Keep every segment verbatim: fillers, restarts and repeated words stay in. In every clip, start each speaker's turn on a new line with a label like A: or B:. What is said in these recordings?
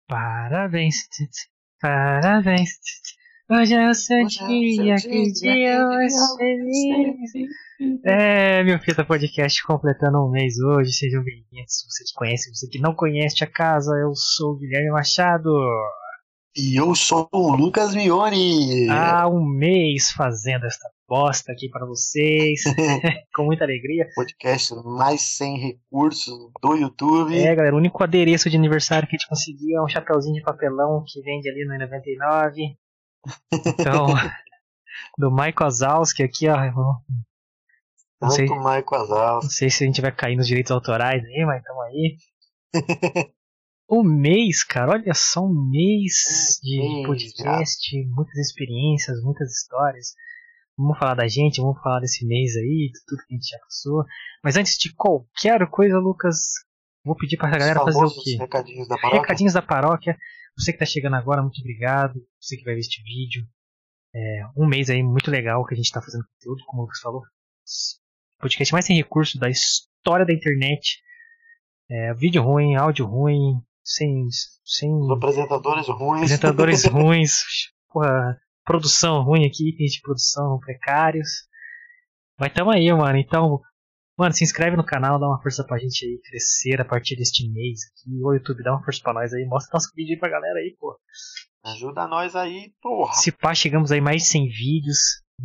A: Parabéns, parabéns. Hoje é o seu
B: Hoje é o
A: dia,
B: seu
A: que
B: dia,
A: dia
B: que
A: mais
B: dia
A: feliz.
B: feliz.
A: É, meu Fita Podcast completando um mês hoje. Sejam bem-vindos. Você que conhece, você que não conhece a casa, eu sou o Guilherme Machado.
B: E eu sou o Lucas Mione.
A: Há um mês fazendo esta bosta aqui para vocês, com muita alegria.
B: Podcast mais sem recursos do YouTube.
A: É, galera, o único adereço de aniversário que a gente conseguiu é um chapeuzinho de papelão que vende ali no noventa e nove. Então, do Michael Wazowski aqui, ó. Não sei,
B: Tanto Michael
A: não
B: Wazowski.
A: sei se a gente vai cair nos direitos autorais aí, mas estamos aí. Um mês, cara, olha só, um mês de, de podcast, muitas experiências, muitas histórias. Vamos falar da gente, vamos falar desse mês aí, de tudo que a gente já passou. Mas antes de qualquer coisa, Lucas, vou pedir pra galera
B: Os
A: fazer o quê?
B: Recadinhos da paróquia.
A: Recadinhos da paróquia. Você que tá chegando agora, muito obrigado. Você que vai ver este vídeo. É, um mês aí muito legal que a gente tá fazendo conteúdo, como o Lucas falou. Podcast mais sem recurso da história da internet. É, vídeo ruim, áudio ruim, sem, sem
B: Os apresentadores ruins.
A: apresentadores ruins, porra, produção ruim aqui, itens de produção precários. Mas tamo aí, mano. Então, mano, se inscreve no canal, dá uma força pra gente aí crescer a partir deste mês aqui. O YouTube, dá uma força pra nós aí, mostra nosso vídeo aí pra galera aí, pô.
B: Ajuda nós aí, porra.
A: Se pá, chegamos aí mais de cem vídeos,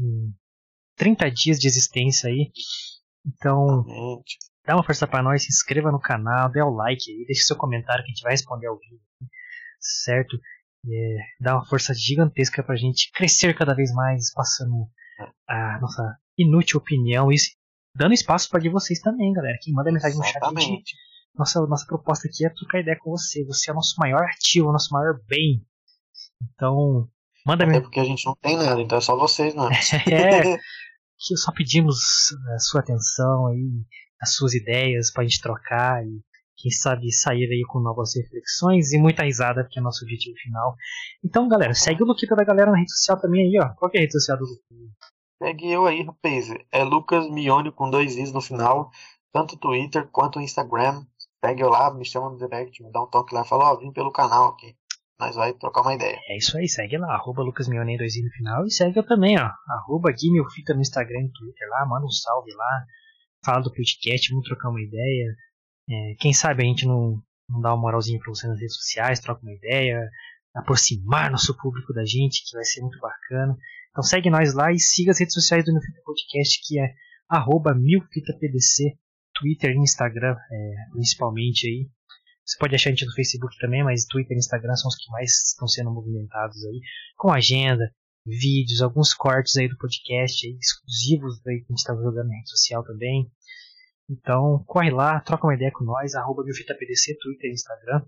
A: trinta dias de existência aí. Então,
B: Exatamente.
A: Dá uma força pra nós, se inscreva no canal, dê o like aí, deixe seu comentário que a gente vai responder ao vídeo, certo? É, dá uma força gigantesca pra gente crescer cada vez mais, passando a nossa inútil opinião e dando espaço para de vocês também, galera. Quem manda mensagem no chat, a gente, nossa, nossa proposta aqui é trocar ideia com você. Você é o nosso maior ativo, o nosso maior bem. Então, manda
B: Até porque a gente não tem nada, então é só vocês, né?
A: É, que só pedimos a sua atenção aí, as suas ideias pra gente trocar e quem sabe sair aí com novas reflexões e muita risada, que é o nosso objetivo final. Então, galera, segue o Luquita da galera na rede social também aí, ó. Qual que é a rede social do Luquita?
B: Segue eu aí, rapaz. É Lucas Mione com dois i's no final, tanto Twitter quanto Instagram. Segue eu lá, me chama no direct, me dá um toque lá e fala, ó, oh, vim pelo canal aqui. Nós vai trocar uma ideia.
A: É isso aí, segue lá, arroba Lucas Mione dois i no final. E segue eu também, ó, arroba Gui Milfita no Instagram e no Twitter lá, manda um salve lá. Fala do podcast, vamos trocar uma ideia. É, quem sabe a gente não, não dá uma moralzinha pra você nas redes sociais, troca uma ideia, aproximar nosso público da gente, que vai ser muito bacana. Então segue nós lá e siga as redes sociais do Milfita Podcast, que é arroba milfitapdc, Twitter e Instagram, é, principalmente aí. Você pode achar a gente no Facebook também, mas Twitter e Instagram são os que mais estão sendo movimentados aí, com agenda, vídeos, alguns cortes aí do podcast, aí, exclusivos aí que a gente está jogando na rede social também. Então, corre lá, troca uma ideia com nós, arroba milfitapdc, Twitter e Instagram.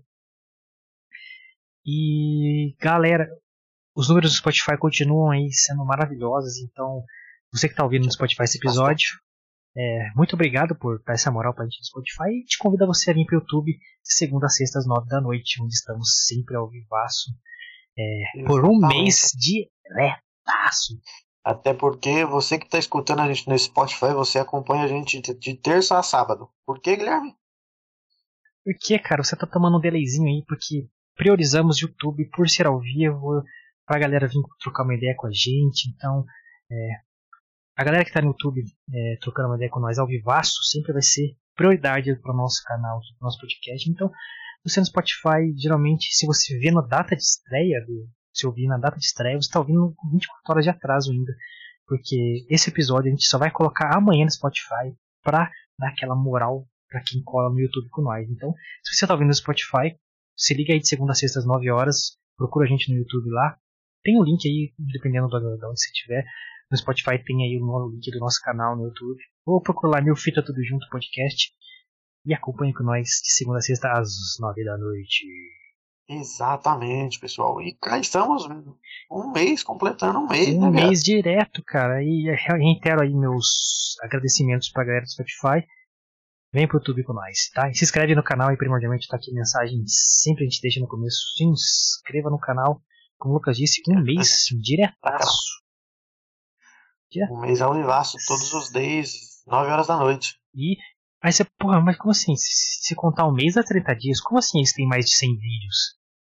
A: E, galera, os números do Spotify continuam aí sendo maravilhosos, então, você que está ouvindo no Spotify esse episódio, é, muito obrigado por dar essa moral pra gente no Spotify e te convido a você a vir pro YouTube de segunda a sexta às nove da noite, onde estamos sempre ao vivaço, é, por um mês diretaço.
B: Até porque você que está escutando a gente no Spotify, você acompanha a gente de terça a sábado. Por que, Guilherme?
A: Porque, cara, você tá tomando um delayzinho aí, porque priorizamos o YouTube por ser ao vivo, pra galera vir trocar uma ideia com a gente. Então, é, a galera que tá no YouTube é, trocando uma ideia com nós ao vivaço sempre vai ser prioridade para o nosso canal, pro nosso podcast. Então, você no Spotify, geralmente, se você vê na data de estreia, do, se ouvir na data de estreia, você está ouvindo com vinte e quatro horas de atraso ainda. Porque esse episódio a gente só vai colocar amanhã no Spotify para dar aquela moral para quem cola no YouTube com nós. Então, se você está ouvindo no Spotify, se liga aí de segunda a sexta às nove horas, procura a gente no YouTube lá. Tem um link aí, dependendo de onde você estiver. No Spotify tem aí o link do nosso canal no YouTube. Ou procura lá Milfita Tudo Junto Podcast. E acompanhe com nós de segunda a sexta às nove da noite.
B: Exatamente, pessoal. E cá estamos, um mês, completando um mês,
A: Um
B: né,
A: mês direto, cara. E reitero aí meus agradecimentos pra galera do Spotify. Vem pro YouTube com nós, tá? E se inscreve no canal aí, primordialmente, tá aqui a mensagem. Sempre a gente deixa no começo. Se inscreva no canal. Como o Lucas disse, um mês diretaço.
B: Um mês ao vivaço, todos os dias, nove horas da noite.
A: E aí você, porra, mas como assim? Se, se contar um mês a trinta dias, como assim eles têm mais de cem vídeos?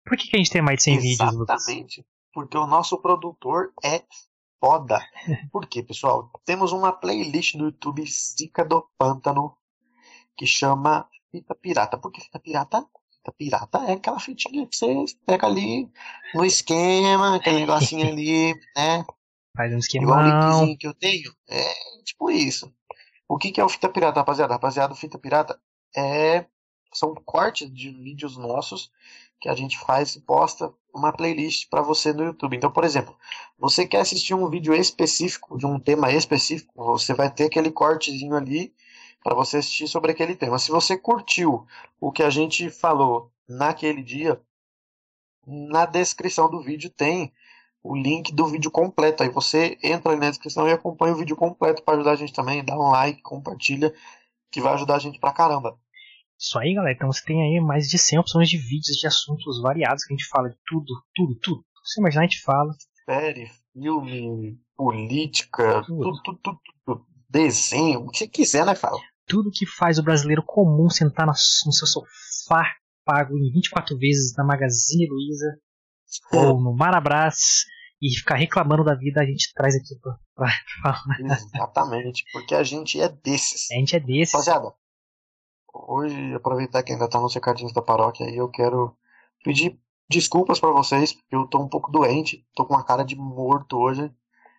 A: Por que, que a gente tem mais de cem vídeos, Lucas?
B: Exatamente. Porque o nosso produtor é foda. Por quê, pessoal? Temos uma playlist no YouTube Zica do Pântano que chama Fita Pirata. Por que Fita Pirata? Fita Pirata é aquela fitinha que você pega ali no esquema, aquele negocinho ali, né?
A: Faz um
B: Igual o
A: esquemão.
B: linkzinho que eu tenho. É tipo isso. O que, que é o Fita Pirata, rapaziada? Rapaziada, o Fita Pirata é... são cortes de vídeos nossos que a gente faz e posta uma playlist para você no YouTube. Então, por exemplo, você quer assistir um vídeo específico, de um tema específico, você vai ter aquele cortezinho ali para você assistir sobre aquele tema. Se você curtiu o que a gente falou naquele dia, na descrição do vídeo tem o link do vídeo completo. Aí você entra aí na descrição e acompanha o vídeo completo para ajudar a gente também. Dá um like, compartilha, que vai ajudar a gente pra caramba.
A: Isso aí, galera. Então você tem aí mais de cem opções de vídeos de assuntos variados que a gente fala de tudo, tudo, tudo. Você imaginar, a gente fala.
B: Série, filme, política,
A: Tudo.
B: tudo, tudo, tudo, tudo. Desenho, o que você quiser, né, fala?
A: Tudo que faz o brasileiro comum sentar no seu sofá, pago em vinte e quatro vezes na Magazine Luiza ou no Marabras e ficar reclamando da vida, a gente traz aqui pra, pra falar.
B: Exatamente, porque a gente é desses.
A: A gente é desses.
B: Rapaziada, hoje, aproveitar que ainda tá nos recadinhos da paróquia aí, eu quero pedir desculpas pra vocês, porque eu tô um pouco doente, tô com uma cara de morto hoje.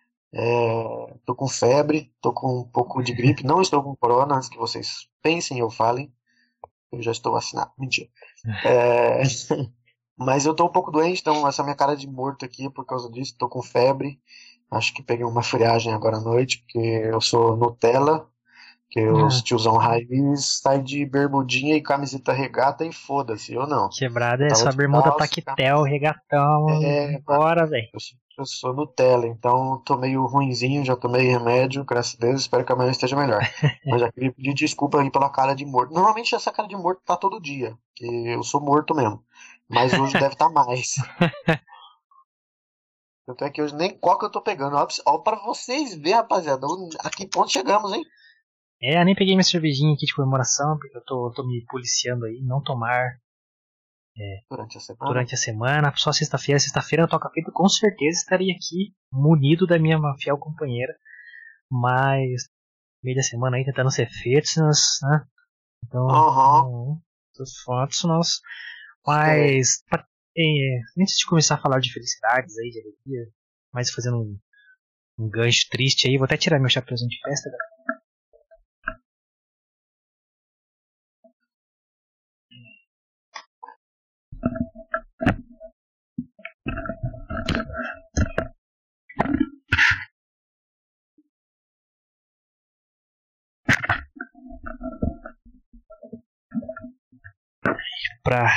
B: É, tô com febre, tô com um pouco de gripe, não estou com corona, antes que vocês pensem ou falem. Eu já estou vacinado, mentira. É, mas eu tô um pouco doente, então essa minha cara de morto aqui é por causa disso, tô com febre. Acho que peguei uma friagem agora à noite, porque eu sou Nutella, que os tiozão raiz sai de bermudinha e camiseta regata e foda-se, eu não.
A: Quebrada
B: Eu
A: é
B: tava
A: só
B: de
A: bermuda
B: calça,
A: taquetel, regatão,
B: É,
A: bora, velho.
B: Eu, sou- eu sou Nutella, então tô meio ruinzinho, já tomei remédio, graças a Deus, espero que amanhã esteja melhor. Mas já queria pedir desculpa aí pela cara de morto. Normalmente essa cara de morto tá todo dia, que eu sou morto mesmo. Mas hoje deve estar mais. Tanto é que hoje nem coca eu tô pegando. Ó, pra- ó pra vocês verem, rapaziada, a que ponto chegamos, hein?
A: É, nem peguei minha cervejinha aqui de comemoração, porque eu tô, tô me policiando aí, não tomar
B: Durante a semana.
A: durante a semana, só sexta-feira. Sexta-feira eu toco a fita, com certeza estaria aqui, munido da minha fiel companheira. Mas, meio da semana aí, tentando ser fitness, né? Então,
B: Aham.
A: hum, os fotos nós. Mas, pra- é, antes de começar a falar de felicidades aí, de alegria, mas fazendo um, um gancho triste aí, vou até tirar meu chapéuzinho de festa, galera. Pra,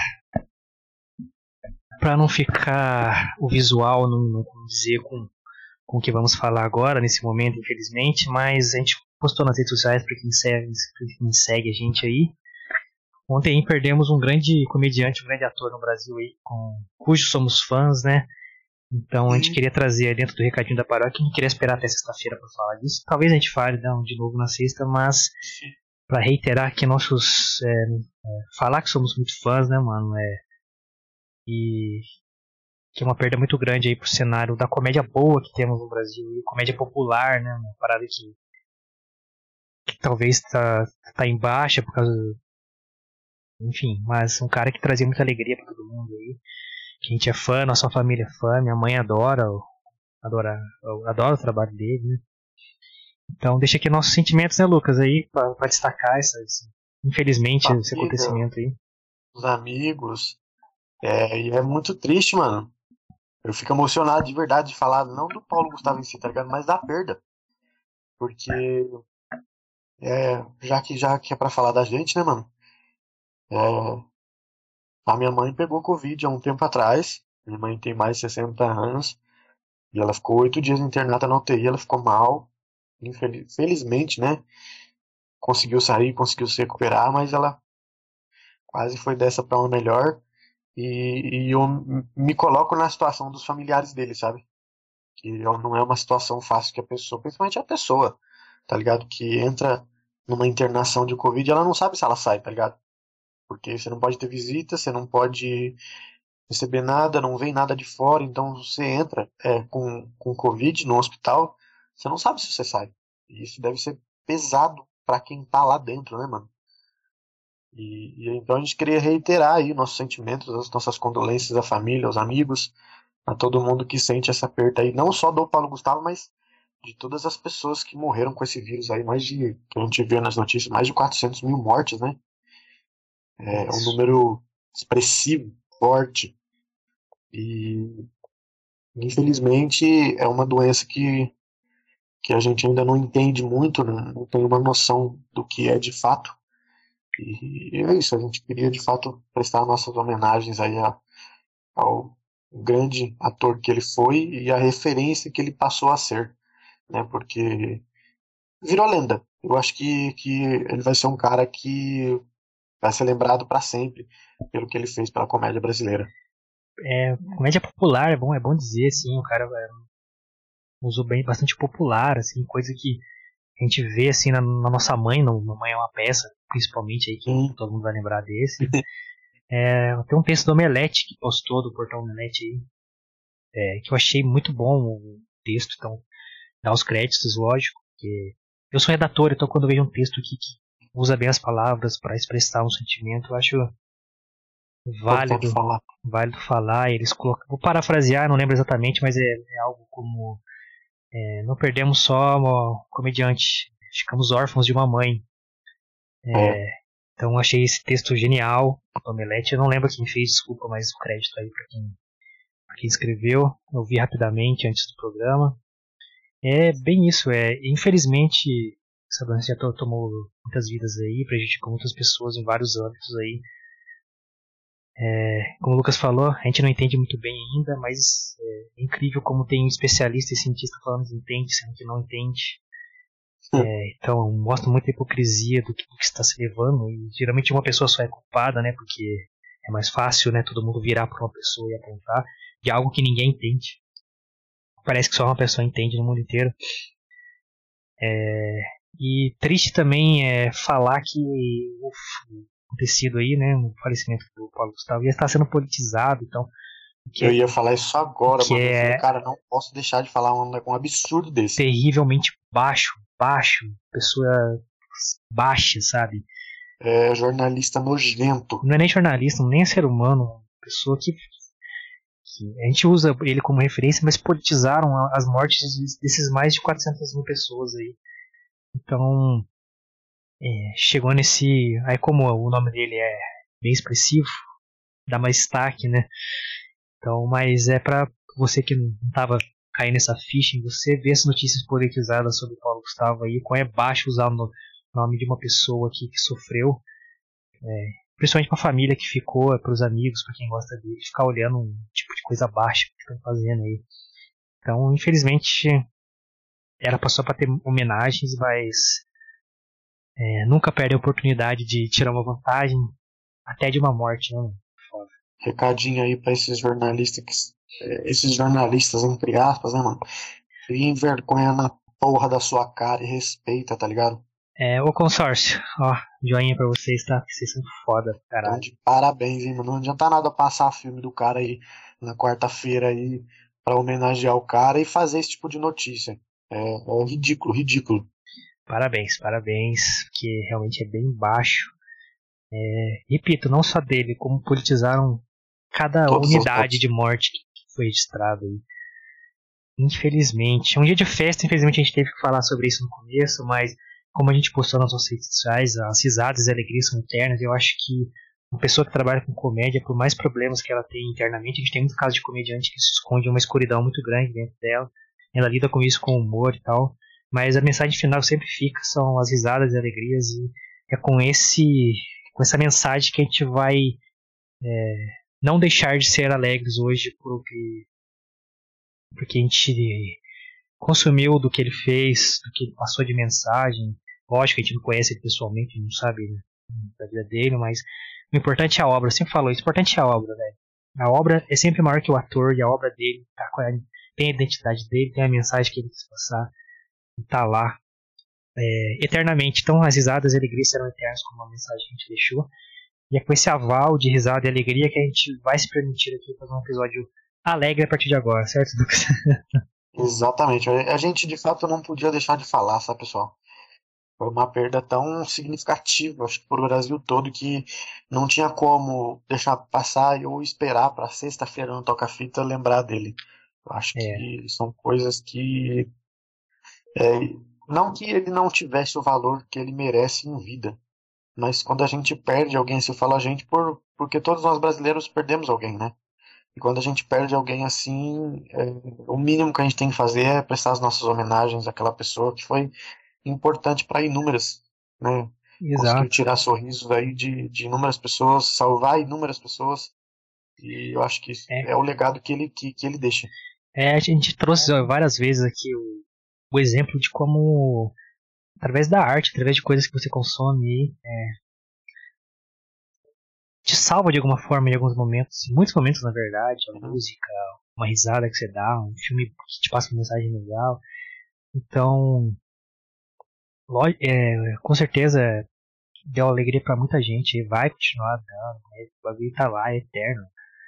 A: pra não ficar o visual, não, não dizer com, com o que vamos falar agora, nesse momento, infelizmente, mas a gente postou nas redes sociais pra quem segue, pra quem segue a gente aí. Ontem aí perdemos um grande comediante, um grande ator no Brasil aí, com, cujos somos fãs, né? Então a gente
B: Sim.
A: queria trazer aí dentro do recadinho da paróquia, não queria esperar até sexta-feira para falar disso. Talvez a gente fale não, de novo na sexta, mas para reiterar que nossos. É, é, falar que somos muito fãs, né, mano? É, e que é uma perda muito grande aí pro cenário da comédia boa que temos no Brasil, e comédia popular, né? Uma parada que, que talvez tá, tá em baixa por causa. Enfim, mas um cara que trazia muita alegria para todo mundo aí. Que a gente é fã, nossa família é fã, minha mãe adora, adora, adora o trabalho dele, né? Então deixa aqui nossos sentimentos, né, Lucas, aí, pra, pra destacar essa, esse, infelizmente,
B: Família,
A: esse acontecimento aí.
B: os amigos. É, e é muito triste, mano. Eu fico emocionado de verdade de falar, não do Paulo Gustavo em si, tá ligado? Mas da perda. Porque, é, já que já que é pra falar da gente, né, mano? É, a minha mãe pegou Covid há um tempo atrás. Minha mãe tem mais de sessenta anos. E ela ficou oito dias internada na U T I, ela ficou mal. Infeliz, felizmente, né? Conseguiu sair, conseguiu se recuperar, mas ela quase foi dessa pra uma melhor. E, e eu me coloco na situação dos familiares dele, sabe? Que não é uma situação fácil que a pessoa, principalmente a pessoa, tá ligado? Que entra numa internação de Covid e ela não sabe se ela sai, tá ligado? Porque você não pode ter visita, você não pode receber nada, não vem nada de fora, então você entra é, com, com Covid no hospital, você não sabe se você sai. E isso deve ser pesado pra quem tá lá dentro, né, mano? E, e então a gente queria reiterar aí nossos sentimentos, as nossas condolências à família, aos amigos, a todo mundo que sente essa perda aí, não só do Paulo Gustavo, mas de todas as pessoas que morreram com esse vírus aí, mais de, que a gente vê nas notícias, mais de quatrocentos mil mortes, né? É um
A: Isso.
B: número expressivo, forte, e infelizmente é uma doença que, que a gente ainda não entende muito, né? Não tem uma noção do que é de fato. E é isso, a gente queria de fato prestar nossas homenagens aí a, ao grande ator que ele foi e a referência que ele passou a ser, né? Porque virou lenda. Eu acho que, que ele vai ser um cara que vai ser lembrado para sempre pelo que ele fez pela comédia brasileira.
A: É, comédia popular, é bom, é bom dizer, assim, o cara é, usou bem, bastante popular, assim, coisa que a gente vê, assim, na, na nossa mãe, no Mamãe é uma Peça, principalmente aí, que
B: Sim.
A: todo mundo vai lembrar desse. É, tem um texto do Omelete que postou, do portal Omelete aí, é, que eu achei muito bom o texto, então, dá os créditos, lógico, porque eu sou redator, então quando eu vejo um texto aqui que usa bem as palavras para expressar um sentimento, eu acho
B: Importante
A: válido,
B: falar.
A: válido falar. Eles colocam, vou parafrasear, não lembro exatamente, mas é, é algo como é, não perdemos só uma comediante, ficamos órfãos de uma mãe.
B: É,
A: É, então achei esse texto genial do Omelete. Eu não lembro quem fez, desculpa, mas o crédito aí para quem, pra quem escreveu. Eu vi rapidamente antes do programa. É bem isso, é, infelizmente essa doença já to- tomou muitas vidas aí, prejudicou muitas pessoas em vários âmbitos aí. É, como o Lucas falou, a gente não entende muito bem ainda, mas é incrível como tem especialista e cientista falando que entende, sendo que não entende. É, então mostra muita hipocrisia do que, do que está se levando, e geralmente uma pessoa só é culpada, né, porque é mais fácil, né, todo mundo virar para uma pessoa e apontar de algo que ninguém entende. Parece que só uma pessoa entende no mundo inteiro. É, e triste também é falar que o acontecido aí, né, o falecimento do Paulo Gustavo ia estar sendo politizado, então o que
B: eu
A: é,
B: ia falar isso agora,
A: que
B: mano. Eu falei,
A: é
B: cara, não posso deixar de falar um, um absurdo desse.
A: terrivelmente baixo, baixo, pessoa baixa, sabe?
B: É jornalista nojento.
A: Não é nem jornalista, nem é ser humano, pessoa que, que a gente usa ele como referência, mas politizaram as mortes desses mais de quatrocentas mil pessoas aí. Então, é, chegou nesse. Aí, como o nome dele é bem expressivo, dá mais destaque, né? Então, mas é pra você que não tava caindo nessa ficha, você ver as notícias politizadas sobre o Paulo Gustavo aí, como é baixo usar o nome de uma pessoa aqui que sofreu, é, principalmente pra família que ficou, pros amigos, pra quem gosta dele, ficar olhando um tipo de coisa baixa que estão fazendo aí. Então, infelizmente, era só pra ter homenagens, mas é, nunca perde a oportunidade de tirar uma vantagem, até de uma morte, né? Foda.
B: Recadinho aí pra esses jornalistas, que, é, esses jornalistas, entre aspas, né, mano? Criem vergonha na porra da sua cara e respeita, tá ligado?
A: É, ô consórcio, ó, joinha pra vocês, tá? Vocês são foda,
B: Então,
A: caralho.
B: de parabéns, hein, mano? Não adianta nada passar filme do cara aí na quarta-feira aí pra homenagear o cara e fazer esse tipo de notícia. É, é ridículo, ridículo.
A: Parabéns, parabéns, porque realmente é bem baixo. É, repito, não só dele, como politizaram cada
B: Todas as
A: unidade
B: mortes.
A: de morte que foi registrada aí. Infelizmente. É um dia de festa, infelizmente a gente teve que falar sobre isso no começo, mas como a gente postou nas nossas redes sociais, as risadas e alegrias são internas. Eu acho que uma pessoa que trabalha com comédia, por mais problemas que ela tem internamente, a gente tem muito caso de comediante que se esconde uma escuridão muito grande dentro dela. Ela lida com isso com humor e tal. Mas a mensagem final sempre fica, são as risadas e alegrias, e é com esse com essa mensagem que a gente vai é, não deixar de ser alegres hoje porque, porque a gente consumiu do que ele fez, do que ele passou de mensagem. Lógico que a gente não conhece ele pessoalmente, não sabe, né, da vida dele, mas o importante é a obra. Eu sempre falo isso, o importante é a obra, velho. A obra é sempre maior que o ator, e a obra dele tá com a, tem a identidade dele, tem a mensagem que ele quis passar, e tá lá é, eternamente. Então as risadas e alegrias serão eternas, como a mensagem que a gente deixou. E é com esse aval de risada e alegria que a gente vai se permitir aqui fazer um episódio alegre a partir de agora, certo, Lucas?
B: Exatamente. A gente, de fato, não podia deixar de falar, sabe, pessoal? Foi uma perda tão significativa, acho que para o Brasil todo, que não tinha como deixar passar ou esperar para sexta-feira no Toca-Fita lembrar dele. Eu acho
A: É.
B: que são coisas que... É, não que ele não tivesse o valor que ele merece em vida, mas quando a gente perde alguém, se fala a gente por, porque todos nós brasileiros perdemos alguém, né? E quando a gente perde alguém assim, é, o mínimo que a gente tem que fazer é prestar as nossas homenagens àquela pessoa que foi importante para inúmeras, né? Conseguiu
A: Exato.
B: tirar sorrisos aí de, de inúmeras pessoas, salvar inúmeras pessoas, e eu acho que
A: É.
B: é o legado que ele, que, que ele deixa.
A: É, a gente trouxe várias vezes aqui o, o exemplo de como, através da arte, através de coisas que você consome, é, te salva de alguma forma em alguns momentos, em muitos momentos na verdade, a
B: Uhum.
A: música, uma risada que você dá, um filme que te passa uma mensagem legal. Então, lo- é, com certeza deu alegria pra muita gente e vai continuar dando, né? O bagulho tá lá, é eterno.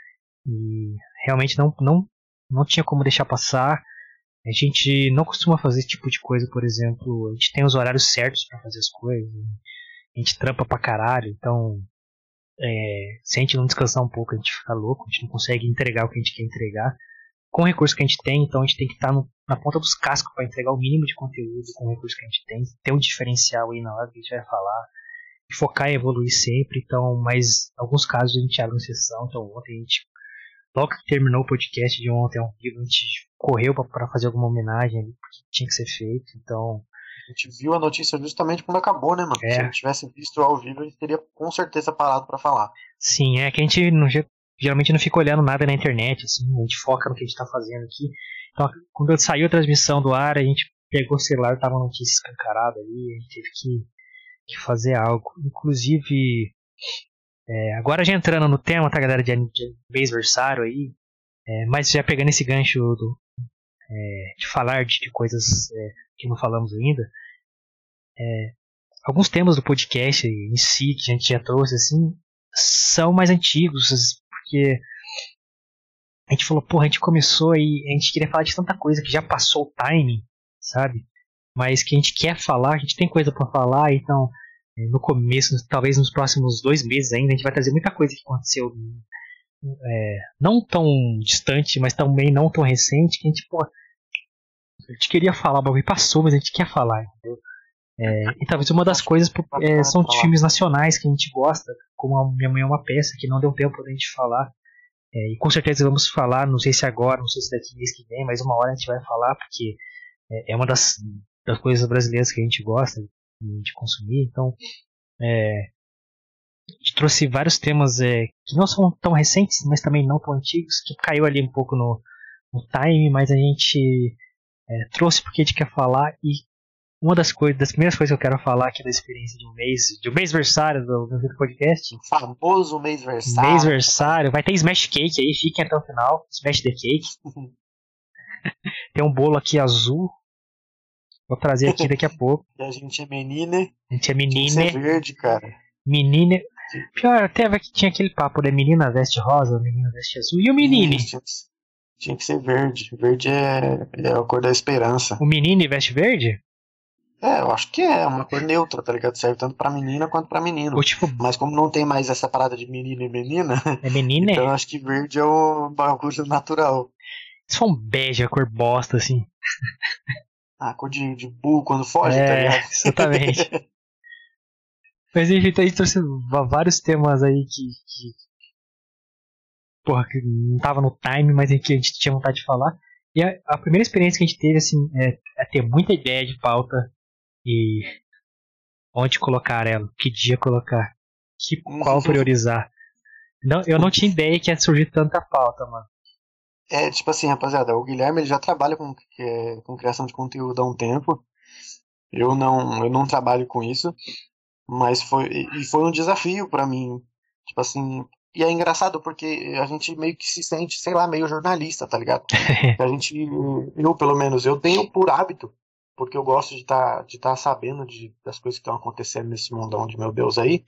A: E realmente não, não, não tinha como deixar passar. A gente não costuma fazer esse tipo de coisa, por exemplo, a gente tem os horários certos pra fazer as coisas, a gente trampa pra caralho, então é, se a gente não descansar um pouco, a gente fica louco, a gente não consegue entregar o que a gente quer entregar com o recurso que a gente tem, então a gente tem que estar no, na ponta dos cascos para entregar o mínimo de conteúdo com o recurso que a gente tem, ter um diferencial aí na hora que a gente vai falar, e focar em evoluir sempre. Então, mas em alguns casos a gente abre uma exceção. Então ontem a gente, logo que terminou o podcast de ontem ao vivo, a gente correu para fazer alguma homenagem ali, porque tinha que ser feito. Então,
B: A gente viu a notícia justamente quando acabou, né, mano?
A: é.
B: Se a gente tivesse visto ao vivo, a gente teria com certeza parado para falar.
A: Sim, é que a gente não, geralmente não fica olhando nada na internet, assim, a gente foca no que a gente tá fazendo aqui. Então, quando saiu a transmissão do ar, a gente pegou o celular, tava a notícia escancarada ali, a gente teve que, que fazer algo. Inclusive, é, agora já entrando no tema, tá, galera, de, de mêsversário aí, é, mas já pegando esse gancho do, é, de falar de, de coisas é, que não falamos ainda, é, alguns temas do podcast em si, que a gente já trouxe, assim, são mais antigos, porque a gente falou, porra, a gente começou e a gente queria falar de tanta coisa que já passou o time, sabe? Mas que a gente quer falar, a gente tem coisa pra falar, então no começo, talvez nos próximos dois meses ainda, a gente vai trazer muita coisa que aconteceu é, não tão distante, mas também não tão recente, que a gente, pô, a gente queria falar, o bagulho passou, mas a gente quer falar, entendeu? É, e talvez uma das coisas é, são de filmes nacionais que a gente gosta, como a Minha Mãe é uma Peça, que não deu tempo da gente falar. É, e com certeza vamos falar, não sei se agora, não sei se daqui mês que vem, mas uma hora a gente vai falar, porque é, é uma das, das coisas brasileiras que a gente gosta de, de consumir. Então, é, a gente trouxe vários temas é, que não são tão recentes, mas também não tão antigos, que caiu ali um pouco no, no time, mas a gente é, trouxe porque a gente quer falar. E uma das coisas, das primeiras coisas que eu quero falar aqui da experiência de um mês, de um mêsversário do, do podcast.
B: O famoso mêsversário.
A: Mêsversário. Vai ter Smash Cake aí, fiquem até o final. Smash the Cake. Tem um bolo aqui azul. Vou trazer aqui daqui a pouco.
B: E a gente é menina.
A: A gente é menina.
B: Tinha que ser verde, cara.
A: Menina. Pior, até que tinha aquele papo, né? Menina veste rosa, menina veste azul. E o menino?
B: Tinha, tinha que ser verde. Verde é, é a cor da esperança.
A: O menino veste verde?
B: É, eu acho que é uma cor neutra, tá ligado? Serve tanto pra menina quanto pra menino.
A: Ou tipo,
B: mas como não tem mais essa parada de menino e menina,
A: é menina?
B: Então eu acho que verde é o bagulho natural.
A: Se for um bege, a cor bosta, assim.
B: Ah, cor de, de burro quando foge,
A: é,
B: tá ligado?
A: Exatamente. Mas enfim, a gente trouxe vários temas aí que, que. Porra, que não tava no time, mas que a gente tinha vontade de falar. E a, a primeira experiência que a gente teve, assim, é, é ter muita ideia de pauta. E onde colocar ela, que dia colocar, que, qual priorizar. Não, eu não tinha ideia que ia surgir tanta pauta, mano.
B: É, tipo assim, rapaziada, o Guilherme ele já trabalha com, é, com criação de conteúdo há um tempo. Eu não, eu não trabalho com isso, mas foi, e foi um desafio pra mim. Tipo assim, e é engraçado porque a gente meio que se sente, sei lá, meio jornalista, tá ligado? A gente, eu pelo menos, eu tenho por hábito, porque eu gosto de estar tá, de tá sabendo de, das coisas que estão acontecendo nesse mundão de meu Deus aí.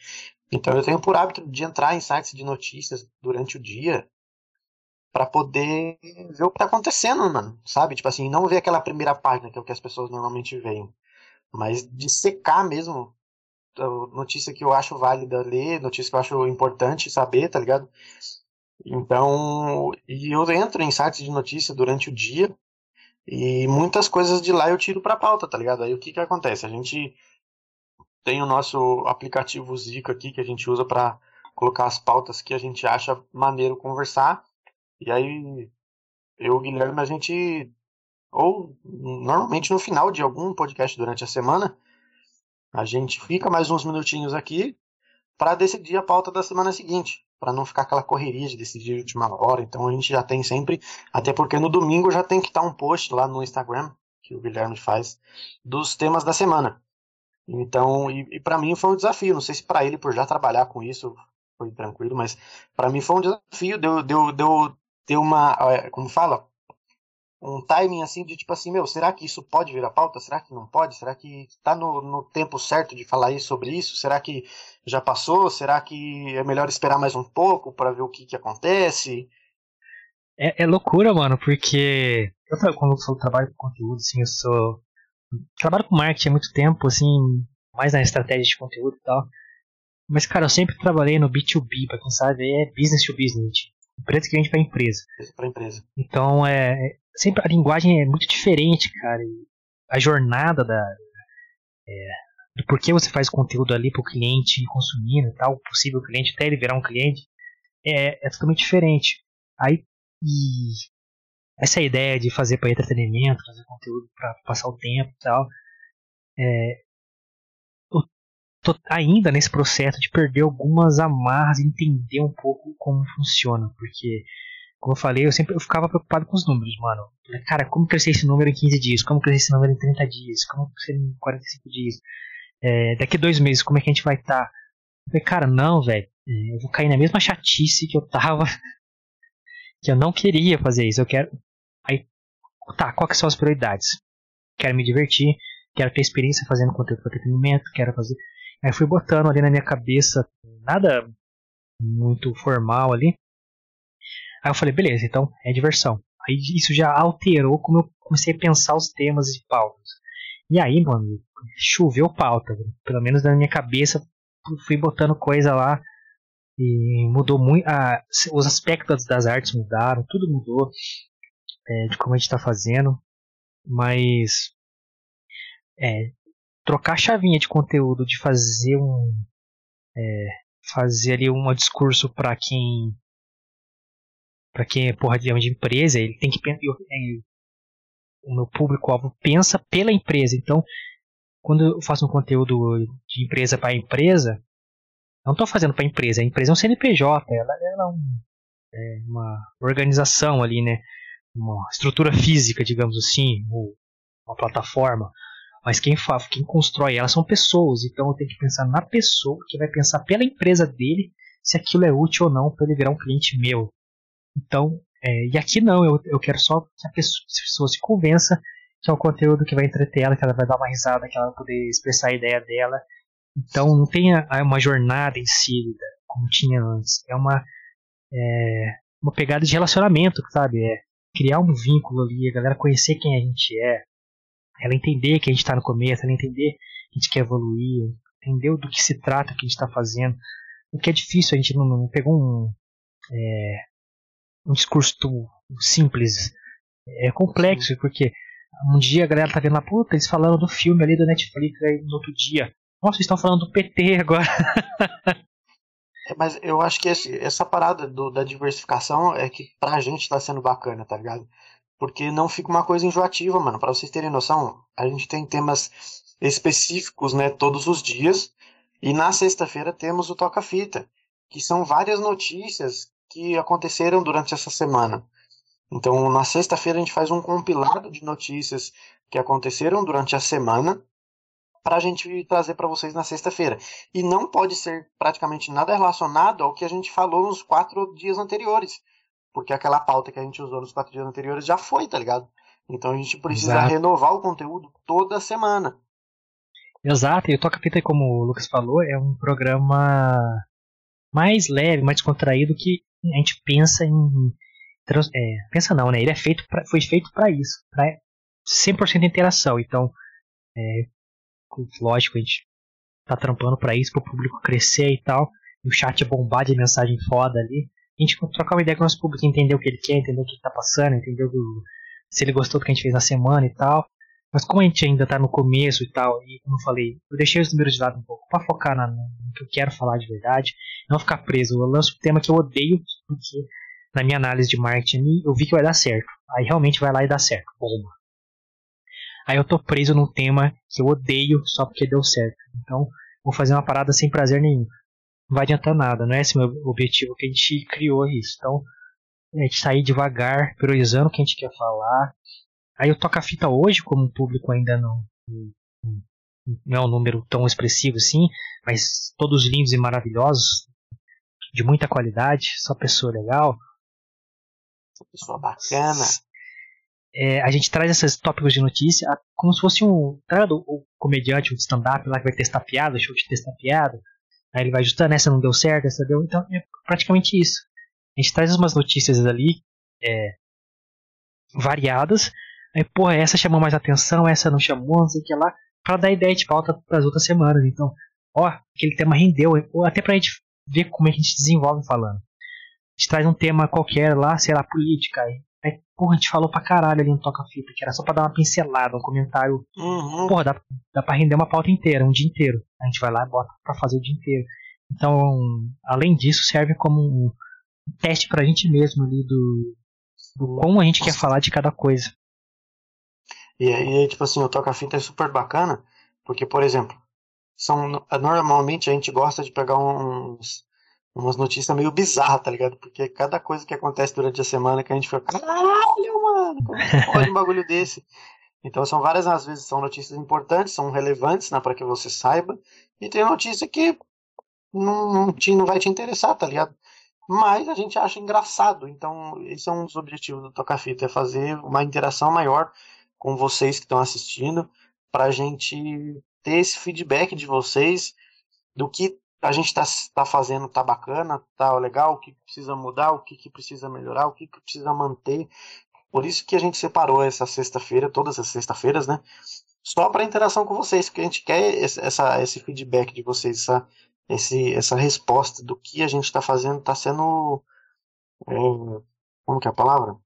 B: Então eu tenho por hábito de entrar em sites de notícias durante o dia pra poder ver o que tá acontecendo, mano, sabe? Tipo assim, não ver aquela primeira página que é o que as pessoas normalmente veem, mas de secar mesmo a notícia que eu acho válida ler, notícia que eu acho importante saber, tá ligado? Então, e eu entro em sites de notícia durante o dia e muitas coisas de lá eu tiro pra pauta, tá ligado? Aí o que que acontece? A gente tem o nosso aplicativo Zica aqui que a gente usa pra colocar as pautas que a gente acha maneiro conversar. E aí eu e o Guilherme, a gente, ou normalmente no final de algum podcast durante a semana, a gente fica mais uns minutinhos aqui para decidir a pauta da semana seguinte, para não ficar aquela correria de decidir de última hora. Então a gente já tem sempre, até porque no domingo já tem que estar um post lá no Instagram, que o Guilherme faz, dos temas da semana. Então, e, e para mim foi um desafio, não sei se para ele, por já trabalhar com isso, foi tranquilo, mas para mim foi um desafio, deu, deu, deu, deu uma, eh, como fala? Um timing assim de tipo assim, meu, será que isso pode virar pauta? Será que não pode? Será que tá no, no tempo certo de falar isso, sobre isso? Será que já passou? Será que é melhor esperar mais um pouco para ver o que que acontece?
A: É, é loucura, mano, porque eu, tra- quando eu sou trabalho com conteúdo, assim, eu sou. Trabalho com marketing há muito tempo, assim, mais na estratégia de conteúdo e tal. Mas, cara, eu sempre trabalhei no B dois B, pra quem sabe, é business to business. Empresa cliente pra empresa.
B: Para empresa.
A: Então, é, é- sempre a linguagem é muito diferente, cara. E a jornada da, do porquê você faz conteúdo ali pro cliente ir consumindo e tal, o possível cliente, até ele virar um cliente, é, é totalmente diferente. Aí, e essa ideia de fazer para entretenimento, fazer conteúdo para passar o tempo e tal, eu tô ainda nesse processo de perder algumas amarras e entender um pouco como funciona, porque, como eu falei, eu sempre eu ficava preocupado com os números, mano. Cara, como crescer esse número em quinze dias? Como crescer esse número em trinta dias? Como crescer em quarenta e cinco dias? É, daqui a dois meses, como é que a gente vai estar? Tá? Eu falei, cara, não, velho. Eu vou cair na mesma chatice que eu tava, que eu não queria fazer isso. Eu quero. Aí, tá, quais que são as prioridades? Quero me divertir, quero ter experiência fazendo conteúdo para entretenimento, quero fazer. Aí fui botando ali na minha cabeça, nada muito formal ali. Aí eu falei, beleza, então é diversão. Aí isso já alterou como eu comecei a pensar os temas e pautas. E aí, mano, choveu pauta. Pelo menos na minha cabeça, fui botando coisa lá e mudou muito. Ah, os aspectos das artes mudaram, tudo mudou é, de como a gente está fazendo. Mas é, trocar a chavinha de conteúdo, de fazer um. É, fazer ali um discurso para quem. Para quem é porra de, de empresa, ele tem que pensar. O meu público-alvo pensa pela empresa. Então, quando eu faço um conteúdo de empresa para empresa, não estou fazendo para empresa. A empresa é um C N P J, ela, ela é, um, é uma organização ali, né? Uma estrutura física, digamos assim, ou uma plataforma. Mas quem faz, quem constrói ela são pessoas. Então eu tenho que pensar na pessoa que vai pensar pela empresa dele se aquilo é útil ou não para ele virar um cliente meu. Então, é, e aqui não, eu, eu quero só que a pessoa, a pessoa se convença que é um conteúdo que vai entreter ela, que ela vai dar uma risada, que ela vai poder expressar a ideia dela. Então não tem a, a uma jornada em si, como tinha antes. É uma, é, uma pegada de relacionamento, sabe? É criar um vínculo ali, a galera conhecer quem a gente é, ela entender que a gente está no começo, ela entender que a gente quer evoluir, entender do que se trata, o que a gente está fazendo. O que é difícil, a gente não, não pegou um, é, um discurso simples. É complexo, Sim. porque um dia a galera tá vendo lá, puta, eles falando do filme ali do Netflix, aí no outro dia, nossa, eles estão falando do P T agora.
B: É, mas eu acho que esse, essa parada do, da diversificação é que pra gente tá sendo bacana, tá ligado? Porque não fica uma coisa enjoativa, mano. Pra vocês terem noção, a gente tem temas específicos, né, todos os dias. E na sexta-feira temos o Toca-Fita, que são várias notícias que aconteceram durante essa semana. Então, na sexta-feira a gente faz um compilado de notícias que aconteceram durante a semana para a gente trazer para vocês na sexta-feira. E não pode ser praticamente nada relacionado ao que a gente falou nos quatro dias anteriores. Porque aquela pauta que a gente usou nos quatro dias anteriores já foi, tá ligado? Então a gente precisa
A: Exato.
B: renovar o conteúdo toda semana.
A: Exato, e o Toca Fita, como o Lucas falou, é um programa mais leve, mais descontraído que a gente pensa em. Trans, é, pensa não, né? Ele é feito pra, foi feito para isso, para cem por cento interação. Então, é, lógico, a gente tá trampando para isso, para o público crescer e tal. E o chat bombar de mensagem foda ali. A gente trocar uma ideia com o nosso público, entender o que ele quer, entender o que tá passando, entender o, se ele gostou do que a gente fez na semana e tal. Mas como a gente ainda tá no começo e tal, e como eu falei, eu deixei os números de lado um pouco para focar na, no que eu quero falar de verdade, não ficar preso. Eu lanço um tema que eu odeio, porque na minha análise de marketing eu vi que vai dar certo. Aí realmente vai lá e dá certo. Bomba. Aí eu tô preso num tema que eu odeio só porque deu certo. Então, vou fazer uma parada sem prazer nenhum. Não vai adiantar nada, não é esse o meu objetivo que a gente criou isso. Então, a gente sair devagar, priorizando o que a gente quer falar. Aí eu toco a fita hoje, como o público ainda não, não é um número tão expressivo assim, mas todos lindos e maravilhosos, de muita qualidade, só pessoa legal.
B: Só pessoa bacana.
A: É, a gente traz esses tópicos de notícia como se fosse um, tá, o comediante, o stand-up lá que vai testar piada, show de testar piada. Aí ele vai ajustando, essa não deu certo, essa deu. Então é praticamente isso. A gente traz umas notícias ali é, variadas. Aí, porra, essa chamou mais atenção, essa não chamou, não sei o que lá. Pra dar ideia de pauta pras outras semanas. Então, ó, aquele tema rendeu. Ou até pra gente ver como é que a gente desenvolve falando. A gente traz um tema qualquer lá, sei lá, política. Aí, aí porra, a gente falou pra caralho ali no Toca Fita, que era só pra dar uma pincelada, um comentário.
B: Uhum.
A: Porra, dá, dá pra render uma pauta inteira, um dia inteiro. A gente vai lá e bota pra fazer o dia inteiro. Então, além disso, serve como um teste pra gente mesmo ali do, do como a gente quer falar de cada coisa.
B: E aí, tipo assim, o toca-fita é super bacana, porque, por exemplo, são, normalmente a gente gosta de pegar uns, umas notícias meio bizarras, tá ligado? Porque cada coisa que acontece durante a semana que a gente fica, caralho, mano, como que pode um bagulho desse? Então são várias, às vezes, são notícias importantes, são relevantes, né, para que você saiba, e tem notícia que não, não, te, não vai te interessar, tá ligado? Mas a gente acha engraçado, então esse é um dos objetivos do Toca-Fita, é fazer uma interação maior com vocês que estão assistindo, para a gente ter esse feedback de vocês do que a gente está tá fazendo, tá bacana, tá legal, o que precisa mudar, o que, que precisa melhorar, o que, que precisa manter. Por isso que a gente separou essa sexta-feira, todas as sextas-feiras, né? Só para interação com vocês, porque a gente quer esse, essa, esse feedback de vocês, essa, esse, essa resposta do que a gente está fazendo, está sendo. É, como que é a palavra?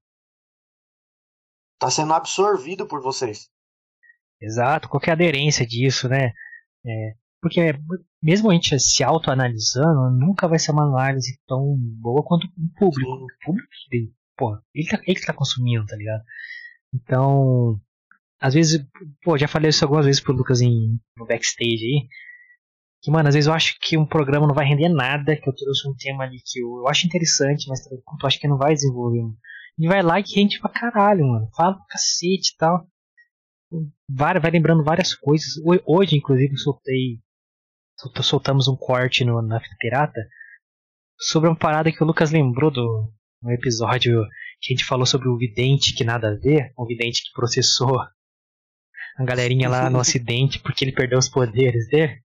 B: Está sendo absorvido por vocês.
A: Exato, qualquer aderência disso, né? É, porque mesmo a gente se autoanalisando, nunca vai ser uma análise tão boa quanto o público. Sim. O público, ele, pô, ele, tá, ele que tá consumindo, tá ligado? Então, às vezes, pô, já falei isso algumas vezes pro Lucas em, no backstage aí, que, mano, às vezes eu acho que um programa não vai render nada, que eu trouxe um tema ali que eu, eu acho interessante, mas eu acho que não vai desenvolver. E vai lá e rende pra caralho, mano. Fala pra cacete e tal. Vai, vai lembrando várias coisas. Hoje, inclusive, eu soltei. Soltamos um corte no, na Fita Pirata sobre uma parada que o Lucas lembrou do no episódio que a gente falou sobre o vidente que nada a ver, o vidente que processou a galerinha lá no acidente porque ele perdeu os poderes dele.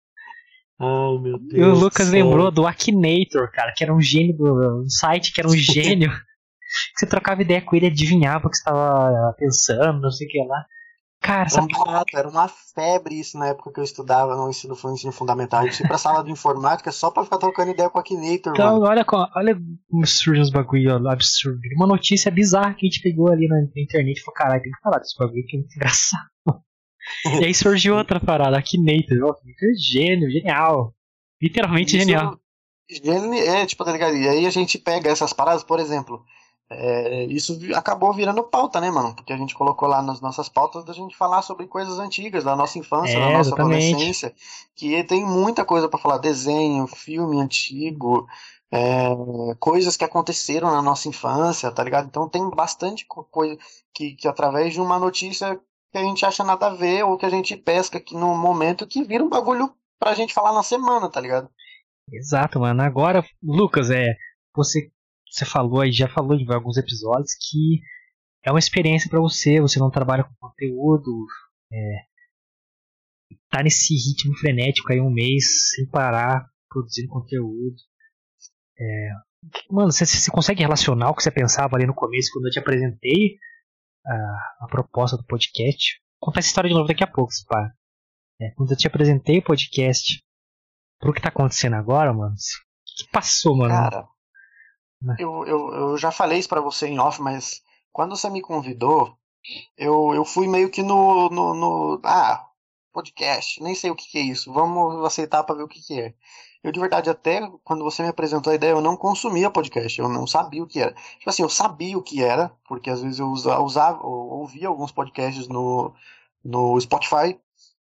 B: Ai, meu Deus.
A: E o Lucas lembrou do Akinator, cara, que era um gênio do um site que era um gênio. Que você trocava ideia com ele e adivinhava o que você estava pensando, não sei o que lá. Cara, essa...
B: Era uma febre isso na época que eu estudava no ensino, no ensino fundamental. A gente ia pra sala de informática só pra ficar trocando ideia com o Akinator,
A: então,
B: mano.
A: olha, olha como surge uns bagulho absurdo. Uma notícia bizarra que a gente pegou ali na, na internet e falou, caralho, tem que falar desse bagulho que é muito engraçado. E aí surgiu outra parada, Akinator. Oh, gênio, genial. Literalmente
B: isso,
A: genial.
B: É, tipo, tá ligado? E aí a gente pega essas paradas, por exemplo... É, isso acabou virando pauta, né, mano? Porque a gente colocou lá nas nossas pautas da gente falar sobre coisas antigas, da nossa infância,
A: é,
B: da nossa
A: exatamente.
B: adolescência, que tem muita coisa pra falar, desenho, filme antigo, é, coisas que aconteceram na nossa infância, tá ligado? Então tem bastante coisa que, que através de uma notícia que a gente acha nada a ver, ou que a gente pesca aqui no momento, que vira um bagulho pra gente falar na semana, tá ligado?
A: Exato, mano. Agora, Lucas, é, você Você falou aí, já falou em alguns episódios que é uma experiência para você, você não trabalha com conteúdo, é, tá nesse ritmo frenético aí um mês, sem parar, produzindo conteúdo. É, mano, você, você consegue relacionar o que você pensava ali no começo, quando eu te apresentei a, a proposta do podcast? Vou contar essa história de novo daqui a pouco, pá. É, quando eu te apresentei o podcast pro que tá acontecendo agora, mano, o que passou, mano?
B: Cara, eu, eu, eu já falei isso pra você em off, mas quando você me convidou, eu, eu fui meio que no, no, no. Ah, podcast, nem sei o que, que é isso, vamos aceitar pra ver o que, que é. Eu, de verdade, até quando você me apresentou a ideia, eu não consumia podcast, eu não sabia o que era. Tipo assim, eu sabia o que era, porque às vezes eu usava, usava ouvia alguns podcasts no, no Spotify,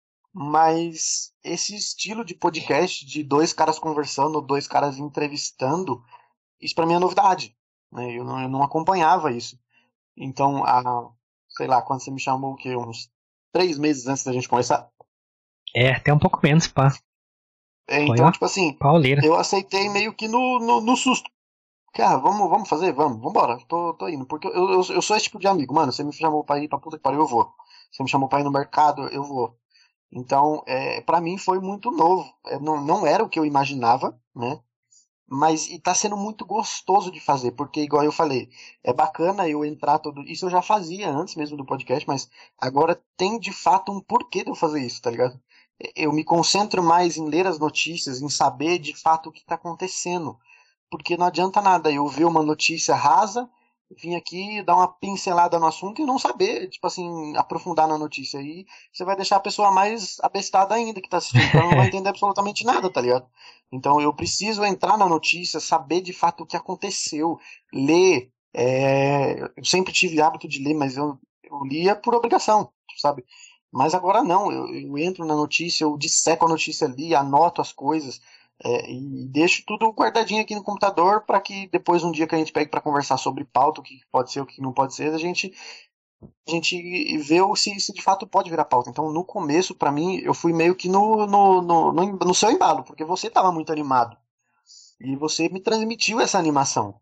B: mas esse estilo de podcast, de dois caras conversando, dois caras entrevistando, isso pra mim é novidade, né? Eu não, eu não acompanhava isso. Então, a, sei lá, quando você me chamou, o quê? Uns três meses antes da gente começar.
A: É, até um pouco menos, pá.
B: É,
A: Foi
B: então,
A: uma
B: tipo assim,
A: pauleira.
B: eu aceitei meio que no, no, no susto. Cara, vamos, vamos fazer? Vamos, vambora. Tô, tô indo. Porque eu, eu, eu sou esse tipo de amigo, mano. Você me chamou pra ir pra puta que pariu, eu vou. Você me chamou pra ir no mercado, eu vou. Então, é, pra mim foi muito novo. É, não, não era o que eu imaginava, né? Mas e tá sendo muito gostoso de fazer, porque igual eu falei, é bacana eu entrar todo. Isso eu já fazia antes mesmo do podcast, mas agora tem de fato um porquê de eu fazer isso, tá ligado? Eu me concentro mais em ler as notícias, em saber de fato o que tá acontecendo. Porque não adianta nada eu ver uma notícia rasa, vir aqui dar uma pincelada no assunto e não saber, tipo assim, aprofundar na notícia. Aí você vai deixar a pessoa mais abestada ainda que tá assistindo, porque ela não vai entender absolutamente nada, tá ligado? Então eu preciso entrar na notícia, saber de fato o que aconteceu, ler. É... Eu sempre tive hábito de ler, mas eu, eu lia por obrigação, sabe? Mas agora não, eu, eu entro na notícia, eu disseco a notícia ali, anoto as coisas. É, e deixo tudo guardadinho aqui no computador para que depois, um dia que a gente pegue para conversar sobre pauta, o que pode ser, o que não pode ser, a gente, a gente vê se, se de fato pode virar pauta. Então, no começo, para mim, eu fui meio que no, no, no, no, no seu embalo, porque você estava muito animado. E você me transmitiu essa animação.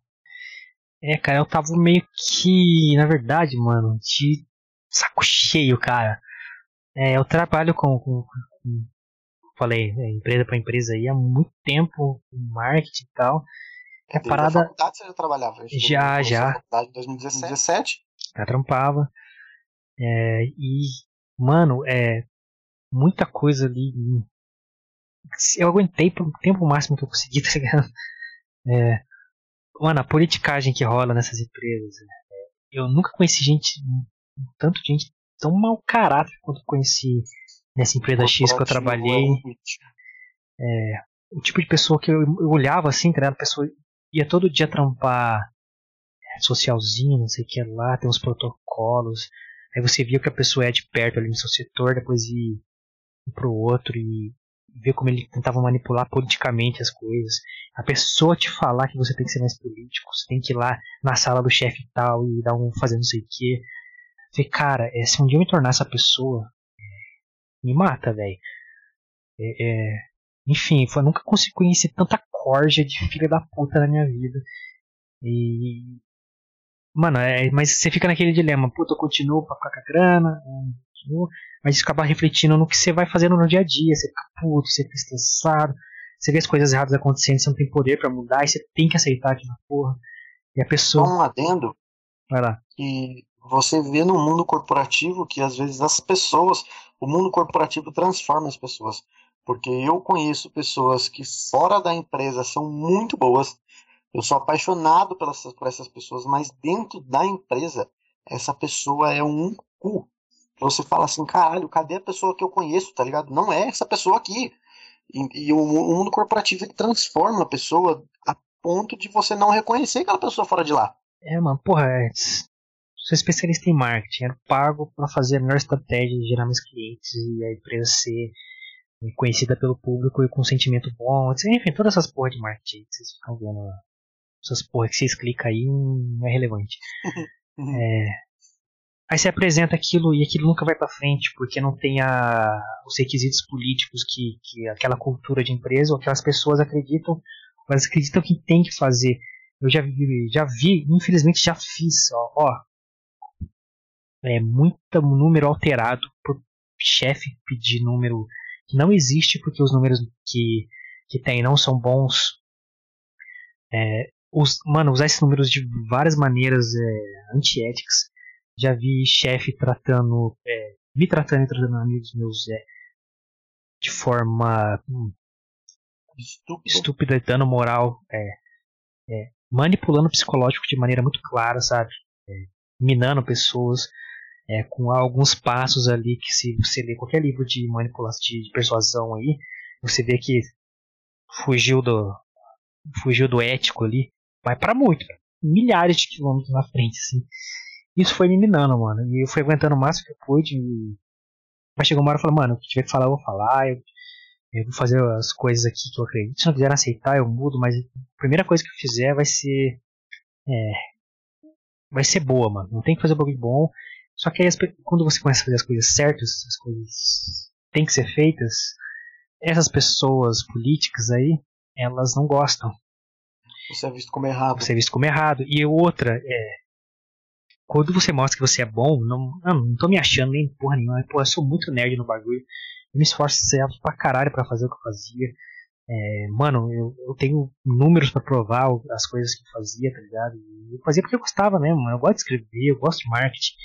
A: É, cara, eu tava meio que, na verdade, mano, de saco cheio, cara. É, eu trabalho com, com, com falei, é, empresa pra empresa aí há muito tempo, marketing e tal.
B: É,
A: A
B: desde a
A: parada
B: faculdade você já trabalhava. A gente
A: já,
B: começou a
A: já,
B: faculdade em dois mil e dezessete.
A: já trampava. É, e, mano, é muita coisa ali. Eu aguentei por um tempo máximo que eu consegui, tá ligado? É, mano, a politicagem que rola nessas empresas. Eu nunca conheci gente, tanto de gente tão mau caráter quanto eu conheci nessa empresa X que eu
B: Corporativo é
A: trabalhei.
B: um hit.
A: É, o tipo de pessoa que eu, eu olhava assim, tá ligado? A pessoa ia todo dia trampar socialzinho, não sei o que lá, tem uns protocolos. Aí você via que a pessoa é de perto ali no seu setor, depois ia pro outro e ver como ele tentava manipular politicamente as coisas. A pessoa te falar que você tem que ser mais político, você tem que ir lá na sala do chefe e tal e dar um fazer não sei o que. Falei, cara, é, se um dia eu me tornar essa pessoa, me mata, velho. É, é, enfim, eu nunca consegui conhecer tanta corja de filha da puta na minha vida. E. Mano, é, mas você fica naquele dilema, puta, eu continuo pra ficar com a grana, continuo, mas isso acaba refletindo no que você vai fazendo no dia a dia. Você fica puto, você fica estressado, você vê as coisas erradas acontecendo, você não tem poder pra mudar, e você tem que aceitar aquela porra. E a pessoa.
B: Só um adendo.
A: Vai lá.
B: Que você vê no mundo corporativo que às vezes as pessoas, o mundo corporativo transforma as pessoas. Porque eu conheço pessoas que fora da empresa são muito boas, eu sou apaixonado pelas, por essas pessoas, mas dentro da empresa, essa pessoa é um cu. Você fala assim, caralho, cadê a pessoa que eu conheço, tá ligado? Não é essa pessoa aqui. E, e o, o mundo corporativo ele transforma a pessoa a ponto de você não reconhecer aquela pessoa fora de lá.
A: É, mano, porra, é, sou especialista em marketing, era pago para fazer a melhor estratégia de gerar mais clientes e a empresa ser conhecida pelo público e com um sentimento bom, enfim, todas essas porra de marketing que vocês ficam vendo, essas porra que vocês clicam aí, não é relevante. É, aí você apresenta aquilo e aquilo nunca vai para frente porque não tem a, os requisitos políticos que, que aquela cultura de empresa ou aquelas pessoas acreditam, elas acreditam que tem que fazer. Eu já vi, já vi, infelizmente já fiz, ó, ó é muito número alterado por chefe pedir número que não existe porque os números que, que tem não são bons. É, os, mano, usar esses números de várias maneiras é, antiéticas. Já vi chefe tratando, é, me tratando e tratando amigos meus é, de forma hum, estúpida e dano moral, é, é, manipulando o psicológico de maneira muito clara, sabe? É, minando pessoas. É, com alguns passos ali que se você ler qualquer livro de manipulação, de persuasão aí, você vê que fugiu do fugiu do ético ali, vai pra muito, milhares de quilômetros na frente, assim. Isso foi me minando, mano, e eu fui aguentando o máximo que eu pude, e... mas chegou uma hora e falei, mano, o que tiver que falar eu vou falar, eu, eu vou fazer as coisas aqui que eu acredito, se não quiser aceitar eu mudo, mas a primeira coisa que eu fizer vai ser é, vai ser boa, mano, não tem que fazer um bagulho bom. Só que aí, quando você começa a fazer as coisas certas, as coisas têm que ser feitas, essas pessoas políticas aí, elas não gostam.
B: Você é visto como errado.
A: Você é visto como errado. E outra, é, quando você mostra que você é bom, não, não, não tô me achando nem porra nenhuma, pô, eu sou muito nerd no bagulho, eu me esforço pra caralho pra fazer o que eu fazia. É, mano, eu, eu tenho números pra provar as coisas que eu fazia, tá ligado? E eu fazia porque eu gostava mesmo, eu gosto de escrever, eu gosto de marketing.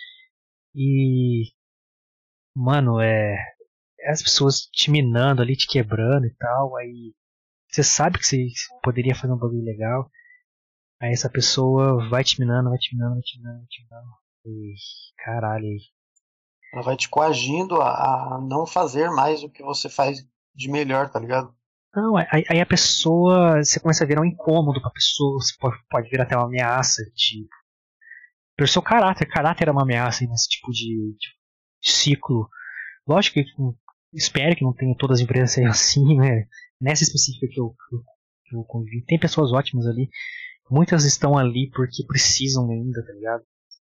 A: E, mano, é. As pessoas te minando ali, te quebrando e tal. Aí você sabe que você poderia fazer um bagulho legal. Aí essa pessoa vai te minando, vai te minando, vai te minando, vai te minando. E caralho.
B: Ela vai te coagindo a, a não fazer mais o que você faz de melhor, tá ligado?
A: Não, aí, aí a pessoa. Você começa a virar um incômodo pra pessoa. Você pode, pode vir até uma ameaça de. Pelo seu caráter, caráter é uma ameaça nesse tipo de, de ciclo. Lógico que eu espero que não tenha todas as empresas sejam assim, né? Nessa específica que eu, que eu, que eu convivi, tem pessoas ótimas ali. Muitas estão ali porque precisam ainda, tá ligado?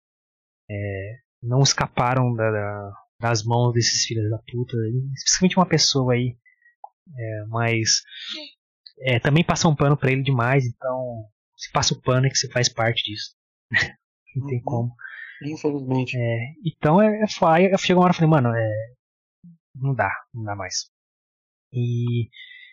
A: É, não escaparam da, da, das mãos desses filhos da puta. Especialmente uma pessoa aí, é, mas é, também passa um pano pra ele demais, então se passa o pano é que você faz parte disso. Não tem como.
B: Infelizmente.
A: É, então é, é foda. Eu chegou uma hora e falei, mano, é, não dá, não dá mais. E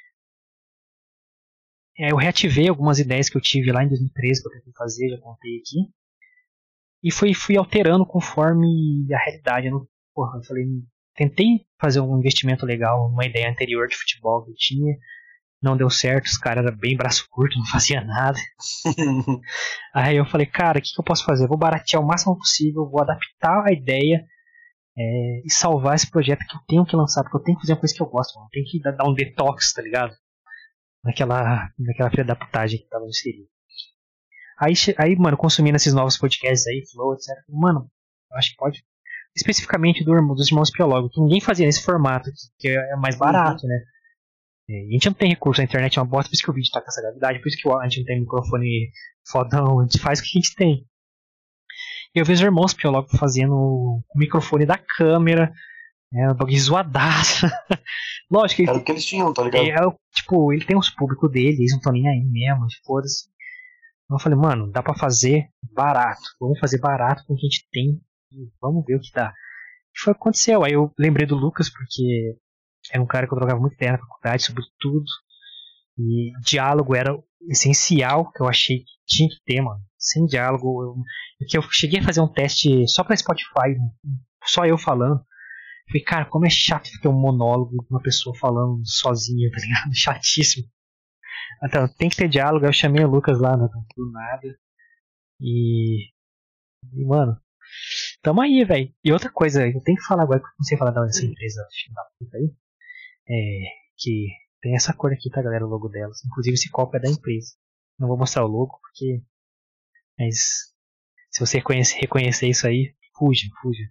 A: é, eu reativei algumas ideias que eu tive lá em dois mil e treze que eu tentei fazer, já contei aqui. E fui, fui alterando conforme a realidade. Eu, não, porra, eu falei, tentei fazer um investimento legal numa ideia anterior de futebol que eu tinha. Não deu certo, os caras eram bem braço curto, não fazia nada. Aí eu falei, cara, o que, que eu posso fazer? Eu vou baratear o máximo possível, vou adaptar a ideia é, e salvar esse projeto que eu tenho que lançar, porque eu tenho que fazer uma coisa que eu gosto, mano. Eu tenho que dar, dar um detox, tá ligado? Naquela, naquela filha da putagem que tava inserido. Aí, aí, mano, consumindo esses novos podcasts aí, Flow, etcétera. Mano, eu acho que pode. Especificamente do, dos irmãos Piológicos, que ninguém fazia nesse formato, que é mais barato, uhum. né? A gente não tem recurso, a internet é uma bosta, por isso que o vídeo tá com essa gravidade, por isso que a gente não tem microfone fodão, a gente faz o que a gente tem. E eu vejo os irmãos Piológicos fazendo o microfone da câmera, né, um bagulho zoadaço. Lógico que.
B: Era o que eles tinham, tá ligado?
A: É, tipo, ele tem os públicos dele, eles não estão nem aí mesmo, foda-se. Então eu falei, mano, dá pra fazer barato, vamos fazer barato com o que a gente tem e vamos ver o que dá. E foi o que aconteceu, aí eu lembrei do Lucas, porque era um cara que eu trocava muito ideia na faculdade sobre tudo. E diálogo era essencial, que eu achei que tinha que ter, mano. Sem diálogo, eu, porque eu cheguei a fazer um teste só pra Spotify, só eu falando. Falei, cara, como é chato ter um monólogo de uma pessoa falando sozinha, tá ligado? Chatíssimo. Então, tem que ter diálogo, eu chamei o Lucas lá no, do nada. E. E, mano, tamo aí, velho. E outra coisa, eu tenho que falar agora, que eu não sei falar dessa empresa filha da puta aí. É, que tem essa cor aqui, tá, galera, o logo delas. Inclusive esse copo é da empresa. Não vou mostrar o logo porque, mas se você reconhecer, reconhecer isso aí, fuja, fuja.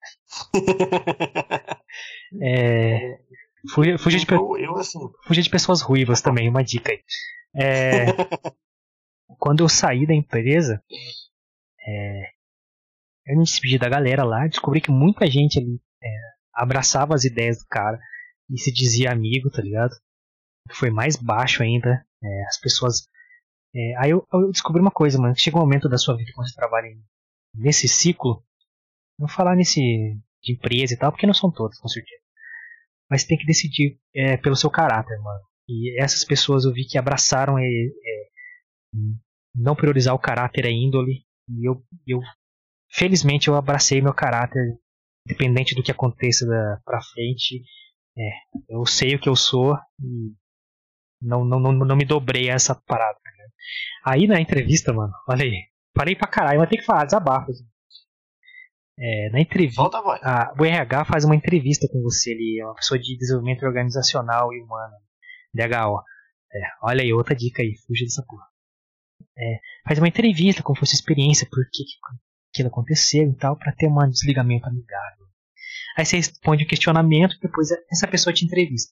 A: é, fuja, fuja, de,
B: eu, eu, assim.
A: fuja de pessoas ruivas também, uma dica aí. É, quando eu saí da empresa, é, eu me despedi da galera lá, descobri que muita gente ali é, abraçava as ideias do cara e se dizia amigo, tá ligado? Foi mais baixo ainda. É, as pessoas. É, aí eu, eu descobri uma coisa, mano. Chega um momento da sua vida quando você trabalha nesse ciclo. Vou falar nesse de empresa e tal, porque não são todos, com certeza. mas tem que decidir é, pelo seu caráter, mano. E essas pessoas eu vi que abraçaram é, é, não priorizar o caráter, a índole, e eu, eu felizmente eu abracei meu caráter, independente do que aconteça da, pra frente. É, eu sei o que eu sou e não, não, não, não me dobrei a essa parada. Né? Aí na entrevista, mano, olha aí, falei pra caralho, mas tem que falar, desabafa. É, na entrevista,
B: Solta a voz.
A: a, o R H faz uma entrevista com você, ele é uma pessoa de desenvolvimento organizacional e humano, D H O. É, olha aí, outra dica aí, fuja dessa porra. É, faz uma entrevista, como foi sua experiência, por que aquilo aconteceu e tal, pra ter um desligamento amigável. Aí você responde um questionamento, depois essa pessoa te entrevista.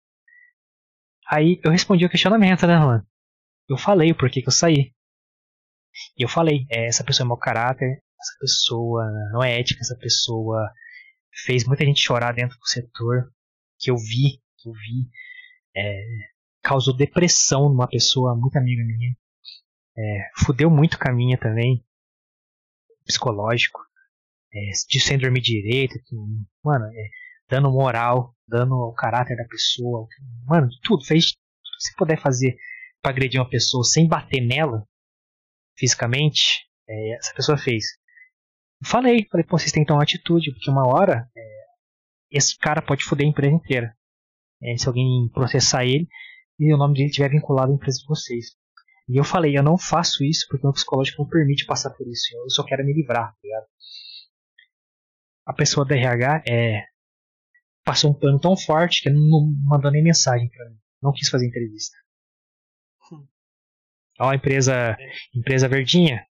A: Aí eu respondi o questionamento, né, mano? Eu falei o porquê que eu saí. E eu falei, é, essa pessoa é mau caráter, essa pessoa não é ética, essa pessoa fez muita gente chorar dentro do setor, que eu vi, que eu vi, é, causou depressão numa pessoa muito amiga minha, é, fudeu muito com a minha também, psicológico, é, de sem dormir direito, que, mano, é, dando moral, dando o caráter da pessoa, mano, tudo, fez tudo que você puder fazer pra agredir uma pessoa sem bater nela, fisicamente, é, essa pessoa fez. Eu falei, falei, pô, vocês têm que tomar uma atitude, porque uma hora é, esse cara pode foder a empresa inteira. É, se alguém processar ele e o nome dele estiver vinculado à empresa de vocês. E eu falei, eu não faço isso porque o meu psicológico não permite passar por isso, eu só quero me livrar, tá ligado? A pessoa da R H é, passou um plano tão forte que não mandou nem mensagem pra mim, não quis fazer entrevista. Ó, a empresa, empresa verdinha.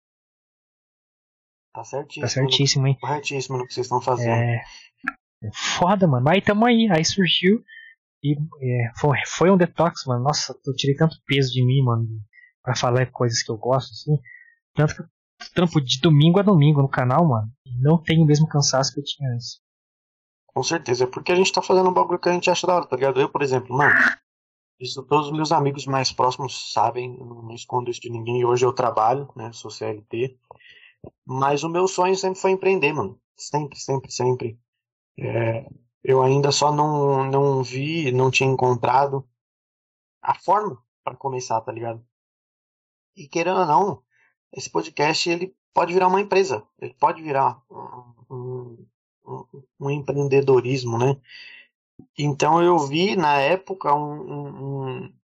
B: Tá certíssimo.
A: Tá certíssimo, hein?
B: Corretíssimo no que vocês estão fazendo.
A: É, é foda, mano. Mas tamo aí. Aí surgiu e é, foi, foi um detox, mano. Nossa, eu tirei tanto peso de mim, mano, pra falar coisas que eu gosto, assim. Tanto que eu trampo de domingo a domingo no canal, mano. E não tenho o mesmo cansaço que eu tinha antes.
B: Com certeza. É porque a gente tá fazendo um bagulho que a gente acha da hora, tá ligado? Eu, por exemplo, mano, isso todos os meus amigos mais próximos sabem. Eu não escondo isso de ninguém. Hoje eu trabalho, né? Sou C L T. Mas o meu sonho sempre foi empreender, mano. Sempre, sempre, sempre. É, eu ainda só não, não vi, não tinha encontrado a forma para começar, tá ligado? E querendo ou não, esse podcast ele pode virar uma empresa. Ele pode virar um, um, um, um empreendedorismo, né? Então eu vi na época um, um,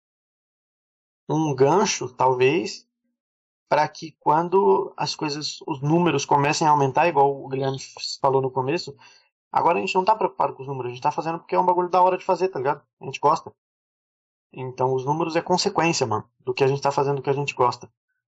B: um gancho, talvez, para que quando as coisas, os números comecem a aumentar, igual o Guilherme falou no começo, agora a gente não tá preocupado com os números, a gente tá fazendo porque é um bagulho da hora de fazer, tá ligado? A gente gosta. Então os números é consequência, mano, do que a gente tá fazendo, do que a gente gosta.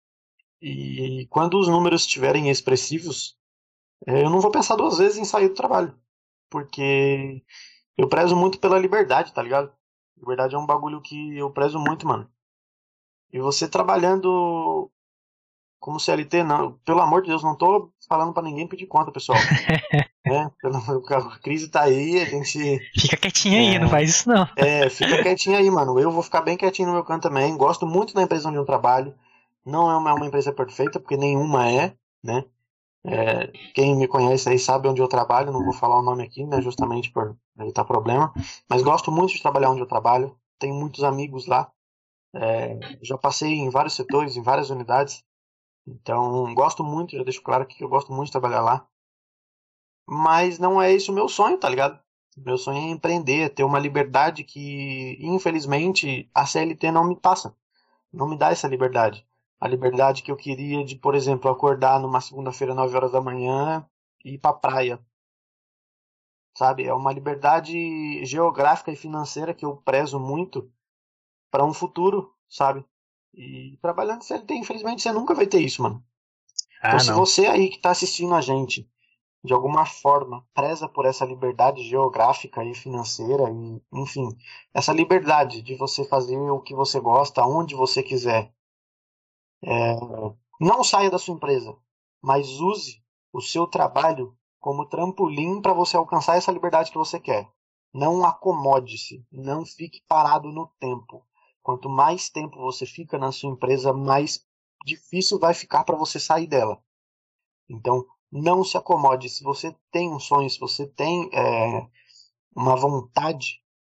B: E quando os números estiverem expressivos, eu não vou pensar duas vezes em sair do trabalho. Porque eu prezo muito pela liberdade, tá ligado? Liberdade é um bagulho que eu prezo muito, mano. E você trabalhando como C L T, não, pelo amor de Deus, não tô falando pra ninguém pedir conta, pessoal. É, a crise tá aí, a gente...
A: Fica quietinho aí, é, não faz isso não.
B: É, fica quietinho aí, mano. Eu vou ficar bem quietinho no meu canto também. Gosto muito da empresa onde eu trabalho. Não é uma, uma empresa perfeita, porque nenhuma é, né? É, quem me conhece aí sabe onde eu trabalho, não vou falar o nome aqui, né? Justamente por evitar problema. Mas gosto muito de trabalhar onde eu trabalho. Tenho muitos amigos lá. É, já passei em vários setores, em várias unidades. Então, gosto muito, já deixo claro aqui que eu gosto muito de trabalhar lá. Mas não é esse o meu sonho, tá ligado? Meu sonho é empreender, ter uma liberdade que, infelizmente, a C L T não me passa. Não me dá essa liberdade. A liberdade que eu queria de, por exemplo, acordar numa segunda-feira, nove horas da manhã e ir pra praia. Sabe? É uma liberdade geográfica e financeira que eu prezo muito para um futuro, sabe? E trabalhando C L T, infelizmente, você nunca vai ter isso, mano.
A: Ah,
B: então, se
A: não.
B: você aí que tá assistindo a gente, de alguma forma, preza por essa liberdade geográfica e financeira, e, enfim, essa liberdade de você fazer o que você gosta, onde você quiser. É, não saia da sua empresa, mas use o seu trabalho como trampolim para você alcançar essa liberdade que você quer. Não acomode-se, não fique parado no tempo. Quanto mais tempo você fica na sua empresa, mais difícil vai ficar para você sair dela. Então, não se acomode. Se você tem um sonho, se você tem é, uma vontade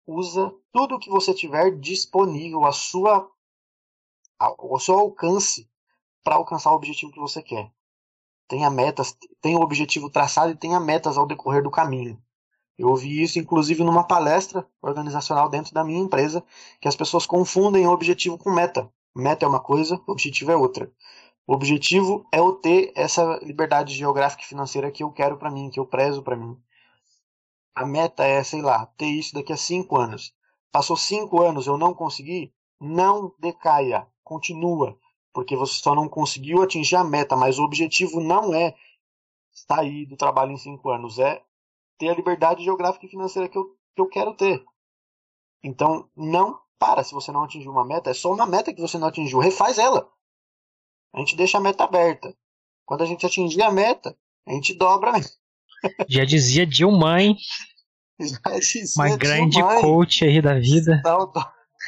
B: usa tudo que você tiver disponível à sua, ao seu alcance para alcançar o objetivo que você quer. Tenha metas, tenha o objetivo traçado e tenha metas ao decorrer do caminho. Eu ouvi isso, inclusive, numa palestra organizacional dentro da minha empresa, que as pessoas confundem o objetivo com meta. Meta é uma coisa, o objetivo é outra. O objetivo é eu ter essa liberdade geográfica e financeira que eu quero para mim, que eu prezo para mim. A meta é, sei lá, ter isso daqui a cinco anos. Passou cinco anos, eu não consegui? Não decaia, continua. Porque você só não conseguiu atingir a meta, mas o objetivo não é sair do trabalho em cinco anos, é ter a liberdade geográfica e financeira que eu, que eu quero ter. Então, não para se você não atingiu uma meta. É só uma meta que você não atingiu. Refaz ela. A gente deixa a meta aberta. Quando a gente atingir a meta, a gente dobra.
A: Já dizia Dilma, hein?
B: Já dizia
A: Uma grande
B: Dilma,
A: coach aí da vida.
B: Saudo...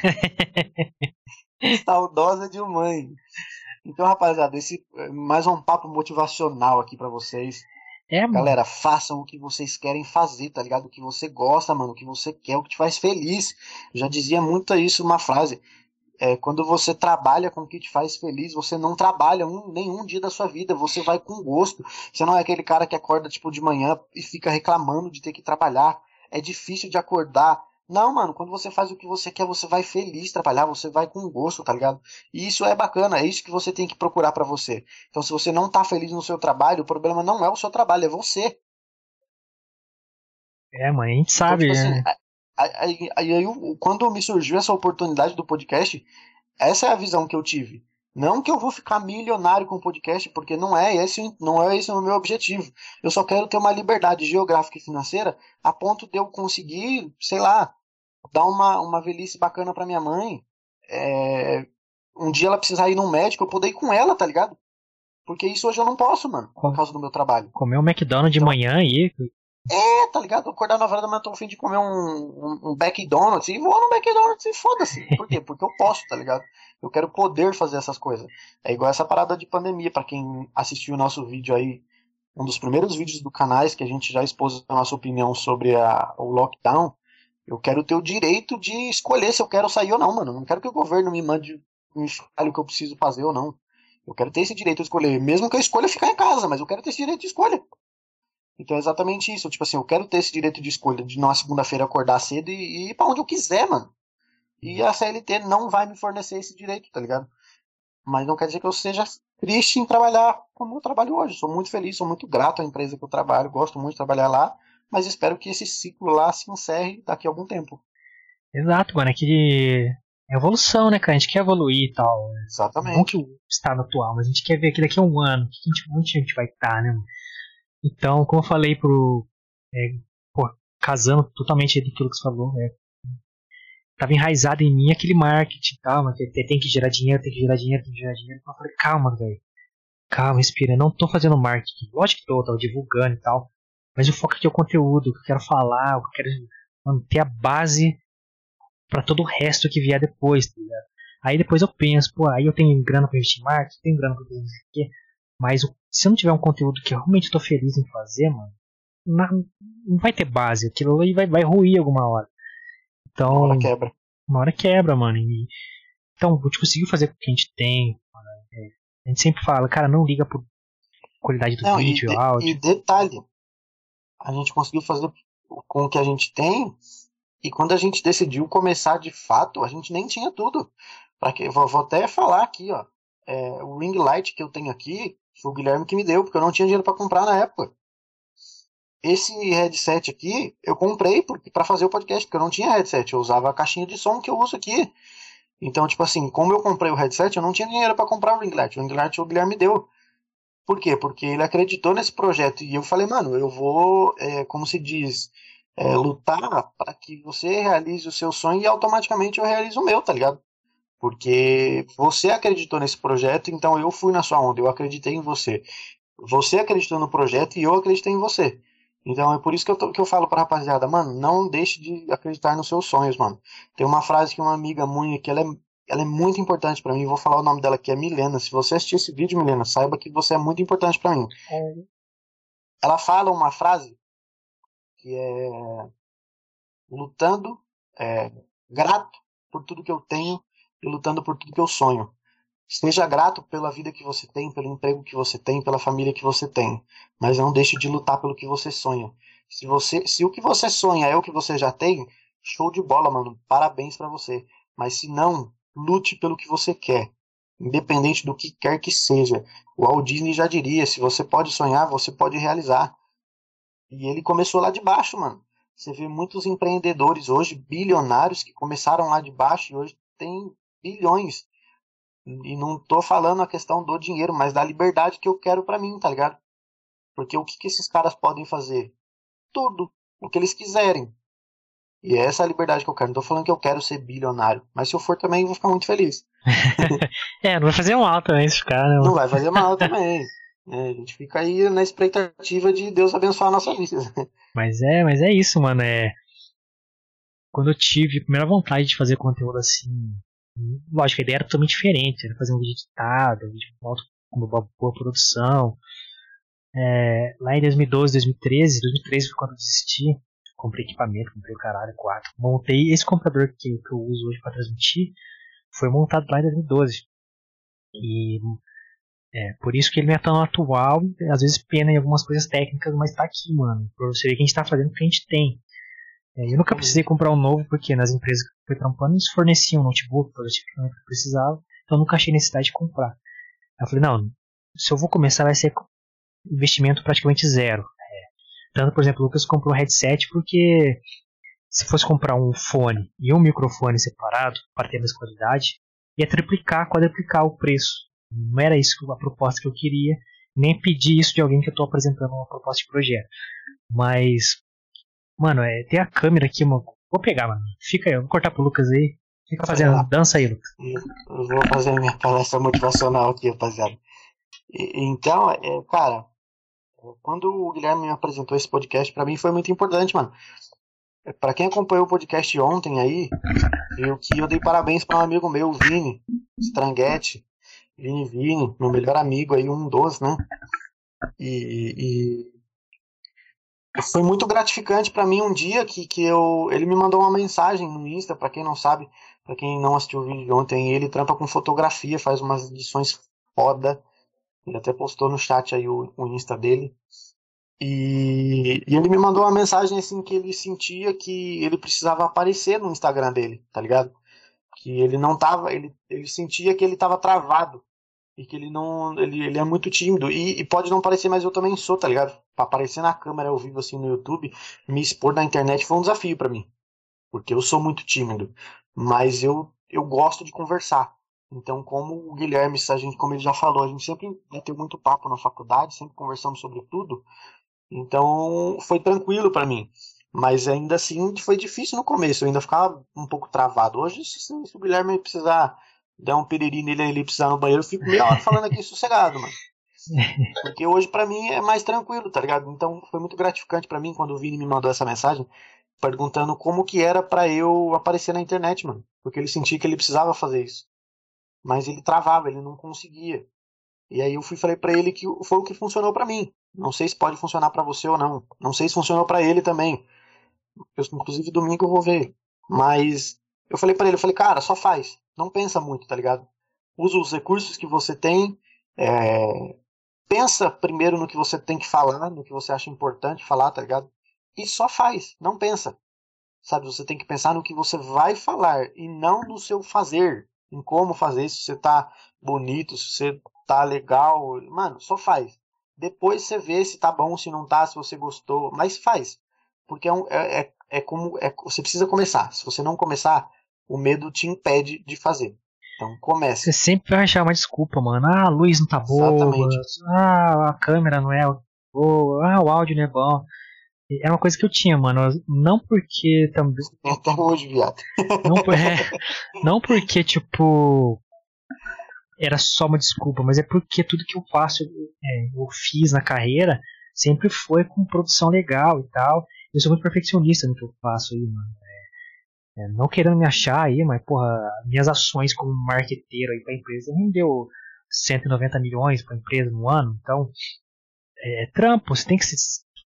B: Saudosa Dilma. Então, rapaziada, esse mais um papo motivacional aqui pra vocês.
A: É, mano.
B: Galera, façam o que vocês querem fazer, tá ligado? O que você gosta, mano, o que você quer, o que te faz feliz. Eu já dizia muito isso uma frase. É, quando você trabalha com o que te faz feliz, você não trabalha um, nenhum dia da sua vida, você vai com gosto. Você não é aquele cara que acorda tipo de manhã e fica reclamando de ter que trabalhar. É difícil de acordar. Não, mano, quando você faz o que você quer, você vai feliz trabalhar, você vai com gosto, tá ligado? E isso é bacana, é isso que você tem que procurar pra você. Então, se você não tá feliz no seu trabalho, o problema não é o seu trabalho, é você.
A: É, mano, a gente
B: Então,
A: sabe,
B: tipo assim,
A: né?
B: aí, aí, aí, quando me surgiu essa oportunidade do podcast, essa é a visão que eu tive. Não que eu vou ficar milionário com o podcast, porque não é esse, não é esse o meu objetivo. Eu só quero ter uma liberdade geográfica e financeira a ponto de eu conseguir, sei lá, dar uma, uma velhice bacana pra minha mãe. É, um dia ela precisar ir num médico, eu poder ir com ela, tá ligado? Porque isso hoje eu não posso, mano, por causa do meu trabalho.
A: Comer um McDonald's de
B: Então,
A: manhã aí.
B: é, tá ligado? Acordar na hora da manhã, tô a fim de comer um, um, um McDonald's e vou no McDonald's e foda-se. Por quê? Porque eu posso, tá ligado? Eu quero poder fazer essas coisas. É igual essa parada de pandemia, pra quem assistiu o nosso vídeo aí, um dos primeiros vídeos do canal que a gente já expôs a nossa opinião sobre a, o lockdown. Eu quero ter o direito de escolher se eu quero sair ou não, mano. Eu não quero que o governo me mande, me fale o que eu preciso fazer ou não. Eu quero ter esse direito de escolher, mesmo que eu escolha ficar em casa, mas eu quero ter esse direito de escolha. Então é exatamente isso. Tipo assim, eu quero ter esse direito de escolha de na segunda-feira acordar cedo e, e ir pra onde eu quiser, mano. E a C L T não vai me fornecer esse direito, tá ligado? Mas não quer dizer que eu seja triste em trabalhar como eu trabalho hoje. Sou muito feliz, sou muito grato à empresa que eu trabalho, gosto muito de trabalhar lá, mas espero que esse ciclo lá se encerre daqui a algum tempo.
A: Exato, mano. É que é evolução, né, cara? A gente quer evoluir e tal.
B: Exatamente.
A: Não que o estado atual, mas a gente quer ver aqui daqui a um ano. Que a gente, onde a gente vai estar, né, mano? Então, como eu falei pro. É, pô, casando totalmente daquilo que você falou, né? Tava enraizado em mim aquele marketing e tal, mas tem que gerar dinheiro, tem que gerar dinheiro, tem que gerar dinheiro. Então eu falei, calma, velho. Calma, respira. Eu não tô fazendo marketing. Lógico que tô, tô divulgando e tal. Mas o foco aqui é o conteúdo, o que eu quero falar, o que eu quero manter a base pra todo o resto que vier depois, tá ligado? Aí depois eu penso, pô, aí eu tenho grana pra investir em marketing, tenho grana pra investir em quê? Mas se eu não tiver um conteúdo que eu realmente tô feliz em fazer, mano, não, não vai ter base. Aquilo aí vai, vai ruir alguma hora. Então,
B: uma hora quebra.
A: Uma hora quebra, mano. E, então, a gente conseguiu fazer com o que a gente tem. Mano, é, a gente sempre fala, cara, não liga por qualidade do
B: Não,
A: vídeo,
B: e, de,
A: áudio.
B: e detalhe, a gente conseguiu fazer com o que a gente tem, e quando a gente decidiu começar de fato, a gente nem tinha tudo. Pra que, vou, vou até falar aqui, ó. É, o ring light que eu tenho aqui, foi o Guilherme que me deu, porque eu não tinha dinheiro para comprar na época. Esse headset aqui, eu comprei para fazer o podcast, porque eu não tinha headset, eu usava a caixinha de som que eu uso aqui. Então, tipo assim, como eu comprei o headset, eu não tinha dinheiro para comprar o ring light. O ring light o Guilherme me deu. Por quê? Porque ele acreditou nesse projeto. E eu falei, mano, eu vou, é, como se diz, é, lutar para que você realize o seu sonho e automaticamente eu realizo o meu, tá ligado? Porque você acreditou nesse projeto, então eu fui na sua onda, eu acreditei em você. Você acreditou no projeto e eu acreditei em você. Então é por isso que eu, tô, que eu falo pra rapaziada, mano, não deixe de acreditar nos seus sonhos, mano. Tem uma frase que uma amiga minha, que ela é, ela é muito importante pra mim, vou falar o nome dela aqui, é Milena. Se você assistir esse vídeo, Milena, saiba que você é muito importante pra mim.
A: É.
B: Ela fala uma frase que é lutando é, grato por tudo que eu tenho e lutando por tudo que eu sonho. Esteja grato pela vida que você tem, pelo emprego que você tem, pela família que você tem, mas não deixe de lutar pelo que você sonha. Se você, se o que você sonha é o que você já tem, show de bola, mano, parabéns pra você. Mas se não, lute pelo que você quer, independente do que quer que seja. O Walt Disney já diria, se você pode sonhar, você pode realizar. E ele começou lá de baixo, mano. Você vê muitos empreendedores hoje, bilionários, que começaram lá de baixo e hoje tem bilhões. E não tô falando a questão do dinheiro, mas da liberdade que eu quero pra mim, tá ligado? Porque o que, que esses caras podem fazer? Tudo. O que eles quiserem. E é essa a liberdade que eu quero. Não tô falando que eu quero ser bilionário. Mas se eu for também, eu vou ficar muito feliz.
A: É, não vai fazer mal também esse cara, né?
B: Não vai fazer mal também. É, a gente fica aí na expectativa de Deus abençoar a nossa vida.
A: Mas é, mas é isso, mano. É... Quando eu tive a primeira vontade de fazer conteúdo assim. Lógico, a ideia era totalmente diferente. Era fazer um vídeo editado, um vídeo com uma boa produção. É, lá em dois mil e doze, dois mil e treze, dois mil e treze foi quando eu desisti. Comprei equipamento, comprei o caralho, quatro. Montei esse computador que, que eu uso hoje para transmitir. Foi montado lá em dois mil e doze. E é por isso que ele não é tão atual. Às vezes pena em algumas coisas técnicas, mas tá aqui, mano. Pra você ver que a gente tá fazendo o que a gente tem. É, eu nunca precisei comprar um novo, porque nas empresas que eu fui trampando, eles forneciam um notebook, todo tipo de equipamento que eu precisava. Então eu nunca achei necessidade de comprar. Aí eu falei, não, se eu vou começar vai ser investimento praticamente zero. É, tanto, por exemplo, o Lucas comprou um headset porque se fosse comprar um fone e um microfone separado para ter mais qualidade, ia triplicar, quadruplicar o preço. Não era isso a proposta que eu queria, nem pedir isso de alguém que eu estou apresentando uma proposta de projeto. Mas, mano, é, tem a câmera aqui, mano. Vou pegar, mano. Fica aí, eu vou cortar pro Lucas aí. Fica fazendo
B: lá.
A: Dança aí, Lucas.
B: Eu vou fazer a minha palestra motivacional aqui, rapaziada. E, então, é, cara, quando o Guilherme me apresentou esse podcast, pra mim foi muito importante, mano. Pra quem acompanhou o podcast ontem aí, viu que eu dei parabéns pra um amigo meu, o Vini Stranguetti. Vini Vini, meu melhor amigo aí, um dos, né? E, e foi muito gratificante pra mim um dia que, que eu, ele me mandou uma mensagem no Insta, pra quem não sabe, pra quem não assistiu o vídeo de ontem, ele trampa com fotografia, faz umas edições foda. Ele até postou no chat aí o, o Insta dele. E, e ele me mandou uma mensagem assim que ele sentia que ele precisava aparecer no Instagram dele, tá ligado? Que ele não tava, ele, ele sentia que ele tava travado e que ele não, ele, ele é muito tímido e, e pode não parecer, mas eu também sou, tá ligado? Pra aparecer na câmera ao vivo assim no YouTube, me expor na internet foi um desafio pra mim, porque eu sou muito tímido, mas eu eu gosto de conversar. Então, como o Guilherme, a gente, como ele já falou, a gente sempre bateu muito papo na faculdade, sempre conversamos sobre tudo. Então foi tranquilo pra mim. Mas ainda assim foi difícil no começo. Eu ainda ficava um pouco travado. Hoje, se, se o Guilherme precisar dar um piriri nele ele precisar no banheiro, eu fico meia hora falando aqui sossegado, mano. Porque hoje pra mim é mais tranquilo, tá ligado? Então foi muito gratificante pra mim quando o Vini me mandou essa mensagem perguntando como que era pra eu aparecer na internet, mano. Porque ele sentia que ele precisava fazer isso. Mas ele travava, ele não conseguia. E aí eu fui falei pra ele que foi o que funcionou pra mim. Não sei se pode funcionar pra você ou não. Não sei se funcionou pra ele também. Eu, inclusive domingo eu vou ver. Mas eu falei pra ele, eu falei, cara, só faz. Não pensa muito, tá ligado? Usa os recursos que você tem. É... Pensa primeiro no que você tem que falar, no que você acha importante falar, tá ligado? E só faz, não pensa. Sabe, você tem que pensar no que você vai falar e não no seu fazer, em como fazer, se você tá bonito, se você tá legal, mano, só faz. Depois você vê se tá bom, se não tá, se você gostou, mas faz. Porque é, um, é, é, é como é, você precisa começar. Se você não começar, o medo te impede de fazer. Então comece.
A: Você sempre vai achar uma desculpa, mano. Ah, a luz não tá boa.
B: Exatamente.
A: Ah, a câmera não é boa. Ah, o áudio não é bom. Era uma coisa que eu tinha, mano. Não porque também.
B: Até hoje, viado.
A: Não, é, não porque, tipo. Era só uma desculpa, mas é porque tudo que eu faço, é, eu fiz na carreira, sempre foi com produção legal e tal. Eu sou muito perfeccionista no que eu faço aí, mano. É, é, não querendo me achar aí, mas, porra, minhas ações como marqueteiro aí pra empresa rendeu cento e noventa milhões pra empresa no ano, então. É trampo, você tem que se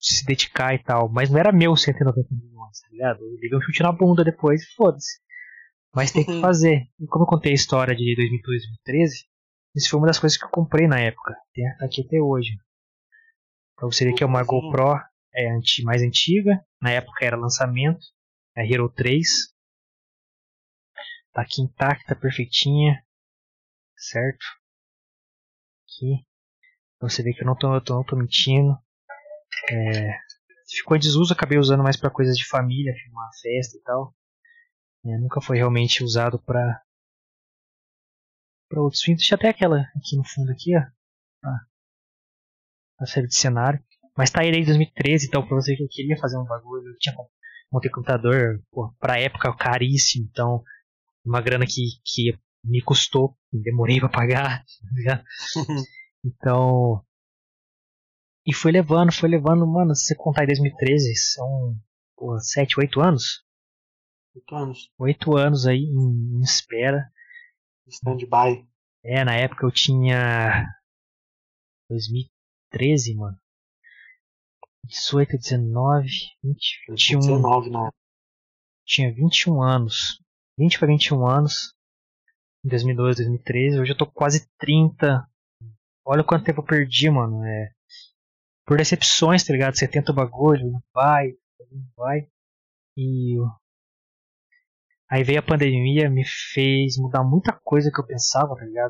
A: se dedicar e tal. Mas não era meu cento e noventa milhões, tá ligado? Eu levei um chute na bunda depois e foda-se. Mas tem que fazer. E como eu contei a história de dois mil e doze, dois mil e treze, isso foi uma das coisas que eu comprei na época. Tem aqui até hoje. Pra você ver que é uma GoPro é, anti, mais antiga. Na época era lançamento. É a Hero três. Tá aqui intacta, perfeitinha. Certo? Aqui. Pra você ver que eu não tô, eu tô, não tô mentindo. É, ficou em desuso, acabei usando mais pra coisas de família, filmar festa e tal. É, nunca foi realmente usado pra, pra outros fins. Deixa até aquela aqui no fundo aqui, ó. Ah, a série de cenário. Mas tá aí desde dois mil e treze, então pra você que eu queria fazer um bagulho, eu tinha montei computador, pô, pra época caríssimo, então uma grana que, que me custou, demorei pra pagar, tá ligado? Então, e foi levando, foi levando, mano, se você contar em dois mil e treze, são pô, sete, oito anos?
B: oito anos.
A: oito anos aí em, em espera.
B: Stand-by.
A: É, na época eu tinha dois mil e treze, mano. dezoito, dezenove, vinte, vinte e um.
B: dezenove, né?
A: Tinha vinte e um anos. vinte para vinte e um anos. Em dois mil e doze, dois mil e treze. Hoje eu tô com quase trinta. Olha quanto tempo eu perdi, mano. É, por decepções, tá ligado? Você tenta o bagulho, não vai, não vai. E aí veio a pandemia, me fez mudar muita coisa que eu pensava, tá ligado?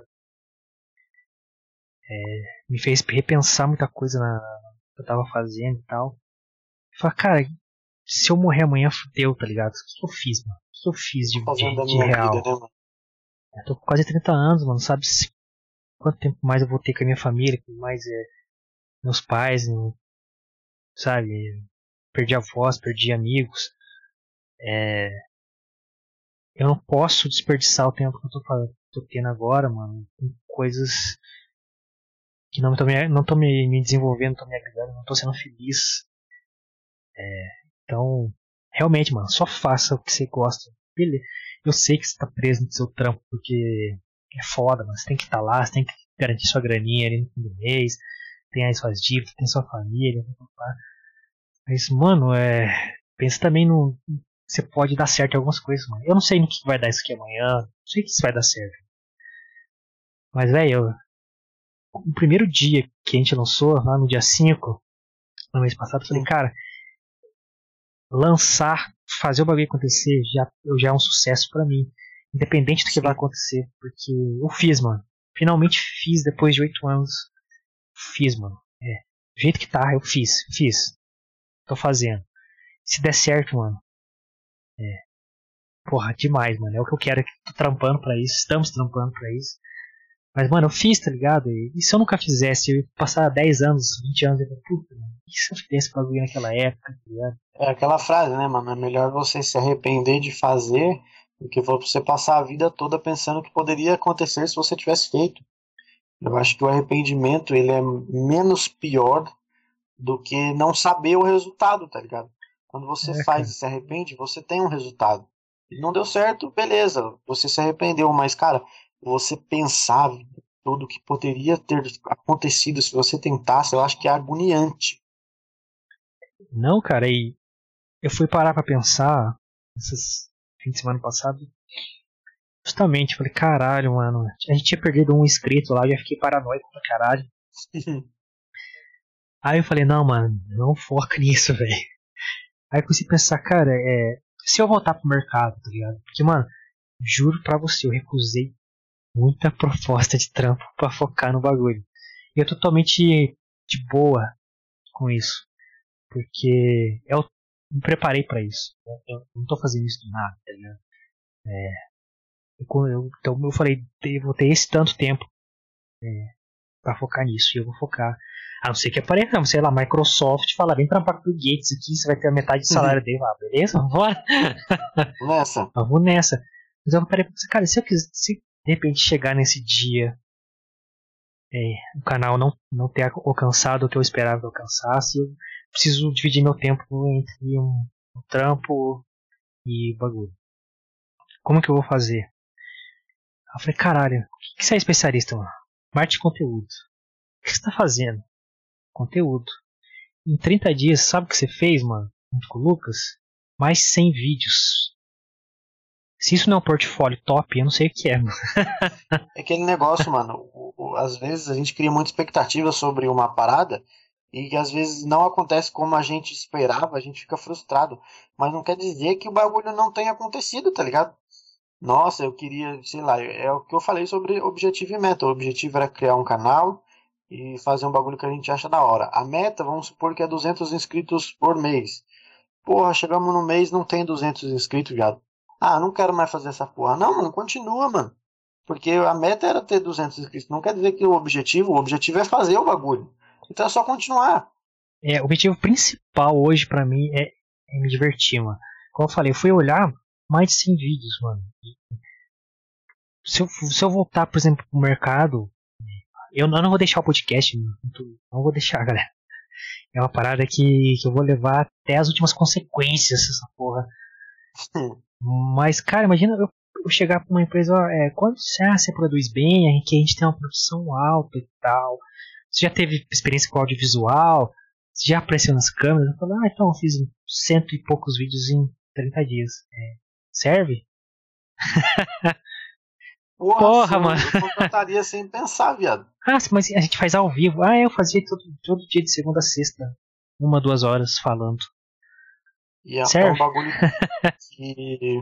A: É, me fez repensar muita coisa na, que eu tava fazendo e tal. Falei, cara, se eu morrer amanhã, fudeu, tá ligado? O que, que eu fiz, mano? O que eu fiz de, de, de real? Vida, né, mano? Eu tô com quase trinta anos, mano. Sabe se, quanto tempo mais eu vou ter com a minha família, com mais é, meus pais, sabe? Perdi avós, perdi amigos. É, eu não posso desperdiçar o tempo que eu tô, tô tendo agora, mano, com coisas que não estão me, não tô me, me desenvolvendo, não tô me agregando, não tô sendo feliz. É, então, realmente, mano, só faça o que você gosta. Beleza. Eu sei que você tá preso no seu trampo porque é foda, mas você tem que estar tá lá, você tem que garantir sua graninha ali no fim do mês, tem aí suas dívidas, tem sua família. Mas, mano, é, pensa também no. Você pode dar certo em algumas coisas, mano. Eu não sei no que vai dar isso aqui amanhã, não sei que isso vai dar certo. Mas, velho, o primeiro dia que a gente lançou, lá no dia cinco, no mês passado, eu falei, cara, lançar, fazer o bagulho acontecer já, já é um sucesso pra mim. Independente do que Sim. vai acontecer. Porque eu fiz, mano. Finalmente fiz depois de oito anos. Fiz, mano. É. Do jeito que tá, eu fiz. Fiz. Tô fazendo. Se der certo, mano. É. Porra, demais, mano. É o que eu quero. Tô trampando pra isso. Estamos trampando pra isso. Mas, mano, eu fiz, tá ligado? E, e se eu nunca fizesse, eu ia passar dez anos, vinte anos, eu ia, puta, mano, o que se eu fizesse bagulho naquela época, tá ligado?
B: É aquela frase, né, mano? É melhor você se arrepender de fazer do que você passar a vida toda pensando que poderia acontecer se você tivesse feito. Eu acho que o arrependimento, ele é menos pior do que não saber o resultado, tá ligado? Quando você é, faz cara. E se arrepende, você tem um resultado. E não deu certo, beleza, você se arrependeu, mas, cara, você pensar tudo que poderia ter acontecido se você tentasse, eu acho que é agoniante.
A: Não, cara, e eu fui parar pra pensar esses fim de semana passado, justamente, falei, caralho, mano, a gente tinha perdido um inscrito lá, eu já fiquei paranoico pra caralho. Aí eu falei, não, mano, não foca nisso, velho. Aí eu comecei a pensar, cara, é, se eu voltar pro mercado, tá ligado? Porque, mano, juro pra você, eu recusei muita proposta de trampo pra focar no bagulho. E eu tô totalmente de boa com isso. Porque eu me preparei pra isso. Eu não tô fazendo isso do nada, tá ligado? É, eu, eu, então eu falei, eu vou ter esse tanto tempo é, pra focar nisso. E eu vou focar. A não ser que apareça, sei lá, Microsoft fala, vem trampar com o Gates aqui, você vai ter a metade do salário uhum. dele. Ah, beleza? Vamos
B: nessa.
A: Vamos nessa. Mas eu parei pra pensar, cara, se eu quiser, se de repente chegar nesse dia, é, o canal não, não ter alcançado o que eu esperava que eu alcançasse, eu preciso dividir meu tempo entre um, um trampo e bagulho. Como que eu vou fazer? Eu falei, caralho, o que você é especialista, mano? Marketing de conteúdo. O que você tá fazendo? Conteúdo. em trinta dias, sabe o que você fez, mano? Junto com o Lucas? Mais cem vídeos. Se isso não é um portfólio top, eu não sei o que é, mano.
B: É aquele negócio, mano. O, o, às vezes a gente cria muita expectativa sobre uma parada e às vezes não acontece como a gente esperava, a gente fica frustrado. Mas não quer dizer que o bagulho não tenha acontecido, tá ligado? Nossa, eu queria, sei lá, é o que eu falei sobre objetivo e meta. O objetivo era criar um canal e fazer um bagulho que a gente acha da hora. A meta, vamos supor que é duzentos inscritos por mês. Porra, chegamos no mês não tem duzentos inscritos, viado. Ah, não quero mais fazer essa porra. Não, mano, continua, mano. Porque a meta era ter duzentos inscritos. Não quer dizer que o objetivo, o objetivo é fazer o bagulho. Então é só continuar.
A: É, o objetivo principal hoje pra mim é, é me divertir, mano. Como eu falei, eu fui olhar mais de cem vídeos, mano. Se eu, se eu voltar, por exemplo, pro mercado, eu não vou deixar o podcast, mano. Não vou deixar, galera. É uma parada que, que eu vou levar até as últimas consequências, essa porra. Mas, cara, imagina eu, eu chegar pra uma empresa, ó, é, quando ah, você produz bem, que a gente tem uma produção alta e tal. Você já teve experiência com audiovisual? Você já apareceu nas câmeras? Eu falo, ah, então eu fiz cento e poucos vídeos em trinta dias. É, serve?
B: Porra,
A: Porra, mano.
B: Eu contrataria sem pensar, viado.
A: Ah, mas a gente faz ao vivo. Ah, eu fazia todo, todo dia de segunda a sexta. Uma, duas horas falando.
B: E é,
A: Serve?
B: é um bagulho que,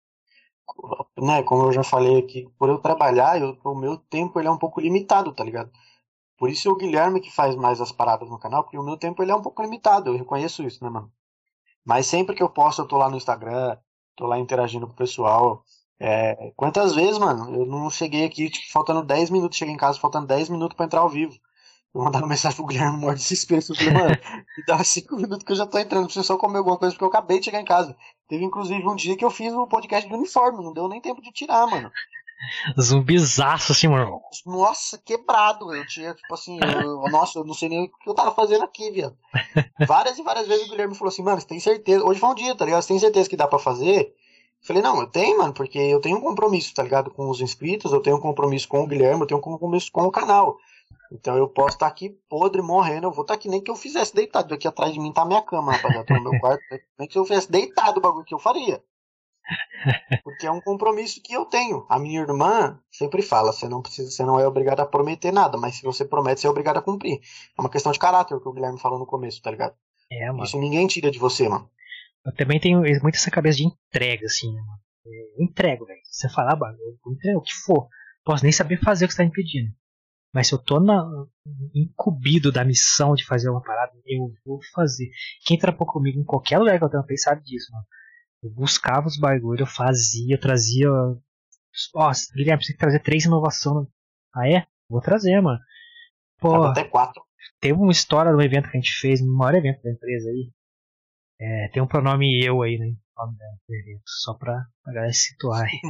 B: né, como eu já falei aqui, por eu trabalhar, eu, o meu tempo ele é um pouco limitado, tá ligado? Por isso é o Guilherme que faz mais as paradas no canal, porque o meu tempo ele é um pouco limitado, eu reconheço isso, né, mano? Mas sempre que eu posso, eu tô lá no Instagram, tô lá interagindo com o pessoal. É, quantas vezes, mano, eu não cheguei aqui, tipo, faltando dez minutos, cheguei em casa faltando dez minutos pra entrar ao vivo. Eu mandava mensagem pro Guilherme, morto de desespero. Eu falei, mano, me dá cinco minutos que eu já tô entrando, preciso só comer alguma coisa, porque eu acabei de chegar em casa. Teve inclusive um dia que eu fiz o um podcast de uniforme, não deu nem tempo de tirar, mano.
A: Zumbizaço, assim, mano.
B: Nossa, quebrado. Eu tinha, tipo assim, eu, nossa, eu não sei nem o que eu tava fazendo aqui, viado. Várias e várias vezes o Guilherme falou assim, mano, você tem certeza? Hoje foi um dia, tá ligado? Você tem certeza que dá pra fazer? Eu falei, não, eu tenho, mano, porque eu tenho um compromisso, tá ligado? Com os inscritos, eu tenho um compromisso com o Guilherme, eu tenho um compromisso com o canal. Então eu posso estar aqui podre, morrendo, eu vou estar aqui nem que eu fizesse deitado. Aqui atrás de mim tá a minha cama, rapaziada, tô no meu quarto. Nem que eu fizesse deitado o bagulho que eu faria. Porque é um compromisso que eu tenho. A minha irmã sempre fala, você não precisa, você não é obrigado a prometer nada, mas se você promete, você é obrigado a cumprir. É uma questão de caráter, o que o Guilherme falou no começo, tá ligado?
A: É, mano.
B: Isso ninguém tira de você, mano.
A: Eu também tenho muito essa cabeça de entrega, assim, né, mano? Eu entrego, velho. Se você falar, mano, eu entrego o que for. Posso nem saber fazer o que você tá me pedindo. Mas se eu tô na, incumbido da missão de fazer uma parada, eu vou fazer. Quem trampou comigo em qualquer lugar que eu trampei sabe disso, mano. Eu buscava os bagulhos, eu fazia, eu trazia. Ó, Guilherme, você tem que trazer três inovações. Ah, é? Vou trazer, mano. Pô,
B: até quatro.
A: Teve uma história do evento que a gente fez, no maior evento da empresa aí. É, tem um pronome eu aí, né? Nome do evento, só pra a galera se situar aí.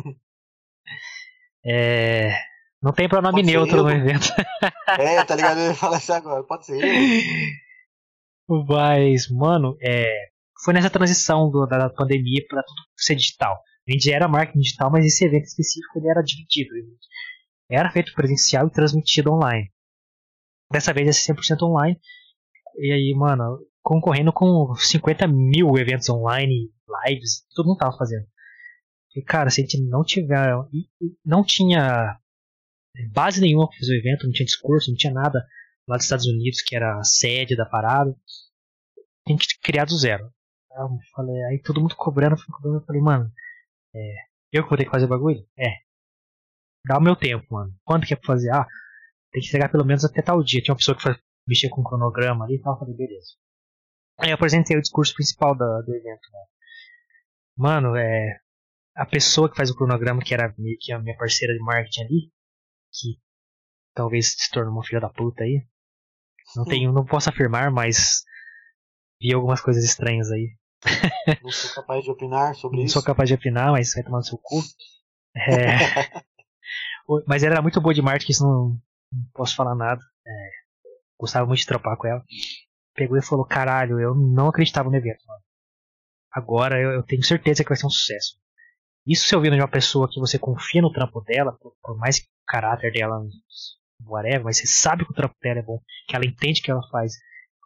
A: É. Não tem pronome
B: Pode
A: neutro no evento.
B: É, tá ligado? Eu ia falar isso agora. Pode ser eu.
A: Mas, mano, é, foi nessa transição do, da pandemia pra tudo ser digital. A gente já era marketing digital, mas esse evento específico ele era dividido. Era feito presencial e transmitido online. Dessa vez é cem por cento online. E aí, mano, concorrendo com cinquenta mil eventos online, lives, todo mundo tava fazendo. E, cara, se a gente não tiver... Não tinha base nenhuma pra fazer o evento, não tinha discurso, não tinha nada lá dos Estados Unidos, que era a sede da parada. Tem que criar do zero. Eu falei, aí todo mundo cobrando, cobrando, eu falei, mano, é, eu que vou ter que fazer o bagulho? É. Dá o meu tempo, mano. Quanto que é pra fazer? Ah, tem que chegar pelo menos até tal dia. Tinha uma pessoa que mexia com o cronograma ali e tal, eu falei, beleza. Aí eu apresentei o discurso principal do, do evento, né? Mano, é, a pessoa que faz o cronograma, que era meio que a minha parceira de marketing ali, que talvez se torne uma filha da puta aí. Não tenho, não posso afirmar, mas vi algumas coisas estranhas aí.
B: Não sou capaz de opinar sobre
A: não
B: isso.
A: Não sou capaz de opinar, mas vai tomar no seu cu. É... mas ela era muito boa de marketing, isso não, não posso falar nada. É... Gostava muito de trampar com ela. Pegou e falou, caralho, eu não acreditava no evento, mano. Agora eu, eu tenho certeza que vai ser um sucesso. Isso se ouvindo de uma pessoa que você confia no trampo dela, por, por mais que o caráter dela, whatever, mas você sabe que o trampo dela é bom, que ela entende o que ela faz,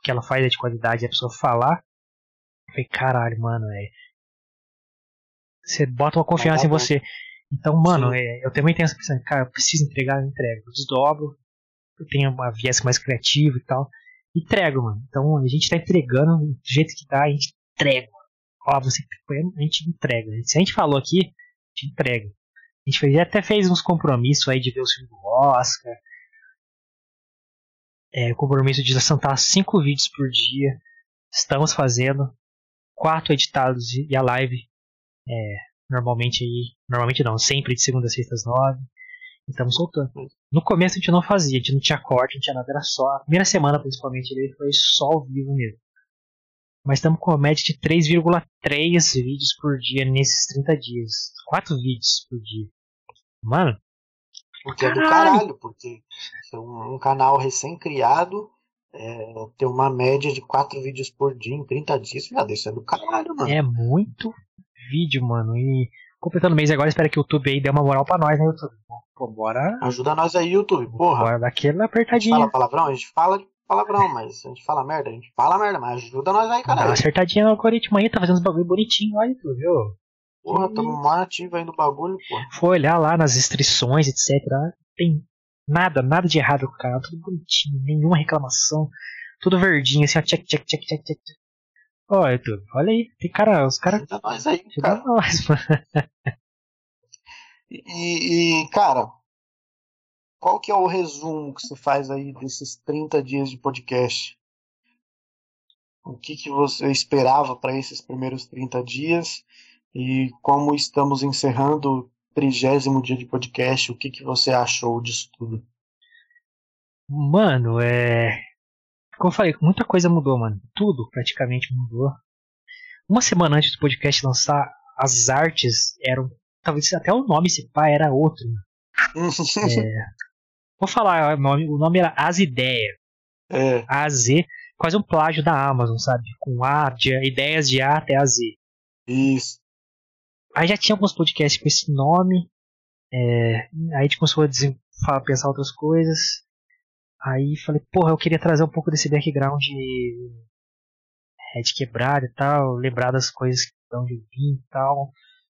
A: que ela faz é de qualidade, a pessoa falar, eu falei, caralho, mano, é. Você bota uma confiança em você. Então, mano, é, eu também tenho essa questão, cara, eu preciso entregar, eu entrego. Eu desdobro, eu tenho uma viés mais criativa e tal. Entrego, mano. Então, a gente tá entregando do jeito que tá, a gente entrega. Ó, você a gente entrega. Se a gente falou aqui, a gente entrega. A gente fez, até fez uns compromissos aí de ver o filme do Oscar. É, compromisso de assentar cinco vídeos por dia. Estamos fazendo. Quatro editados e a live. É, normalmente aí. Normalmente não, sempre de segunda a sexta às nove. E estamos soltando. No começo a gente não fazia, a gente não tinha corte, não tinha nada, era só. A primeira semana principalmente ele foi só ao vivo mesmo. Mas estamos com uma média de três vírgula três vídeos por dia nesses trinta dias. quatro vídeos por dia. Mano.
B: Porque caralho. É do caralho, porque um, um canal recém-criado é, ter uma média de quatro vídeos por dia em trinta dias, já isso é do caralho, mano.
A: É muito vídeo, mano. E completando o mês agora, espero que o YouTube aí dê uma moral pra nós, né, YouTube? Pô, bora.
B: Ajuda nós aí, YouTube, porra.
A: Bora daquela apertadinha.
B: A gente fala palavrão, a gente fala palavrão, mas a gente fala merda, a gente fala merda, mas ajuda nós aí, cara.
A: Dá uma acertadinha no algoritmo aí, tá fazendo uns bagulho bonitinho lá, YouTube, viu?
B: Porra, e... tamo mais ativo aí no bagulho, porra.
A: Foi olhar lá nas restrições, etcétera. Tem nada, nada de errado com o canal, tudo bonitinho, nenhuma reclamação, tudo verdinho, assim, ó, check, check, check, check, check. Ó, oh, YouTube, olha aí, tem cara, os caras.
B: Ajuda nós aí, cara.
A: Ajuda nós, mano.
B: E, e, cara, qual que é o resumo que você faz aí desses trinta dias de podcast? O que, que você esperava para esses primeiros trinta dias? E como estamos encerrando o trigésimo dia de podcast, o que, que você achou disso tudo?
A: Mano, é... como eu falei, muita coisa mudou, mano. Tudo praticamente mudou. Uma semana antes do podcast lançar, as artes eram... Talvez até o nome, esse pá, era outro. é... Vou falar o nome. O nome era As Ideias.
B: É.
A: A Z, quase um plágio da Amazon, sabe? Com A, de, ideias de A até a Z.
B: Isso.
A: Aí já tinha alguns podcasts com esse nome. É... Aí a gente começou a desen... pensar outras coisas. Aí falei, porra, eu queria trazer um pouco desse background de, é, de quebrada e tal, lembrar das coisas que estão de vir e tal.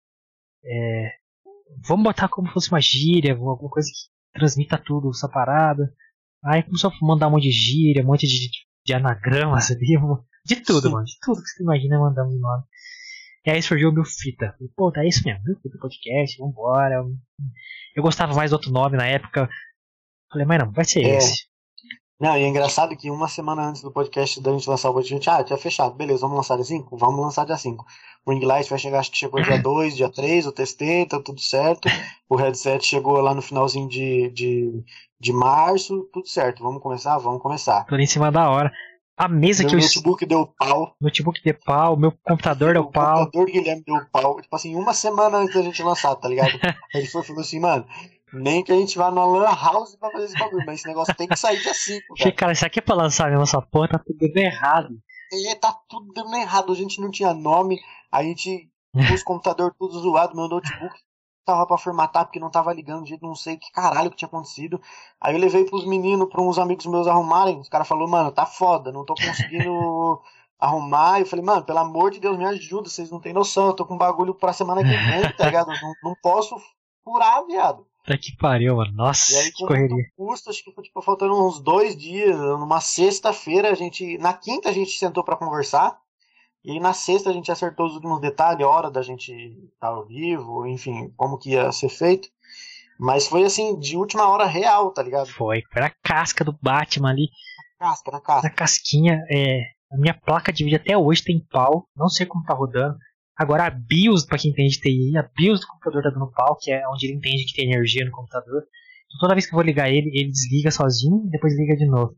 A: É, vamos botar como se fosse uma gíria, alguma coisa que transmita tudo, essa parada. Aí começou a mandar um monte de gíria, um monte de, de anagramas ali, de tudo, mano, de tudo que você imagina mandando de nome. E aí surgiu o Meu Fita. Falei, pô, tá isso mesmo, Meu Fita Podcast, vambora. Eu gostava mais do outro nome na época. Falei, mas não, vai ser
B: é.
A: esse.
B: Não, e é engraçado que uma semana antes do podcast, da gente lançar o podcast, ah, tinha fechado, beleza, vamos lançar dia cinco? Vamos lançar dia cinco. O Ring Light vai chegar, acho que chegou dia dois, dia três, eu testei, tá tudo certo. O headset chegou lá no finalzinho de, de, de março, tudo certo, vamos começar? Vamos começar.
A: Tudo em cima da hora. A mesa
B: meu
A: que eu...
B: notebook deu pau.
A: Notebook deu pau, meu computador deu pau.
B: O computador do Guilherme deu pau. Tipo assim, uma semana antes da gente lançar, tá ligado? Ele foi falou assim, mano, nem que a gente vá na Lan House pra fazer esse bagulho, mas esse negócio tem que sair dia cinco, cara.
A: Cara, isso aqui é pra lançar mesmo, essa porra, tá tudo dando errado.
B: E tá tudo dando errado, a gente não tinha nome, a gente pôs o computador tudo zoado, meu notebook tava pra formatar porque não tava ligando de jeito, não sei que caralho que tinha acontecido. Aí eu levei pros meninos, pra uns amigos meus arrumarem, os caras falaram, mano, tá foda, não tô conseguindo arrumar. Eu falei, mano, pelo amor de Deus, me ajuda, vocês não tem noção, eu tô com um bagulho pra semana que vem, tá ligado? Não, não posso furar, viado.
A: Puta que pariu, mano, nossa,
B: e aí,
A: que correria.
B: Custo, acho que foi tipo, faltando uns dois dias, numa sexta-feira, a gente, na quinta a gente sentou pra conversar. E aí na sexta a gente acertou os últimos detalhes, a hora da gente estar ao vivo, enfim, como que ia ser feito. Mas foi assim, de última hora real, tá ligado?
A: Foi, foi na casca do Batman ali.
B: Na casca, na casca.
A: Na casquinha, é, a minha placa de vídeo até hoje tem pau, não sei como tá rodando. Agora a BIOS, pra quem entende de T I, a BIOS do computador tá dando pau, que é onde ele entende que tem energia no computador. Então toda vez que eu vou ligar ele, ele desliga sozinho e depois liga de novo.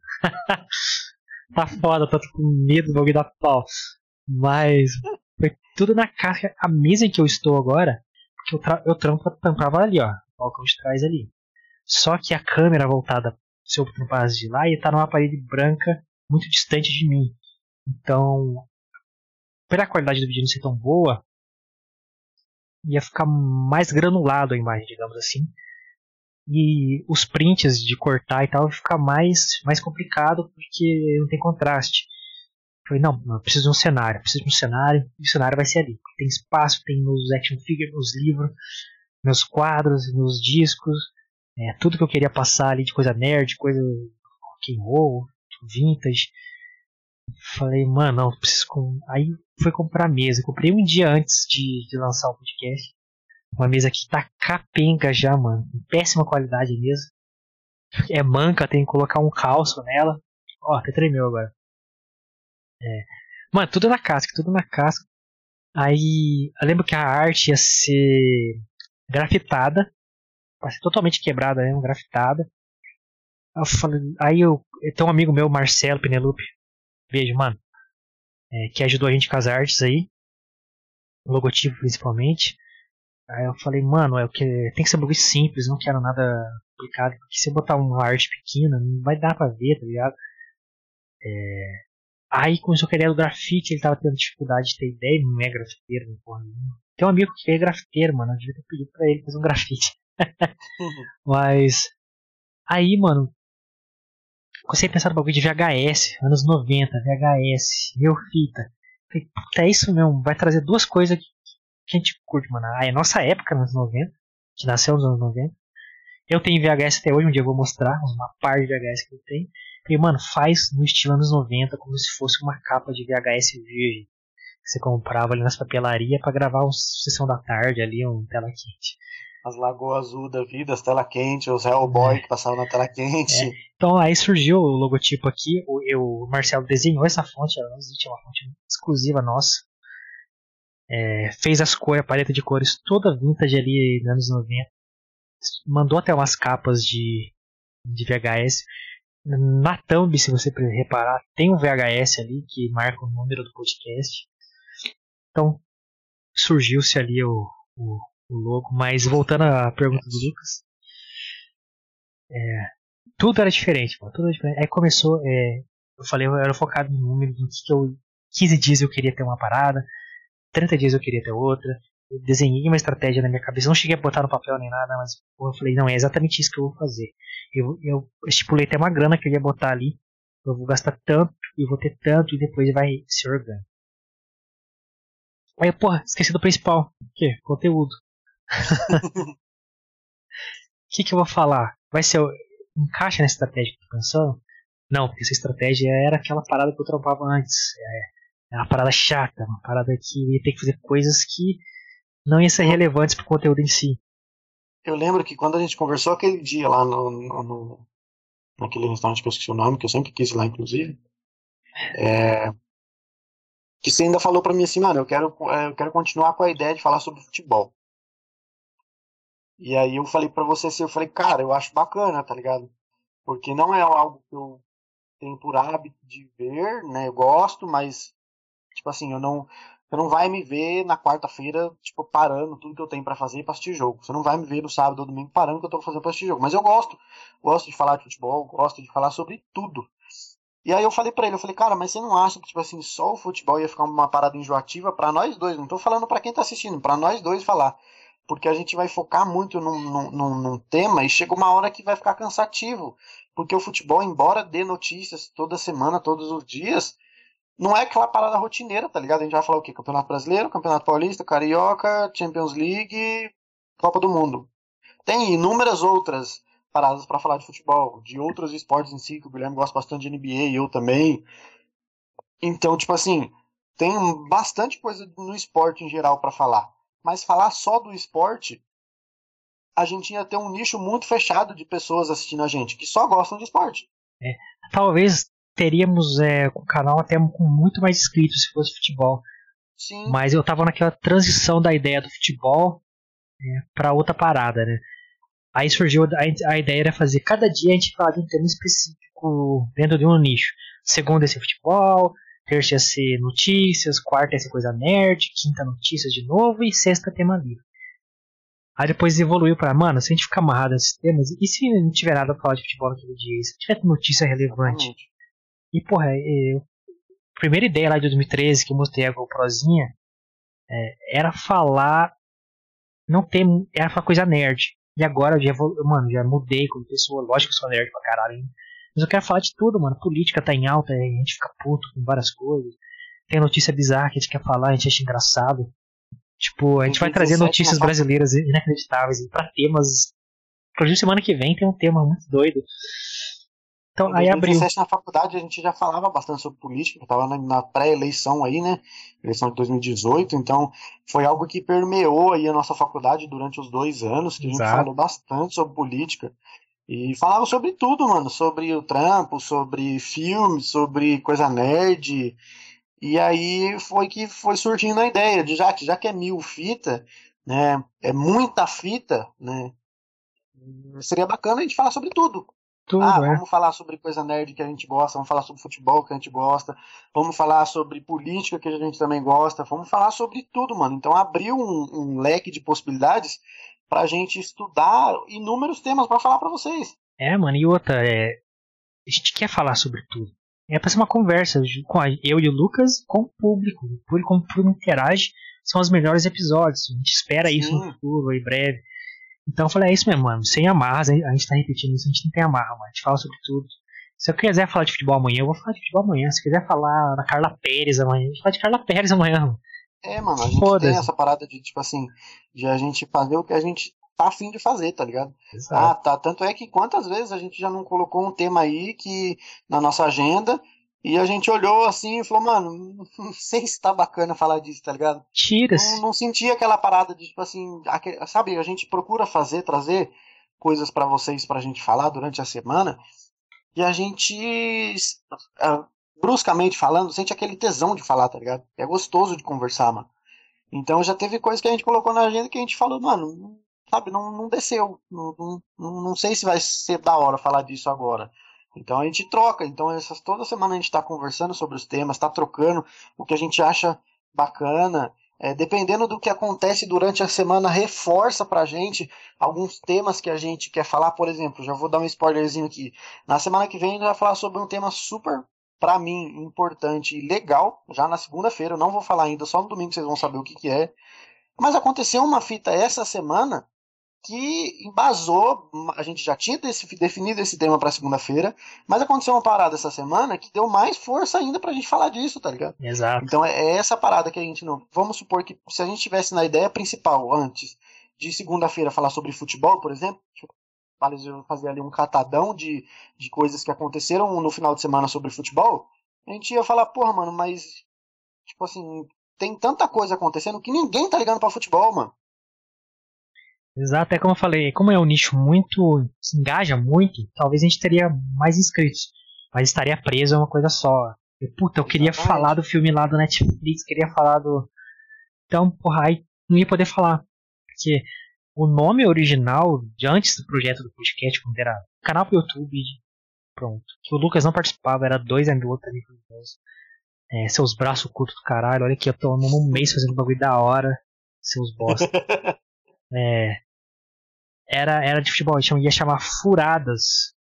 A: Tá foda, tô com medo do bagulho dar pau. Mas foi tudo na casca. A mesa em que eu estou agora, porque eu, tra eu trampo, trampava ali, ó, o balcão de trás ali. Só que a câmera voltada, se eu trampasse de lá, ia estar numa parede branca muito distante de mim. Então, pela qualidade do vídeo não ser tão boa, ia ficar mais granulado a imagem, digamos assim. E os prints de cortar e tal ia ficar mais, mais complicado porque não tem contraste. Falei, não, eu preciso de um cenário, preciso de um cenário, e o cenário vai ser ali. Tem espaço, tem meus action figures, meus livros, meus quadros, meus discos, é, tudo que eu queria passar ali de coisa nerd, coisa rock and roll, vintage. Falei, mano, não, preciso com... Aí fui comprar mesa. Comprei um dia antes de, de lançar o podcast. Uma mesa que tá capenga já, mano. Péssima qualidade a mesa. É manca, tem que colocar um calço nela. Ó, até tremeu agora. É. Mano, tudo na casca, tudo na casca. Aí eu lembro que a arte ia ser grafitada. Vai ser totalmente quebrada, né? Grafitada. Eu falei, aí eu, eu tenho um amigo meu, Marcelo Penelope. Beijo, mano. É, que ajudou a gente com as artes aí. O logotipo principalmente. Aí eu falei, mano, é o que tem que ser um bagulho simples, não quero nada complicado. Porque se eu botar uma arte pequena, não vai dar pra ver, tá ligado? É... Aí começou a querer o grafite, ele tava tendo dificuldade de ter ideia, não é grafiteiro, não porra nenhuma. Tem um amigo que é grafiteiro, mano, eu devia ter pedido pra ele fazer um grafite.
B: Uhum.
A: Mas aí, mano, comecei a pensar no bagulho de V H S, anos noventa, V H S, meu fita. Falei, puta, é isso mesmo, vai trazer duas coisas que, que a gente curte, mano. Ah, é nossa época, nos anos noventa, que nasceu nos anos noventa. Eu tenho V H S até hoje, um dia eu vou mostrar uma par de V H S que eu tenho. Falei, mano, faz no estilo anos noventa, como se fosse uma capa de V H S virgem. Que você comprava ali nas papelarias pra gravar uma sessão da tarde ali, um tela quente.
B: As Lagoas Azul da vida, as tela quente, os Hellboy
A: É.
B: que passavam na tela quente.
A: É. Então aí surgiu o logotipo aqui, o, eu, o Marcelo desenhou essa fonte, ela não existe, é uma fonte exclusiva nossa. É, fez as cores, a paleta de cores toda vintage ali nos anos noventa. Mandou até umas capas de, de V H S. Na thumb, se você reparar, tem um V H S ali que marca o número do podcast. Então surgiu-se ali o, o, o logo. Mas voltando à pergunta do Lucas, é, tudo era diferente, mano, tudo era diferente. Aí começou, é, eu falei, eu era focado em número, no que eu, quinze dias eu queria ter uma parada, trinta dias eu queria ter outra. Eu desenhei uma estratégia na minha cabeça, não cheguei a botar no papel nem nada, mas eu falei, não, é exatamente isso que eu vou fazer. Eu, eu estipulei até uma grana que eu ia botar ali, eu vou gastar tanto, e vou ter tanto, e depois vai se organizando. Aí, porra, esqueci do principal, o quê? Conteúdo. O que que eu vou falar? Vai ser, encaixa nessa estratégia que eu tô pensando? Não, porque essa estratégia era aquela parada que eu trampava antes, é, é uma parada chata, uma parada que ia ter que fazer coisas que não iam ser relevantes pro conteúdo em si.
B: Eu lembro que quando a gente conversou aquele dia lá no, no, no naquele restaurante que eu esqueci o nome, que eu sempre quis ir lá, inclusive, é, que você ainda falou pra mim assim, mano, eu quero, eu quero continuar com a ideia de falar sobre futebol. E aí eu falei pra você assim, eu falei, cara, eu acho bacana, tá ligado? Porque não é algo que eu tenho por hábito de ver, né? Eu gosto, mas, tipo assim, eu não... Você não vai me ver na quarta-feira, tipo, parando tudo que eu tenho pra fazer pra assistir jogo. Você não vai me ver no sábado ou domingo parando o que eu tô fazendo pra assistir jogo. Mas eu gosto. Gosto de falar de futebol, gosto de falar sobre tudo. E aí eu falei pra ele, eu falei, cara, mas você não acha que, tipo assim, só o futebol ia ficar uma parada enjoativa pra nós dois? Não tô falando pra quem tá assistindo, pra nós dois falar. Porque a gente vai focar muito num, num, num, num tema e chega uma hora que vai ficar cansativo. Porque o futebol, embora dê notícias toda semana, todos os dias, não é aquela parada rotineira, tá ligado? A gente vai falar o quê? Campeonato Brasileiro, Campeonato Paulista, Carioca, Champions League, Copa do Mundo. Tem inúmeras outras paradas pra falar de futebol, de outros esportes em si, que o Guilherme gosta bastante de N B A e eu também. Então, tipo assim, tem bastante coisa no esporte em geral pra falar. Mas falar só do esporte, a gente ia ter um nicho muito fechado de pessoas assistindo a gente, que só gostam de esporte.
A: É, talvez teríamos é, o canal até com muito mais inscritos se fosse futebol.
B: Sim.
A: Mas eu tava naquela transição da ideia do futebol é, para outra parada, né? Aí surgiu a, a ideia era fazer cada dia a gente falar de um tema específico dentro de um nicho. Segunda ia ser futebol, terça ia ser notícias, quarta ia ser coisa nerd, quinta notícias de novo e sexta tema livre. Aí depois evoluiu pra, mano, se a gente ficar amarrado nesses temas, e se não tiver nada pra falar de futebol naquele dia, se tiver notícia relevante? Exatamente. E porra, eu, a primeira ideia lá de dois mil e treze que eu mostrei a GoProzinha é, era falar, não ter, era falar coisa nerd. E agora eu já vou, mano, já mudei como pessoa, lógico que eu sou nerd pra caralho, hein? Mas eu quero falar de tudo, mano. Política tá em alta, a gente fica puto com várias coisas. Tem notícia bizarra que a gente quer falar, a gente acha engraçado. Tipo, a gente vai trazer notícias brasileiras inacreditáveis pra temas. Inclusive, semana que vem tem um tema muito doido. Então, aí abriu.
B: Na faculdade a gente já falava bastante sobre política, estava na, na pré-eleição aí, né? Eleição de dois mil e dezoito, então foi algo que permeou aí a nossa faculdade durante os dois anos, que Exato. A gente falou bastante sobre política. E falava sobre tudo, mano, sobre o trampo, sobre filme, sobre coisa nerd. E aí foi que foi surgindo a ideia de já que, já que é mil fita, né? É muita fita, né? Seria bacana a gente falar sobre tudo. Tudo, ah, é. Vamos falar sobre coisa nerd que a gente gosta, vamos falar sobre futebol que a gente gosta, vamos falar sobre política que a gente também gosta, vamos falar sobre tudo, mano. Então abriu um, um leque de possibilidades pra gente estudar inúmeros temas pra falar pra vocês.
A: É, mano, e outra, é, a gente quer falar sobre tudo. É pra ser uma conversa com a, eu e o Lucas com o público. O público, como o público interage, são os melhores episódios. A gente espera Sim. isso no futuro, em breve. Então eu falei, é isso mesmo, mano, sem amarras, a gente tá repetindo isso, a gente não tem amarra, mano, a gente fala sobre tudo. Se eu quiser falar de futebol amanhã, eu vou falar de futebol amanhã. Se eu quiser falar da Carla Pérez amanhã, eu vou falar de Carla Pérez amanhã, mano.
B: É, mano, a gente Foda-se. tem essa parada de, tipo assim, de a gente fazer o que a gente tá afim de fazer, tá ligado? Exato. Ah, tá, tanto é que quantas vezes a gente já não colocou um tema aí que na nossa agenda e a gente olhou assim e falou, mano, não sei se tá bacana falar disso, tá ligado?
A: Tira-se.
B: Não, não sentia aquela parada de, tipo assim, aquele, sabe, a gente procura fazer, trazer coisas pra vocês pra gente falar durante a semana e a gente, uh, bruscamente falando, sente aquele tesão de falar, tá ligado? É gostoso de conversar, mano. Então já teve coisas que a gente colocou na agenda que a gente falou, mano, sabe, não, não desceu, não, não, não sei se vai ser da hora falar disso agora. Então a gente troca, então essas, toda semana a gente está conversando sobre os temas, está trocando o que a gente acha bacana, é, dependendo do que acontece durante a semana, reforça pra gente alguns temas que a gente quer falar. Por exemplo, já vou dar um spoilerzinho aqui, na semana que vem a gente vai falar sobre um tema super, pra mim, importante e legal, já na segunda-feira, eu não vou falar ainda, só no domingo vocês vão saber o que que é, mas aconteceu uma fita essa semana que embasou, a gente já tinha definido esse tema pra segunda-feira, mas aconteceu uma parada essa semana que deu mais força ainda pra gente falar disso, tá ligado?
A: Exato.
B: Então é essa parada que a gente não... Vamos supor que se a gente tivesse na ideia principal antes de segunda-feira falar sobre futebol, por exemplo, fazer ali um catadão de, de coisas que aconteceram no final de semana sobre futebol, a gente ia falar, porra, mano, mas tipo assim, tem tanta coisa acontecendo que ninguém tá ligando pra futebol, mano.
A: Exato, é como eu falei, como é um nicho muito, se engaja muito, talvez a gente teria mais inscritos, mas estaria preso a uma coisa só. E, puta, eu queria Exatamente. falar do filme lá do Netflix, queria falar do... Então, porra, aí não ia poder falar, porque o nome original, de antes do projeto do podcast, quando era canal pro YouTube, pronto, que o Lucas não participava, era dois and outro ali, é, seus braços curtos do caralho, olha aqui, eu tô num mês fazendo bagulho da hora, seus bosta. É, era, era de futebol, a gente ia chamar Furadas.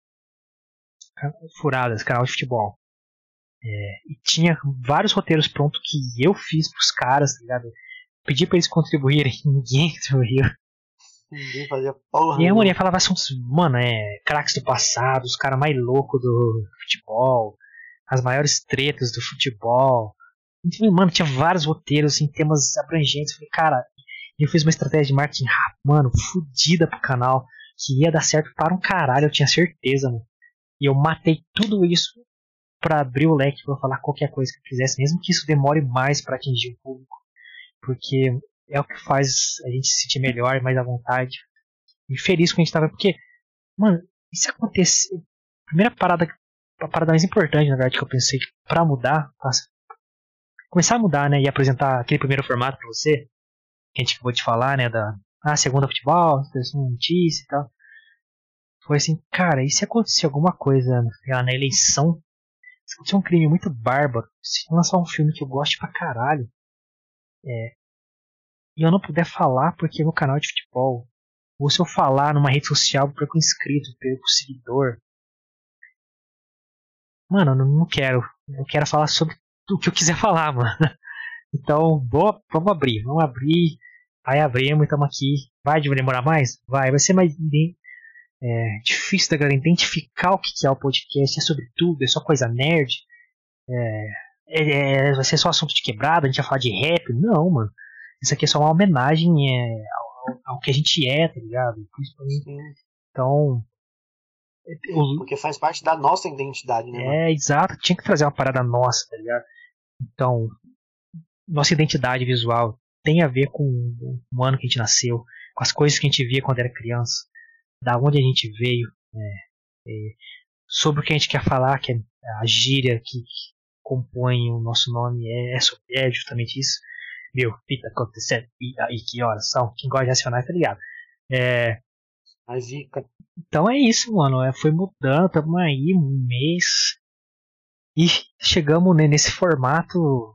A: Furadas, canal de futebol. É, e tinha vários roteiros prontos que eu fiz pros caras, tá ligado? Pedi pra eles contribuírem, ninguém contribuiu.
B: Ninguém fazia porra.
A: E a mulher falava assim, mano, é craques do passado, os caras mais loucos do futebol, as maiores tretas do futebol. Enfim, mano, tinha vários roteiros, assim, temas abrangentes. Falei, cara. E eu fiz uma estratégia de marketing, mano, fodida pro canal, que ia dar certo para um caralho, eu tinha certeza, mano. E eu matei tudo isso pra abrir o leque pra falar qualquer coisa que eu quisesse, mesmo que isso demore mais pra atingir o público. Porque é o que faz a gente se sentir melhor, mais à vontade. E feliz com a gente tava, porque, mano, isso acontecer. A primeira parada, a parada mais importante, na verdade, que eu pensei pra mudar, pra começar a mudar, né, e apresentar aquele primeiro formato pra você, que a gente acabou de falar, né, da ah, segunda futebol, notícia e tal. Foi assim, cara, e se acontecer alguma coisa na, na eleição, se acontecer um crime muito bárbaro, se lançar um filme que eu gosto pra caralho, é, e eu não puder falar porque é meu canal de futebol, ou se eu falar numa rede social, perco inscrito, perco seguidor, mano, eu não, não quero, eu quero falar sobre o que eu quiser falar, mano. Então, boa, vamos abrir, vamos abrir. Aí abrimos, estamos aqui. Vai demorar mais? Vai, vai ser mais. É difícil da galera identificar o que é o podcast, é sobre tudo, é só coisa nerd, é, é, é, vai ser só assunto de quebrada, a gente vai falar de rap. Não, mano. Isso aqui é só uma homenagem é, ao, ao que a gente é, tá ligado?
B: Sim.
A: Então.
B: O, Porque faz parte da nossa identidade, né,
A: é,
B: mano?
A: É, exato. Tinha que trazer uma parada nossa, tá ligado? Então, nossa identidade visual tem a ver com o ano que a gente nasceu, com as coisas que a gente via quando era criança, da onde a gente veio, né? É, sobre o que a gente quer falar, que é a gíria que compõe o nosso nome, é, é justamente isso. Meu, fita acontecendo, e aí que horas são? Quem gosta de racionais tá ligado. É,
B: Mas,
A: então é isso, mano. É, foi mudando, estamos aí um mês e chegamos né, nesse formato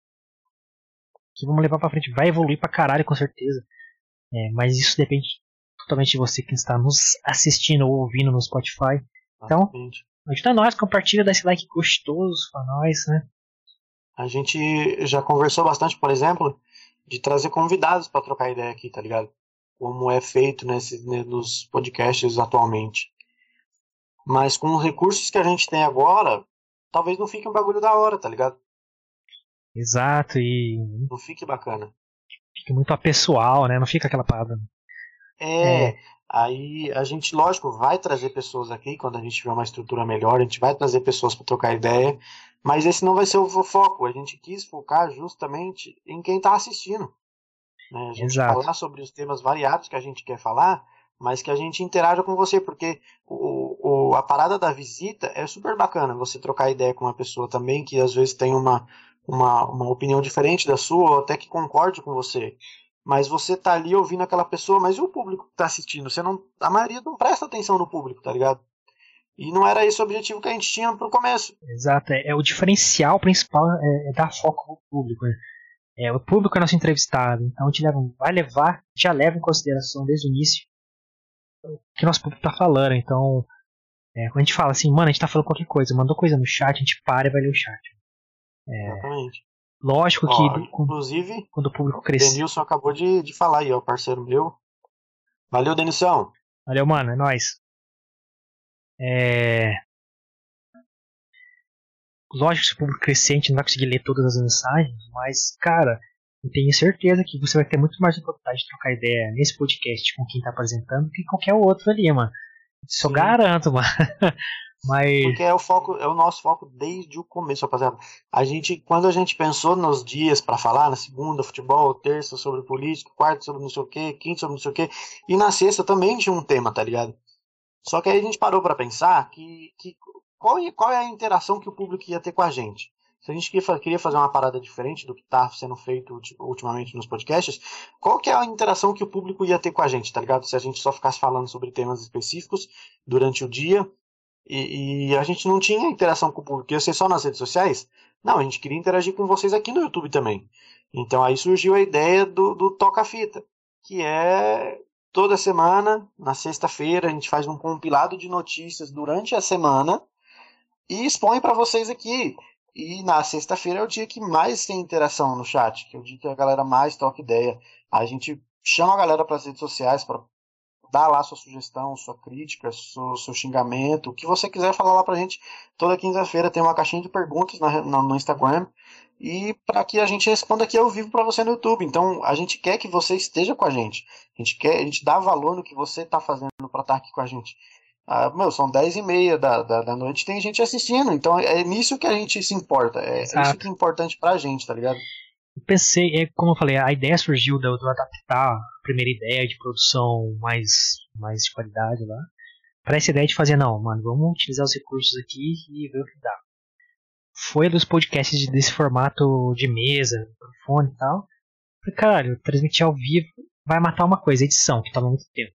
A: que vamos levar pra frente. Vai evoluir pra caralho, com certeza. É, mas isso depende totalmente de você que está nos assistindo ou ouvindo no Spotify. Então,
B: exatamente.
A: ajuda nós, compartilha, dá esse like gostoso pra nós, né?
B: A gente já conversou bastante, por exemplo, de trazer convidados para trocar ideia aqui, tá ligado? Como é feito nesse, né, nos podcasts atualmente. Mas com os recursos que a gente tem agora, talvez não fique um bagulho da hora, tá ligado?
A: Exato, e
B: não fique bacana.
A: Fica muito apessoal, né? Não fica aquela parada.
B: É, é, aí a gente, lógico, vai trazer pessoas aqui quando a gente tiver uma estrutura melhor, a gente vai trazer pessoas para trocar ideia, mas esse não vai ser o foco. A gente quis focar justamente em quem está assistindo. Né? A gente
A: Exato.
B: falar sobre os temas variados que a gente quer falar, mas que a gente interaja com você, porque o, o, a parada da visita é super bacana, você trocar ideia com uma pessoa também que às vezes tem uma, uma, uma opinião diferente da sua, ou até que concorde com você. Mas você tá ali ouvindo aquela pessoa, mas e o público que tá assistindo? Você não, a maioria não presta atenção no público, tá ligado? E não era esse o objetivo que a gente tinha pro começo.
A: Exato, é, é o diferencial principal é, é dar foco no público. Né? É, o público é nosso entrevistado, então a gente leva, vai levar, já leva em consideração desde o início o que nosso público tá falando. Então, é, quando a gente fala assim, mano, a gente tá falando qualquer coisa, mandou coisa no chat, a gente para e vai ler o chat. É,
B: Exatamente.
A: lógico
B: Ó,
A: que
B: inclusive,
A: quando o público
B: o
A: cresce.
B: Denilson acabou de, de falar aí, ó, parceiro meu. Valeu, Denilson.
A: Valeu, mano, é nóis. É... Lógico que se o público crescer, a gente não vai conseguir ler todas as mensagens, mas, cara, eu tenho certeza que você vai ter muito mais oportunidade de trocar ideia nesse podcast com quem tá apresentando que qualquer outro ali, mano. Só
B: Sim.
A: garanto, mano. Mas...
B: Porque é o foco, é o nosso foco desde o começo, rapaziada. A gente, quando a gente pensou nos dias para falar, na segunda futebol, terça sobre política, quarta sobre não sei o que, quinta sobre não sei o que, e na sexta também tinha um tema, tá ligado? Só que aí a gente parou para pensar que, que qual, qual é a interação que o público ia ter com a gente. Se a gente queria fazer uma parada diferente do que está sendo feito ultimamente nos podcasts, qual que é a interação que o público ia ter com a gente, tá ligado? Se a gente só ficasse falando sobre temas específicos durante o dia e, e a gente não tinha interação com o público, ia ser só nas redes sociais? Não, a gente queria interagir com vocês aqui no YouTube também. Então aí surgiu a ideia do, do Toca-Fita, que é toda semana, na sexta-feira, a gente faz um compilado de notícias durante a semana e expõe para vocês aqui. E na sexta-feira é o dia que mais tem interação no chat, que é o dia que a galera mais troca ideia. A gente chama a galera para as redes sociais para dar lá sua sugestão, sua crítica, seu, seu xingamento, o que você quiser falar lá pra gente. Toda quinta-feira tem uma caixinha de perguntas na, na, no Instagram e para que a gente responda aqui ao vivo para você no YouTube. Então a gente quer que você esteja com a gente. A gente quer, a gente dá valor no que você está fazendo para estar aqui com a gente. Ah, meu, são dez e meia da, da, da noite, tem gente assistindo, então é nisso que a gente se importa, é
A: Exato.
B: Isso que é importante pra gente, tá ligado?
A: Eu pensei, é, como eu falei, a ideia surgiu do, do adaptar a primeira ideia de produção mais, mais de qualidade lá, para essa ideia de fazer, não, mano, vamos utilizar os recursos aqui e ver o que dá. Foi dos podcasts de, desse formato de mesa, microfone e tal, falei, caralho, transmitir ao vivo vai matar uma coisa, edição, que toma muito tempo.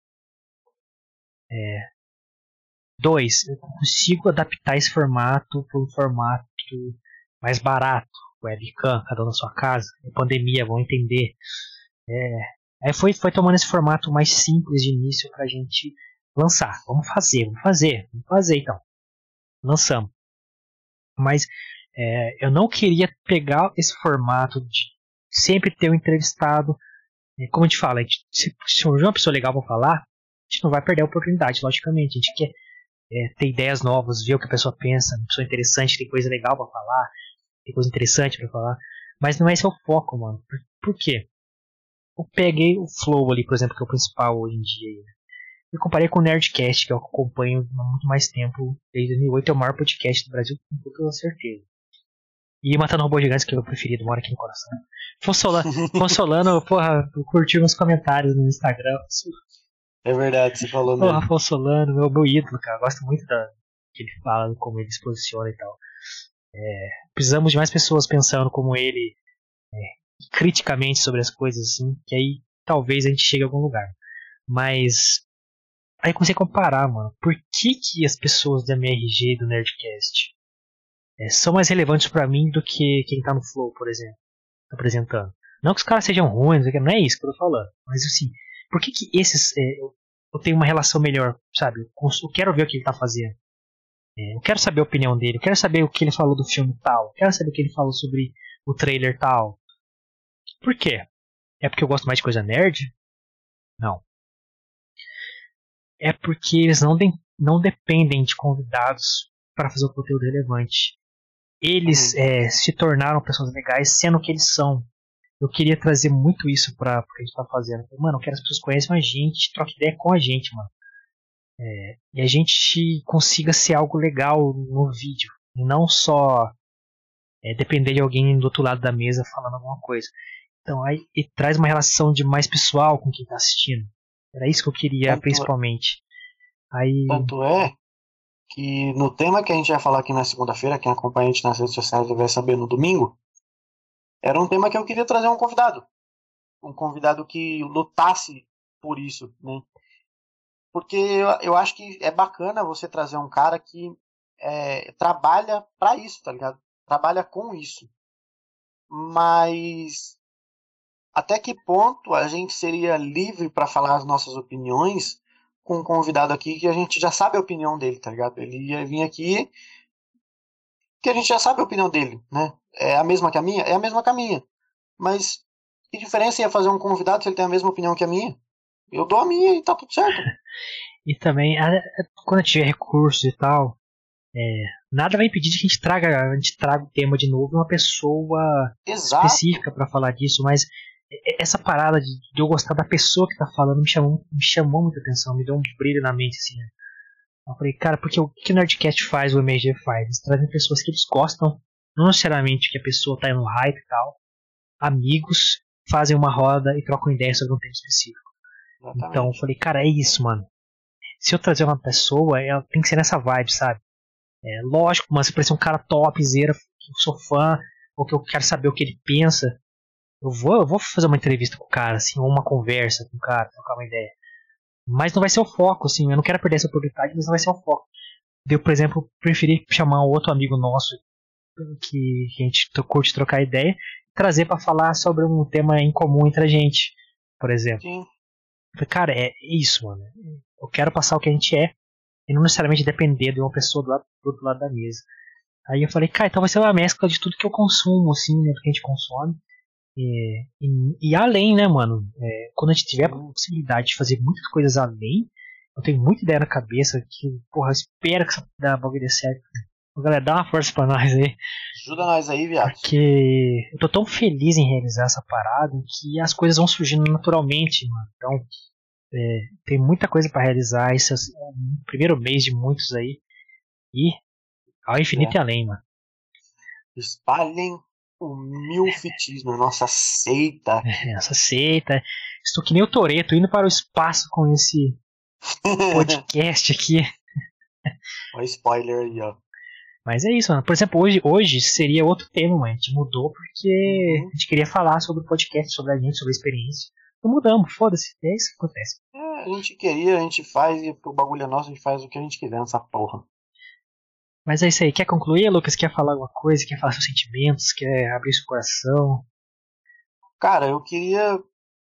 A: É, Dois, eu consigo adaptar esse formato para um formato mais barato, webcam, cada um na sua casa, é pandemia, vão entender. É, aí foi, foi tomando esse formato mais simples de início pra gente lançar. Vamos fazer, vamos fazer, vamos fazer então. Lançamos. Mas é, eu não queria pegar esse formato de sempre ter um entrevistado. É, como a gente fala, a gente, se, se surgir uma pessoa legal pra falar, gente não vai perder a oportunidade, logicamente. A gente quer é, ter ideias novas, ver o que a pessoa pensa, uma pessoa interessante, tem coisa legal pra falar, tem coisa interessante pra falar. Mas não é esse o foco, mano. Por, por quê? Eu peguei o Flow ali, por exemplo, que é o principal hoje em dia. E comparei com o Nerdcast, que eu acompanho há muito mais tempo. Desde dois mil e oito é o maior podcast do Brasil, com toda certeza. E Matando Robôs Gigantes, que é o meu preferido, mora aqui no coração. Consolano, Consolano porra, curtiu uns comentários no Instagram.
B: É verdade, você falou
A: Porra,
B: mesmo.
A: Afonso Solano, meu, meu ídolo, cara. Gosto muito da que ele fala, como ele se posiciona e tal. É, precisamos de mais pessoas pensando como ele, é, criticamente sobre as coisas, assim, que aí talvez a gente chegue a algum lugar. Mas aí eu comecei a comparar, mano. Por que, que as pessoas do M R G e do Nerdcast é, são mais relevantes pra mim do que quem tá no Flow, por exemplo, apresentando? Não que os caras sejam ruins, não é isso que eu tô falando. Mas assim, por que, que esses é, eu, eu tenho uma relação melhor, sabe? Eu, eu quero ver o que ele tá fazendo. É, eu quero saber a opinião dele. Eu quero saber o que ele falou do filme tal. Eu quero saber o que ele falou sobre o trailer tal. Por quê? É porque eu gosto mais de coisa nerd? Não. É porque eles não, de, não dependem de convidados para fazer o conteúdo relevante. Eles uhum. é, se tornaram pessoas legais sendo o que eles são. Eu queria trazer muito isso para o que a gente tá fazendo. Mano, eu quero que as pessoas conheçam a gente, troquem ideia com a gente, mano. É, e a gente consiga ser algo legal no vídeo. E não só é, depender de alguém do outro lado da mesa falando alguma coisa. Então aí e traz uma relação de mais pessoal com quem tá assistindo. Era isso que eu queria, tanto principalmente. Aí...
B: Tanto é que no tema que a gente vai falar aqui na segunda-feira, quem acompanha a gente nas redes sociais vai saber no domingo, era um tema que eu queria trazer um convidado. Um convidado que lutasse por isso, né? Porque eu, eu acho que é bacana você trazer um cara que é, trabalha pra isso, tá ligado? Trabalha com isso. Mas até que ponto a gente seria livre para falar as nossas opiniões com um convidado aqui que a gente já sabe a opinião dele, tá ligado? Ele ia vir aqui que a gente já sabe a opinião dele, né? É a mesma que a minha? É a mesma que a minha. Mas que diferença ia fazer um convidado se ele tem a mesma opinião que a minha? Eu dou a minha e tá tudo certo.
A: E também, quando tiver recursos e tal, é, nada vai impedir de que a gente traga, a gente traga o tema de novo uma pessoa Exato. específica para falar disso, mas essa parada de, de eu gostar da pessoa que tá falando me chamou, me chamou muita atenção, me deu um brilho na mente, assim, né? Eu falei, cara, porque o que o Nerdcast faz, o M R G faz? Eles trazem pessoas que eles gostam, não necessariamente que a pessoa tá no hype e tal, amigos, fazem uma roda e trocam ideias sobre um tema específico. Exatamente. Então eu falei, cara, é isso, mano. Se eu trazer uma pessoa, ela tem que ser nessa vibe, sabe? É lógico, mas se parecer um cara topzera, que eu sou fã, ou que eu quero saber o que ele pensa, eu vou, eu vou fazer uma entrevista com o cara, assim, ou uma conversa com o cara, trocar uma ideia. Mas não vai ser o foco, assim, eu não quero perder essa oportunidade, mas não vai ser o foco. Eu, por exemplo, preferi chamar um outro amigo nosso que, que a gente curte trocar ideia, e trazer para falar sobre um tema em comum entre a gente, por exemplo. Sim. Cara, é isso, mano. Eu quero passar o que a gente é e não necessariamente depender de uma pessoa do, lado, do outro lado da mesa. Aí eu falei, cara, então vai ser uma mescla de tudo que eu consumo, assim, né, do que a gente consome. E, e, e além, né, mano, é, quando a gente tiver a possibilidade de fazer muitas coisas além, eu tenho muita ideia na cabeça que, porra, eu espero que essa bagulho dê certo. Então, galera, dá uma força pra nós aí.
B: Ajuda nós aí, viado.
A: Porque eu tô tão feliz em realizar essa parada que as coisas vão surgindo naturalmente, mano. Então, é, tem muita coisa pra realizar. Esse é o primeiro mês de muitos aí. E ao infinito é. e além, mano.
B: Espalhem o milfitismo, nossa seita.
A: É, essa seita. Estou que nem o Toretto indo para o espaço com esse podcast aqui.
B: Olha o spoiler aí, ó.
A: Mas é isso, mano. Por exemplo, hoje, hoje seria outro tema, mano. A gente mudou porque uhum. a gente queria falar sobre o podcast, sobre a gente, sobre a experiência. Então mudamos, foda-se. É isso que acontece.
B: É, a gente queria, a gente faz, e o bagulho é nosso, a gente faz o que a gente quiser nessa porra.
A: Mas é isso aí. Quer concluir, Lucas? Quer falar alguma coisa? Quer falar seus sentimentos? Quer abrir seu coração?
B: Cara, eu queria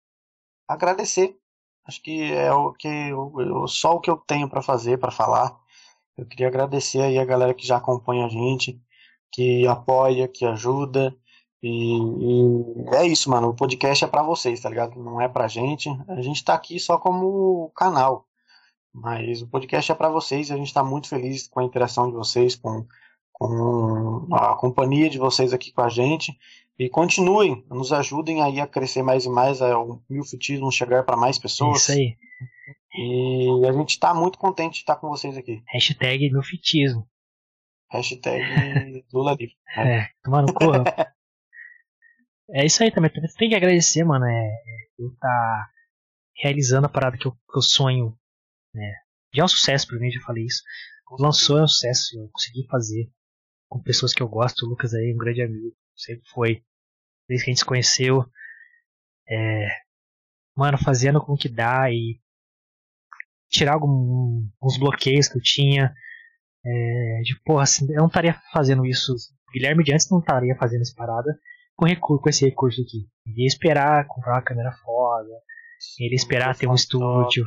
B: agradecer. Acho que é o que eu, eu, só o que eu tenho pra fazer, pra falar. Eu queria agradecer aí a galera que já acompanha a gente, que apoia, que ajuda. E, e é isso, mano. O podcast é pra vocês, tá ligado? Não é pra gente. A gente tá aqui só como canal. Mas o podcast é para vocês, a gente está muito feliz com a interação de vocês, com, com a companhia de vocês aqui com a gente. E continuem, nos ajudem aí a crescer mais e mais, a o milfitismo chegar para mais
A: É
B: pessoas.
A: isso aí.
B: E a gente está muito contente de estar com vocês aqui.
A: Hashtag milfitismo.
B: Hashtag Lula livre. Né?
A: É, tomar no cu. É isso aí também. Você tem que agradecer, mano. É, é, eu tá realizando a parada que eu, que eu sonho. Né? Já é um sucesso pra mim, já falei isso. Lançou, é um sucesso. Eu consegui fazer com pessoas que eu gosto. O Lucas aí, um grande amigo. Sempre foi. Desde que a gente se conheceu. É, mano, fazendo com que dá e tirar algum, alguns bloqueios que eu tinha. É, de porra, assim, eu não estaria fazendo isso. O Guilherme de antes não estaria fazendo essa parada com, recurso, com esse recurso aqui. Ele ia esperar comprar uma câmera foda. Ele ia esperar ter um estúdio.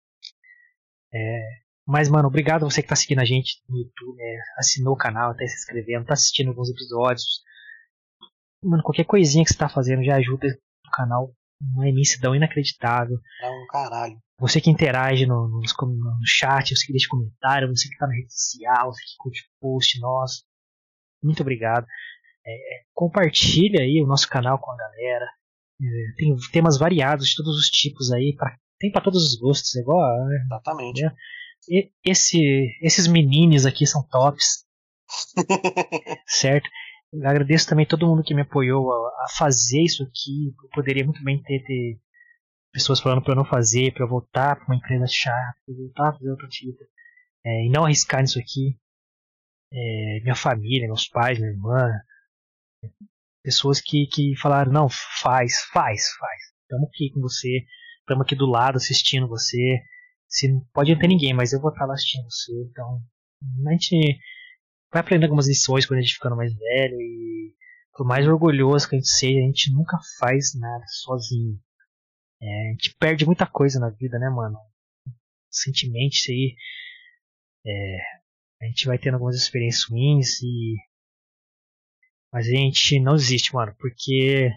A: É, mas, mano, obrigado a você que tá seguindo a gente no YouTube. É, assinou o canal, tá se inscrevendo, tá assistindo alguns episódios. Mano, qualquer coisinha que você tá fazendo já ajuda o canal. Uma imensidão inacreditável.
B: É um caralho.
A: Você que interage no, no, no chat, você que deixa comentário, você que tá na rede social, você que curte post nosso. Muito obrigado. É, compartilha aí o nosso canal com a galera. É, tem temas variados de todos os tipos aí. Pra, tem pra todos os gostos. É igual.
B: Exatamente.
A: Né? E, esse, esses meninos aqui são tops. Certo? Eu agradeço também todo mundo que me apoiou a, a fazer isso aqui. Eu poderia muito bem ter, ter pessoas falando para eu não fazer, para eu voltar para uma empresa chata, para eu voltar a fazer outra tipo. É, e não arriscar nisso aqui. É, minha família, meus pais, minha irmã. Pessoas que, que falaram, não, faz, faz, faz. Estamos aqui com você, estamos aqui do lado assistindo você. Se, pode não ter ninguém, mas eu vou estar lá assistindo você. Então, a gente vai aprender algumas lições quando a gente ficando mais velho. E por mais orgulhoso que a gente seja, a gente nunca faz nada sozinho. É, a gente perde muita coisa na vida, né, mano? Recentemente, isso aí. É, a gente vai tendo algumas experiências ruins e. Mas a gente não desiste, mano, porque.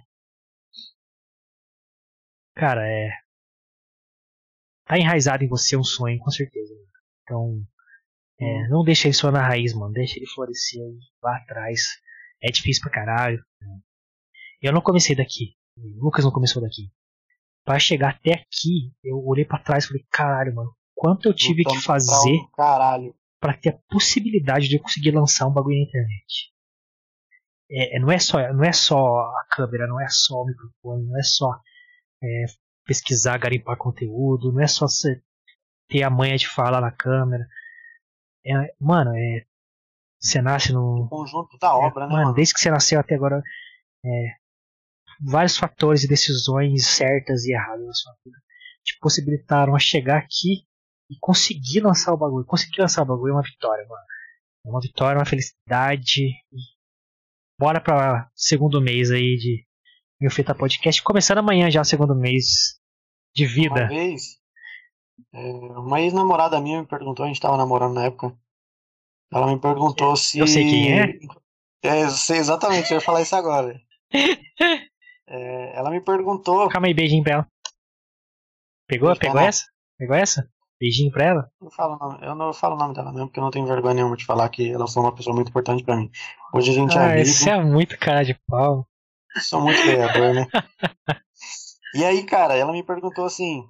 A: Cara, é. Tá enraizado em você um sonho, com certeza. Então. É, não deixa ele só na raiz, mano. Deixa ele florescer aí, lá atrás. É difícil pra caralho. Eu não comecei daqui. O Lucas não começou daqui. Pra chegar até aqui, eu olhei pra trás e falei, caralho, mano, quanto eu tive que fazer
B: caralho.
A: pra ter a possibilidade de eu conseguir lançar um bagulho na internet. É, não, é só, não é só a câmera, não é só o microfone, não é só é, pesquisar, garimpar conteúdo, não é só você ter a manha de falar na câmera. É, mano, é, você nasce no...
B: O conjunto da obra,
A: é,
B: né,
A: mano?
B: mano?
A: Desde que você nasceu até agora, é, vários fatores e decisões certas e erradas na sua vida te possibilitaram a chegar aqui e conseguir lançar o bagulho. Conseguir lançar o bagulho é uma vitória, mano. É uma vitória, uma felicidade. Bora pra segundo mês aí de Meu Feta Podcast. Começando amanhã já o segundo mês de vida.
B: Uma vez, é, uma ex-namorada minha me perguntou, a gente tava namorando na época. Ela me perguntou se...
A: Eu sei quem é.
B: É, eu sei exatamente, eu ia falar isso agora. É, ela me perguntou...
A: Calma aí, beijinho pra ela. Pegou? Pegou essa? Pegou essa? Beijinho pra ela?
B: Eu, falo, eu não falo o nome dela mesmo, porque eu não tenho vergonha nenhuma de falar que ela foi uma pessoa muito importante pra mim. Hoje a gente
A: ah,
B: é amigo.
A: Você é muito cara de pau.
B: Sou muito ganhador, né? E aí, cara, ela me perguntou assim...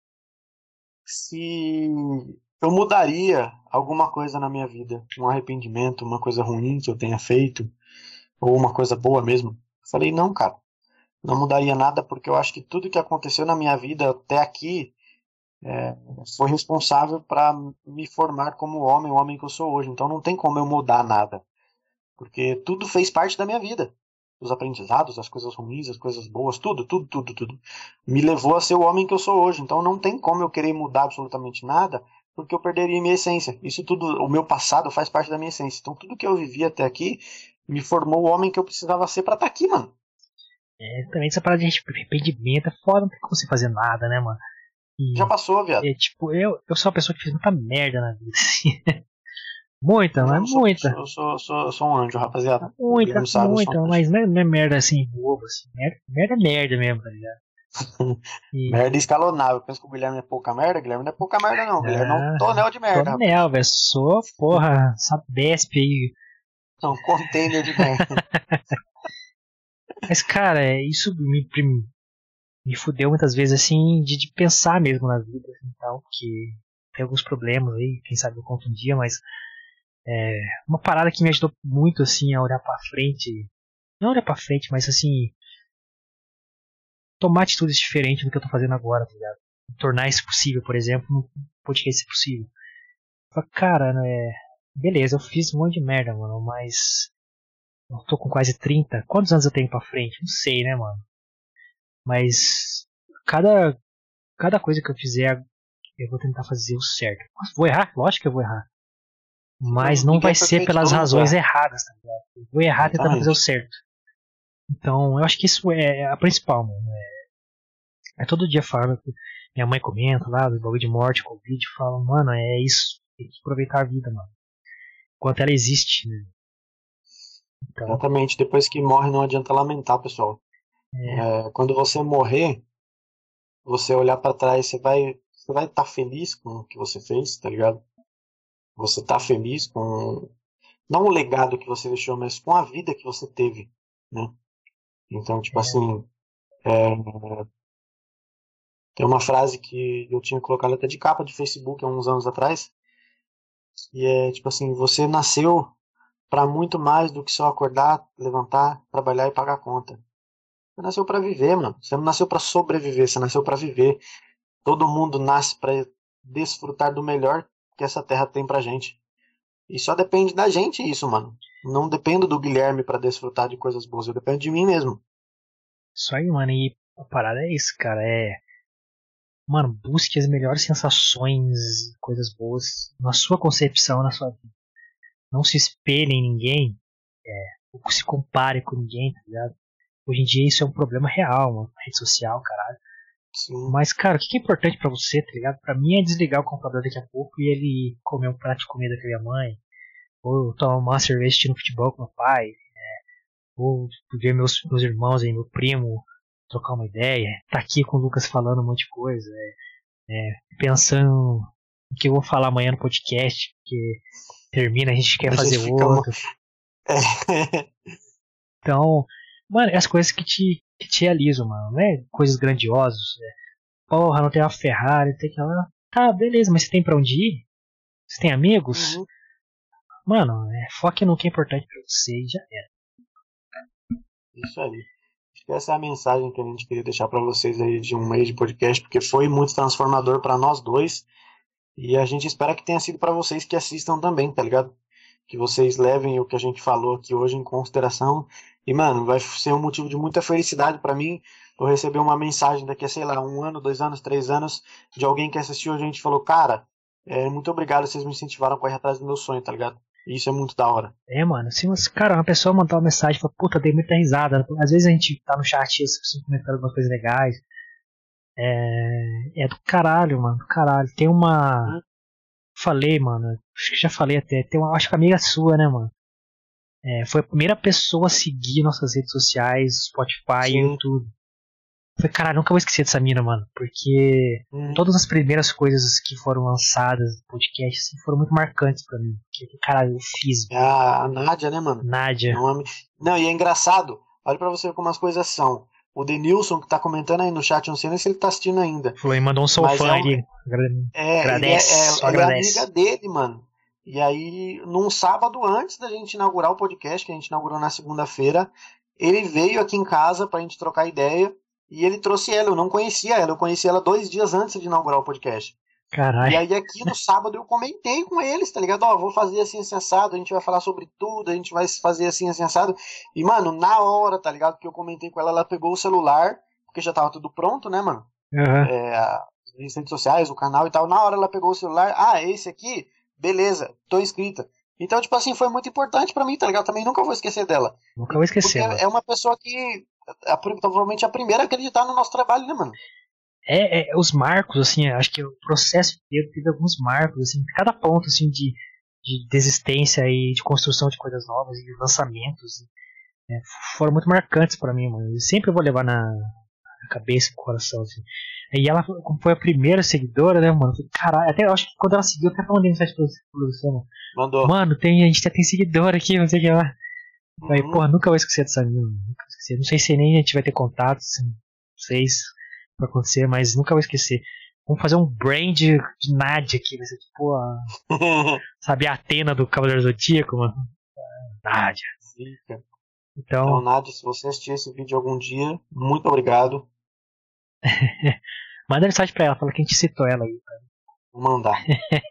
B: se eu mudaria alguma coisa na minha vida. Um arrependimento, uma coisa ruim que eu tenha feito. Ou uma coisa boa mesmo. Eu falei, não, cara. Não mudaria nada, porque eu acho que tudo que aconteceu na minha vida até aqui é, foi responsável para me formar como homem, o homem que eu sou hoje. Então não tem como eu mudar nada, porque tudo fez parte da minha vida. Os aprendizados, as coisas ruins, as coisas boas, tudo, tudo, tudo, tudo me levou a ser o homem que eu sou hoje. Então não tem como eu querer mudar absolutamente nada, porque eu perderia minha essência. Isso tudo, o meu passado faz parte da minha essência. Então tudo que eu vivi até aqui me formou o homem que eu precisava ser pra estar aqui, mano.
A: É, também essa parada de arrependimento é foda, não tem como você fazer nada, né, mano? E,
B: já passou, viado.
A: É, tipo, eu, eu sou uma pessoa que fez muita merda na vida, assim. Muita, mas
B: sou,
A: muita.
B: Eu sou, sou, sou, sou um anjo, rapaziada.
A: Muita,
B: sabe,
A: muita,
B: um
A: mas não é, não é merda assim, bobo, assim. Merda, merda é merda mesmo, tá ligado? E,
B: Merda escalonável. Pensa que o Guilherme é pouca merda? Guilherme não é pouca merda, não. Guilherme é um
A: ah,
B: tonel de merda, rapaz.
A: tonel, velho. Sou, porra, Sabesp aí.
B: É um container de merda.
A: Mas, cara, é, isso me, me fudeu muitas vezes, assim, de, de pensar mesmo na vida, assim, tal, que tem alguns problemas aí, quem sabe eu conto um dia, mas é, uma parada que me ajudou muito, assim, a olhar pra frente, não olhar pra frente, mas, assim, tomar atitudes diferentes do que eu tô fazendo agora, tá ligado? Tornar isso possível, por exemplo, no podcast possível. Falei, cara, né, beleza, eu fiz um monte de merda, mano, mas eu tô com quase trinta, quantos anos eu tenho pra frente? Não sei, né, mano? Mas cada, cada coisa que eu fizer, eu vou tentar fazer o certo. Vou errar? Lógico que eu vou errar. Mas não
B: Ninguém
A: vai
B: é
A: ser
B: perfeito,
A: pelas
B: todo mundo
A: razões
B: erra.
A: erradas, tá ligado? Eu vou errar tentando fazer o
B: Exatamente.
A: certo. Então, eu acho que isso é a principal, mano. É, é todo dia falando, minha mãe comenta lá, do bagulho de morte, Covid, fala, mano, é isso. Tem que aproveitar a vida, mano. Enquanto ela existe, né? Então,
B: Exatamente. Depois que morre, não adianta lamentar, pessoal.
A: é,
B: É, quando você morrer, você olhar pra trás, você vai você vai estar feliz com o que você fez, tá ligado? Você tá feliz com não o legado que você deixou, mas com a vida que você teve, né? Então, tipo
A: é,
B: assim, é, tem uma frase que eu tinha colocado até de capa de Facebook há uns anos atrás, e é tipo assim, você nasceu pra muito mais do que só acordar, levantar, trabalhar e pagar a conta. Você nasceu pra viver, mano. Você não nasceu pra sobreviver, você nasceu pra viver. Todo mundo nasce pra desfrutar do melhor que essa terra tem pra gente. E só depende da gente isso, mano. Não dependo do Guilherme pra desfrutar de coisas boas, eu dependo de mim mesmo.
A: isso aí, mano. E a parada é isso, cara. É, mano, busque as melhores sensações, coisas boas na sua concepção, na sua vida. Não se espelhe em ninguém, é, ou se compare com ninguém, tá ligado? Hoje em dia isso é um problema real, mano. Rede social, caralho.
B: Sim.
A: Mas, cara, o que é importante pra você, tá ligado? Pra mim é desligar o computador daqui a pouco e ele comer um prato de comida com a minha mãe, ou tomar uma cerveja assistindo futebol com meu pai, ou ver meus, meus irmãos e meu primo trocar uma ideia, tá aqui com o Lucas falando um monte de coisa, é, é, pensando o que eu vou falar amanhã no podcast, porque termina, a gente quer
B: A
A: fazer
B: gente fica.
A: outro.
B: É.
A: Então, mano, é as coisas que te, que te realizam, mano, não é coisas grandiosas. É, porra, não tem uma Ferrari, tem que lá. Tá, beleza, mas você tem pra onde ir? Você tem amigos?
B: Uhum.
A: Mano, é, foque no que é importante pra você e já era.
B: Isso aí. Acho que essa é a mensagem que a gente queria deixar pra vocês aí de um mês de podcast, porque foi muito transformador pra nós dois. E a gente espera que tenha sido pra vocês que assistam também, tá ligado? Que vocês levem o que a gente falou aqui hoje em consideração. E, mano, vai ser um motivo de muita felicidade pra mim eu receber uma mensagem daqui a, sei lá, um ano, dois anos, três anos, de alguém que assistiu a gente e falou, cara, é, muito obrigado, vocês me incentivaram a correr atrás do meu sonho, tá ligado? E isso é muito da hora.
A: É, mano, se você, cara, uma pessoa mandar uma mensagem e falar, puta, dei muita risada. Às vezes a gente tá no chat assim, comentando algumas coisas legais. É, é do caralho, mano, do caralho. Tem uma.
B: Hum,
A: Falei, mano, acho que já falei até. Tem uma, acho que amiga sua, né, mano? É, foi a primeira pessoa a seguir nossas redes sociais, Spotify e
B: sim.
A: YouTube. Foi, caralho, nunca vou esquecer dessa mina, mano. Porque
B: Hum.
A: todas as primeiras coisas que foram lançadas no podcast assim, foram muito marcantes pra mim. Porque, caralho, eu fiz.
B: É a, a Nádia, né, mano?
A: Nádia.
B: Nome. Não, e é engraçado. Olha pra você como as coisas são. O Denilson, que tá comentando aí no chat, não sei nem se ele tá assistindo ainda.
A: Falou e mandou um sou
B: Mas
A: fã
B: é, um,
A: ali.
B: é, ele é,
A: Agradece, só
B: é, ela é amiga
A: agradece.
B: dele, mano. E aí, num sábado antes da gente inaugurar o podcast, que a gente inaugurou na segunda-feira, ele veio aqui em casa pra gente trocar ideia. E ele trouxe ela. Eu não conhecia ela. Eu conheci ela dois dias antes de inaugurar o podcast. E
A: Caralho.
B: aí aqui no sábado eu comentei com eles, tá ligado? Ó, vou fazer assim, assim, assado, a gente vai falar sobre tudo, a gente vai fazer assim, assim, assado. E, mano, na hora, tá ligado? Que eu comentei com ela, ela pegou o celular, porque já tava tudo pronto, né, mano?
A: Uhum.
B: É, as redes sociais, o canal e tal. Na hora ela pegou o celular, ah, esse aqui? Beleza, tô inscrita. Então, tipo assim, foi muito importante pra mim, tá ligado? Também nunca vou esquecer dela.
A: Nunca vou
B: Porque
A: esquecer, mano.
B: é uma pessoa que, é, provavelmente, a primeira a acreditar no nosso trabalho, né, mano?
A: É, é, os marcos, assim, acho que o processo inteiro teve alguns marcos, assim, cada ponto, assim, de, de desistência e de construção de coisas novas e lançamentos, né, foram muito marcantes pra mim, mano. Eu sempre vou levar na a cabeça, o coração, assim. E ela, como foi a primeira seguidora, né, mano? Caralho, até eu acho que quando ela seguiu, eu até mandei mensagem pra você, mano.
B: Mandou.
A: Mano, tem, a gente até tem seguidor aqui, não sei o que lá.
B: Uhum.
A: Aí, porra, nunca vou esquecer dessa menina, nunca vou esquecer. Não sei se nem a gente vai ter contato, assim, não sei se vai acontecer, mas nunca vou esquecer. Vamos fazer um brand de, de Nádia aqui, vai ser tipo a. Sabe a Atena do Cavaleiro Zodíaco, mano? Nádia.
B: Sim, cara.
A: Então,
B: Então, Nádia, se você assistir esse vídeo algum dia, muito obrigado.
A: manda mensagem pra ela, fala que a gente citou ela aí.
B: Vou mandar.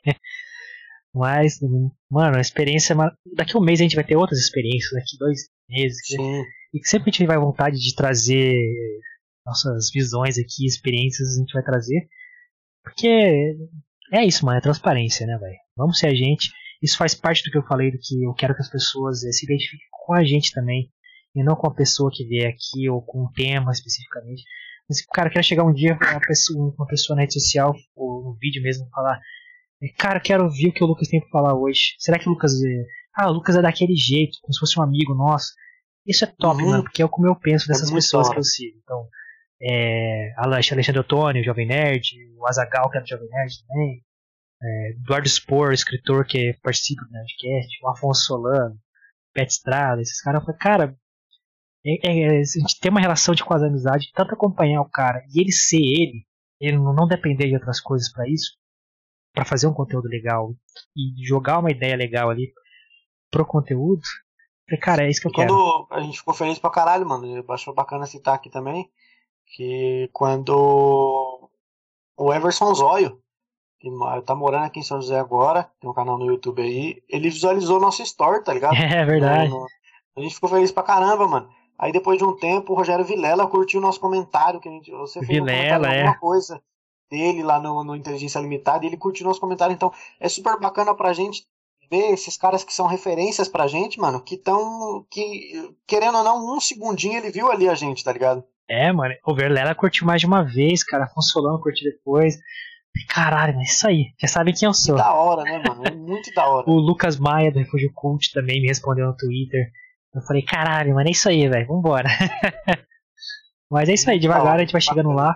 A: Mas, mano, a experiência. Daqui a um mês a gente vai ter outras experiências, daqui dois meses.
B: Sim.
A: E que sempre a gente vai vontade de trazer nossas visões aqui, experiências, a gente vai trazer. Porque é isso, mano, é transparência, né, velho? Vamos ser a gente. Isso faz parte do que eu falei, do que eu quero que as pessoas é, se identifiquem com a gente também. E não com a pessoa que vier aqui ou com um tema especificamente. Mas, cara, eu quero chegar um dia com uma pessoa, uma pessoa na rede social ou no vídeo mesmo falar: cara, eu quero ouvir o que o Lucas tem pra falar hoje. Será que o Lucas é. Ah, o Lucas é daquele jeito, como se fosse um amigo nosso. Isso é top, uhum. Mano, porque é como eu penso dessas é pessoas que eu sigo. Então, é, Alexandre Ottoni, o Jovem Nerd, o Azaghal, que é do Jovem Nerd também, é, Eduardo Spor, escritor que participa do Nerdcast, o Afonso Solano, Pet Estrada, esses caras. Eu falei, cara, é, é, a gente tem uma relação de quase amizade, tanto acompanhar o cara e ele ser ele, ele não depender de outras coisas pra isso, pra fazer um conteúdo legal e jogar uma ideia legal ali pro conteúdo. Falei, cara, é isso que eu
B: quando
A: quero.
B: A gente ficou feliz pra caralho, mano. Eu acho bacana citar aqui também que quando o Everson Zóio, que tá morando aqui em São José agora, tem um canal no YouTube aí, ele visualizou nosso story, tá ligado?
A: É verdade.
B: No, no... A gente ficou feliz pra caramba, mano. Aí depois de um tempo, o Rogério Vilela curtiu o nosso comentário, que a gente, você fez
A: Vilela,
B: um comentário
A: é.
B: alguma coisa dele lá no, no Inteligência Limitada, e ele curtiu o nosso comentário. Então é super bacana pra gente ver esses caras que são referências pra gente, mano, que estão, que querendo ou não, um segundinho ele viu ali a gente, tá ligado?
A: É, mano, o Vilela curtiu mais de uma vez, cara, Afonso Solano curtiu depois. Caralho, mas isso aí, já sabem quem eu sou.
B: Que da hora, né, mano? É muito da hora.
A: O Lucas Maia do Refúgio Cult também me respondeu no Twitter. Eu falei, caralho, mano, é isso aí, velho, vambora. Mas é isso aí, devagar a gente vai chegando lá.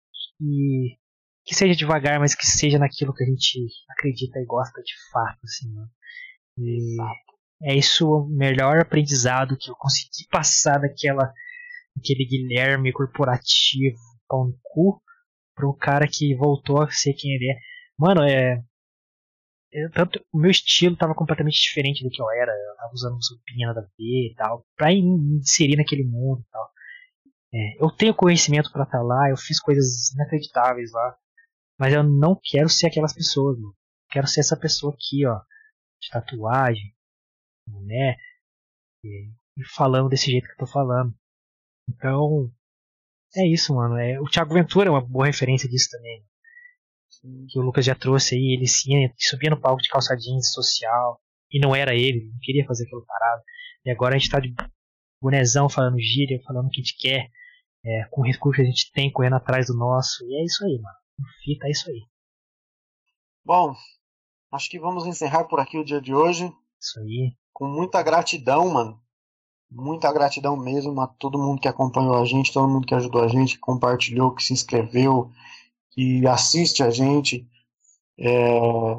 A: E que seja devagar, mas que seja naquilo que a gente acredita e gosta de fato, assim, mano. E é isso o melhor aprendizado que eu consegui passar daquela, daquele Guilherme corporativo pão no cu pro cara que voltou a ser quem ele é. Mano, é. é tanto, o meu estilo tava completamente diferente do que eu era. Eu tava usando roupinha nada a ver e tal, pra me inserir naquele mundo e tal. É, eu tenho conhecimento pra estar lá, eu fiz coisas inacreditáveis lá, mas eu não quero ser aquelas pessoas, mano. Eu quero ser essa pessoa aqui, ó, de tatuagem, né? E, e falando desse jeito que eu tô falando. Então, é isso, mano. É, o Thiago Ventura é uma boa referência disso também. Sim. Que o Lucas já trouxe aí. Ele sim, subia no palco de calça jeans social. E não era ele, não queria fazer aquilo parado. E agora a gente tá de bonezão falando gíria, falando o que a gente quer. É, com o recurso que a gente tem, correndo atrás do nosso. E é isso aí, mano. Fita, é isso aí.
B: Bom, acho que vamos encerrar por aqui o dia de hoje.
A: Isso aí.
B: Com muita gratidão, mano. Muita gratidão mesmo a todo mundo que acompanhou a gente, todo mundo que ajudou a gente, que compartilhou, que se inscreveu, que assiste a gente. É,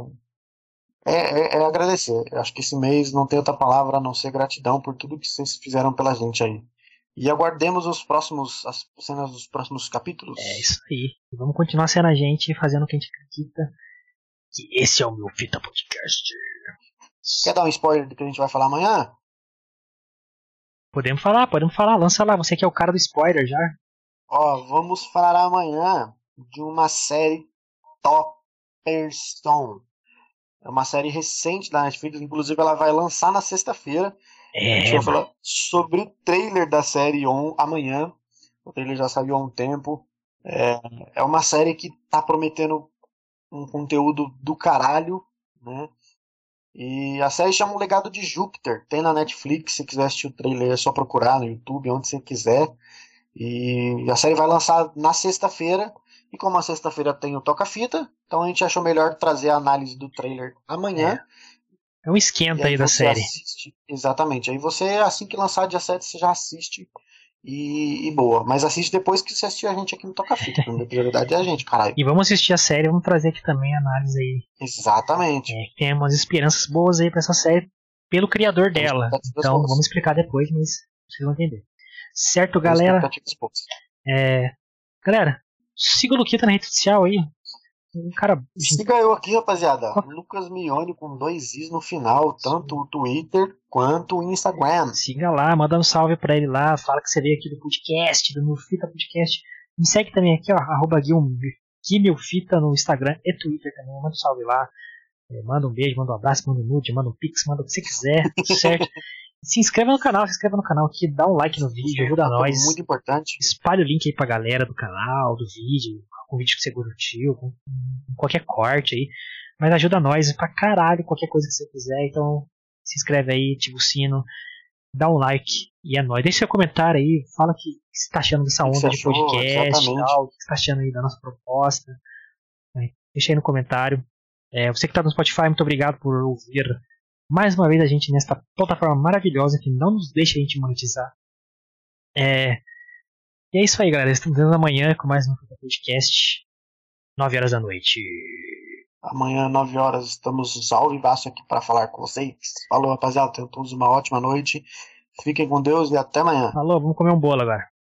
B: é, é agradecer. Eu acho que esse mês não tem outra palavra a não ser gratidão por tudo que vocês fizeram pela gente aí. E aguardemos os próximos, as cenas dos próximos capítulos.
A: É isso aí. Vamos continuar sendo a gente, fazendo o que a gente acredita. Que esse é o meu Fita Podcast.
B: Quer dar um spoiler do que a gente vai falar amanhã?
A: Podemos falar, podemos falar. Lança lá, você que é o cara do spoiler já.
B: Ó, vamos falar amanhã de uma série Topperstone. É uma série recente da Netflix, inclusive ela vai lançar na sexta-feira.
A: É,
B: a gente vai falar sobre o trailer da série on, amanhã. O trailer já saiu há um tempo. É, é uma série que tá prometendo um conteúdo do caralho, né? E a série chama O Legado de Júpiter. Tem na Netflix, se quiser assistir o trailer é só procurar no YouTube, onde você quiser. E a série vai lançar na sexta-feira. E como a sexta-feira tem o Toca-Fita, então a gente achou melhor trazer a análise do trailer amanhã.
A: É, é um esquenta aí, aí da série.
B: Assiste, exatamente. Aí você, assim que lançar dia sete, você já assiste e, e boa. Mas assiste depois que você assistiu a gente aqui no Toca Fita. A prioridade é a gente, caralho.
A: E vamos assistir a série, vamos trazer aqui também a análise aí.
B: Exatamente.
A: É, tem umas esperanças boas aí pra essa série pelo criador dela. Então vamos explicar depois, mas vocês vão entender. Certo, galera? É, galera, siga o Luquita na rede social aí. Um cara...
B: Siga eu aqui, rapaziada. Lucas Mione com dois i's no final, tanto o Twitter quanto o Instagram.
A: Siga lá, manda um salve pra ele lá, fala que você veio aqui do podcast, do Meu Fita Podcast. Me segue também aqui, ó, arroba Guimilfita no Instagram e Twitter também. Manda um salve lá. É, manda um beijo, manda um abraço, manda um nude, manda um pix, manda o que você quiser, tudo certo? Se inscreva no canal, se inscreva no canal aqui, dá um like no vídeo, ajuda nós.
B: Muito importante.
A: Espalha o link aí pra galera do canal, do vídeo, com o vídeo que você curtiu, com qualquer corte aí. Mas ajuda nós pra caralho, qualquer coisa que você quiser. Então se inscreve aí, ativa o sino, dá um like e é nóis. Deixa seu comentário aí, fala o que você tá achando dessa onda de podcast, tal, o que você tá achando aí da nossa proposta. Deixa aí no comentário. É, você que tá no Spotify, muito obrigado por ouvir mais uma vez a gente nesta plataforma maravilhosa que não nos deixa a gente monetizar. É, e é isso aí, galera. Estamos vendo amanhã com mais um podcast, nove horas da noite.
B: Amanhã, nove horas, estamos ao vivaço aqui para falar com vocês. Falou, rapaziada. Tenham todos uma ótima noite. Fiquem com Deus e até amanhã.
A: Falou, vamos comer um bolo agora.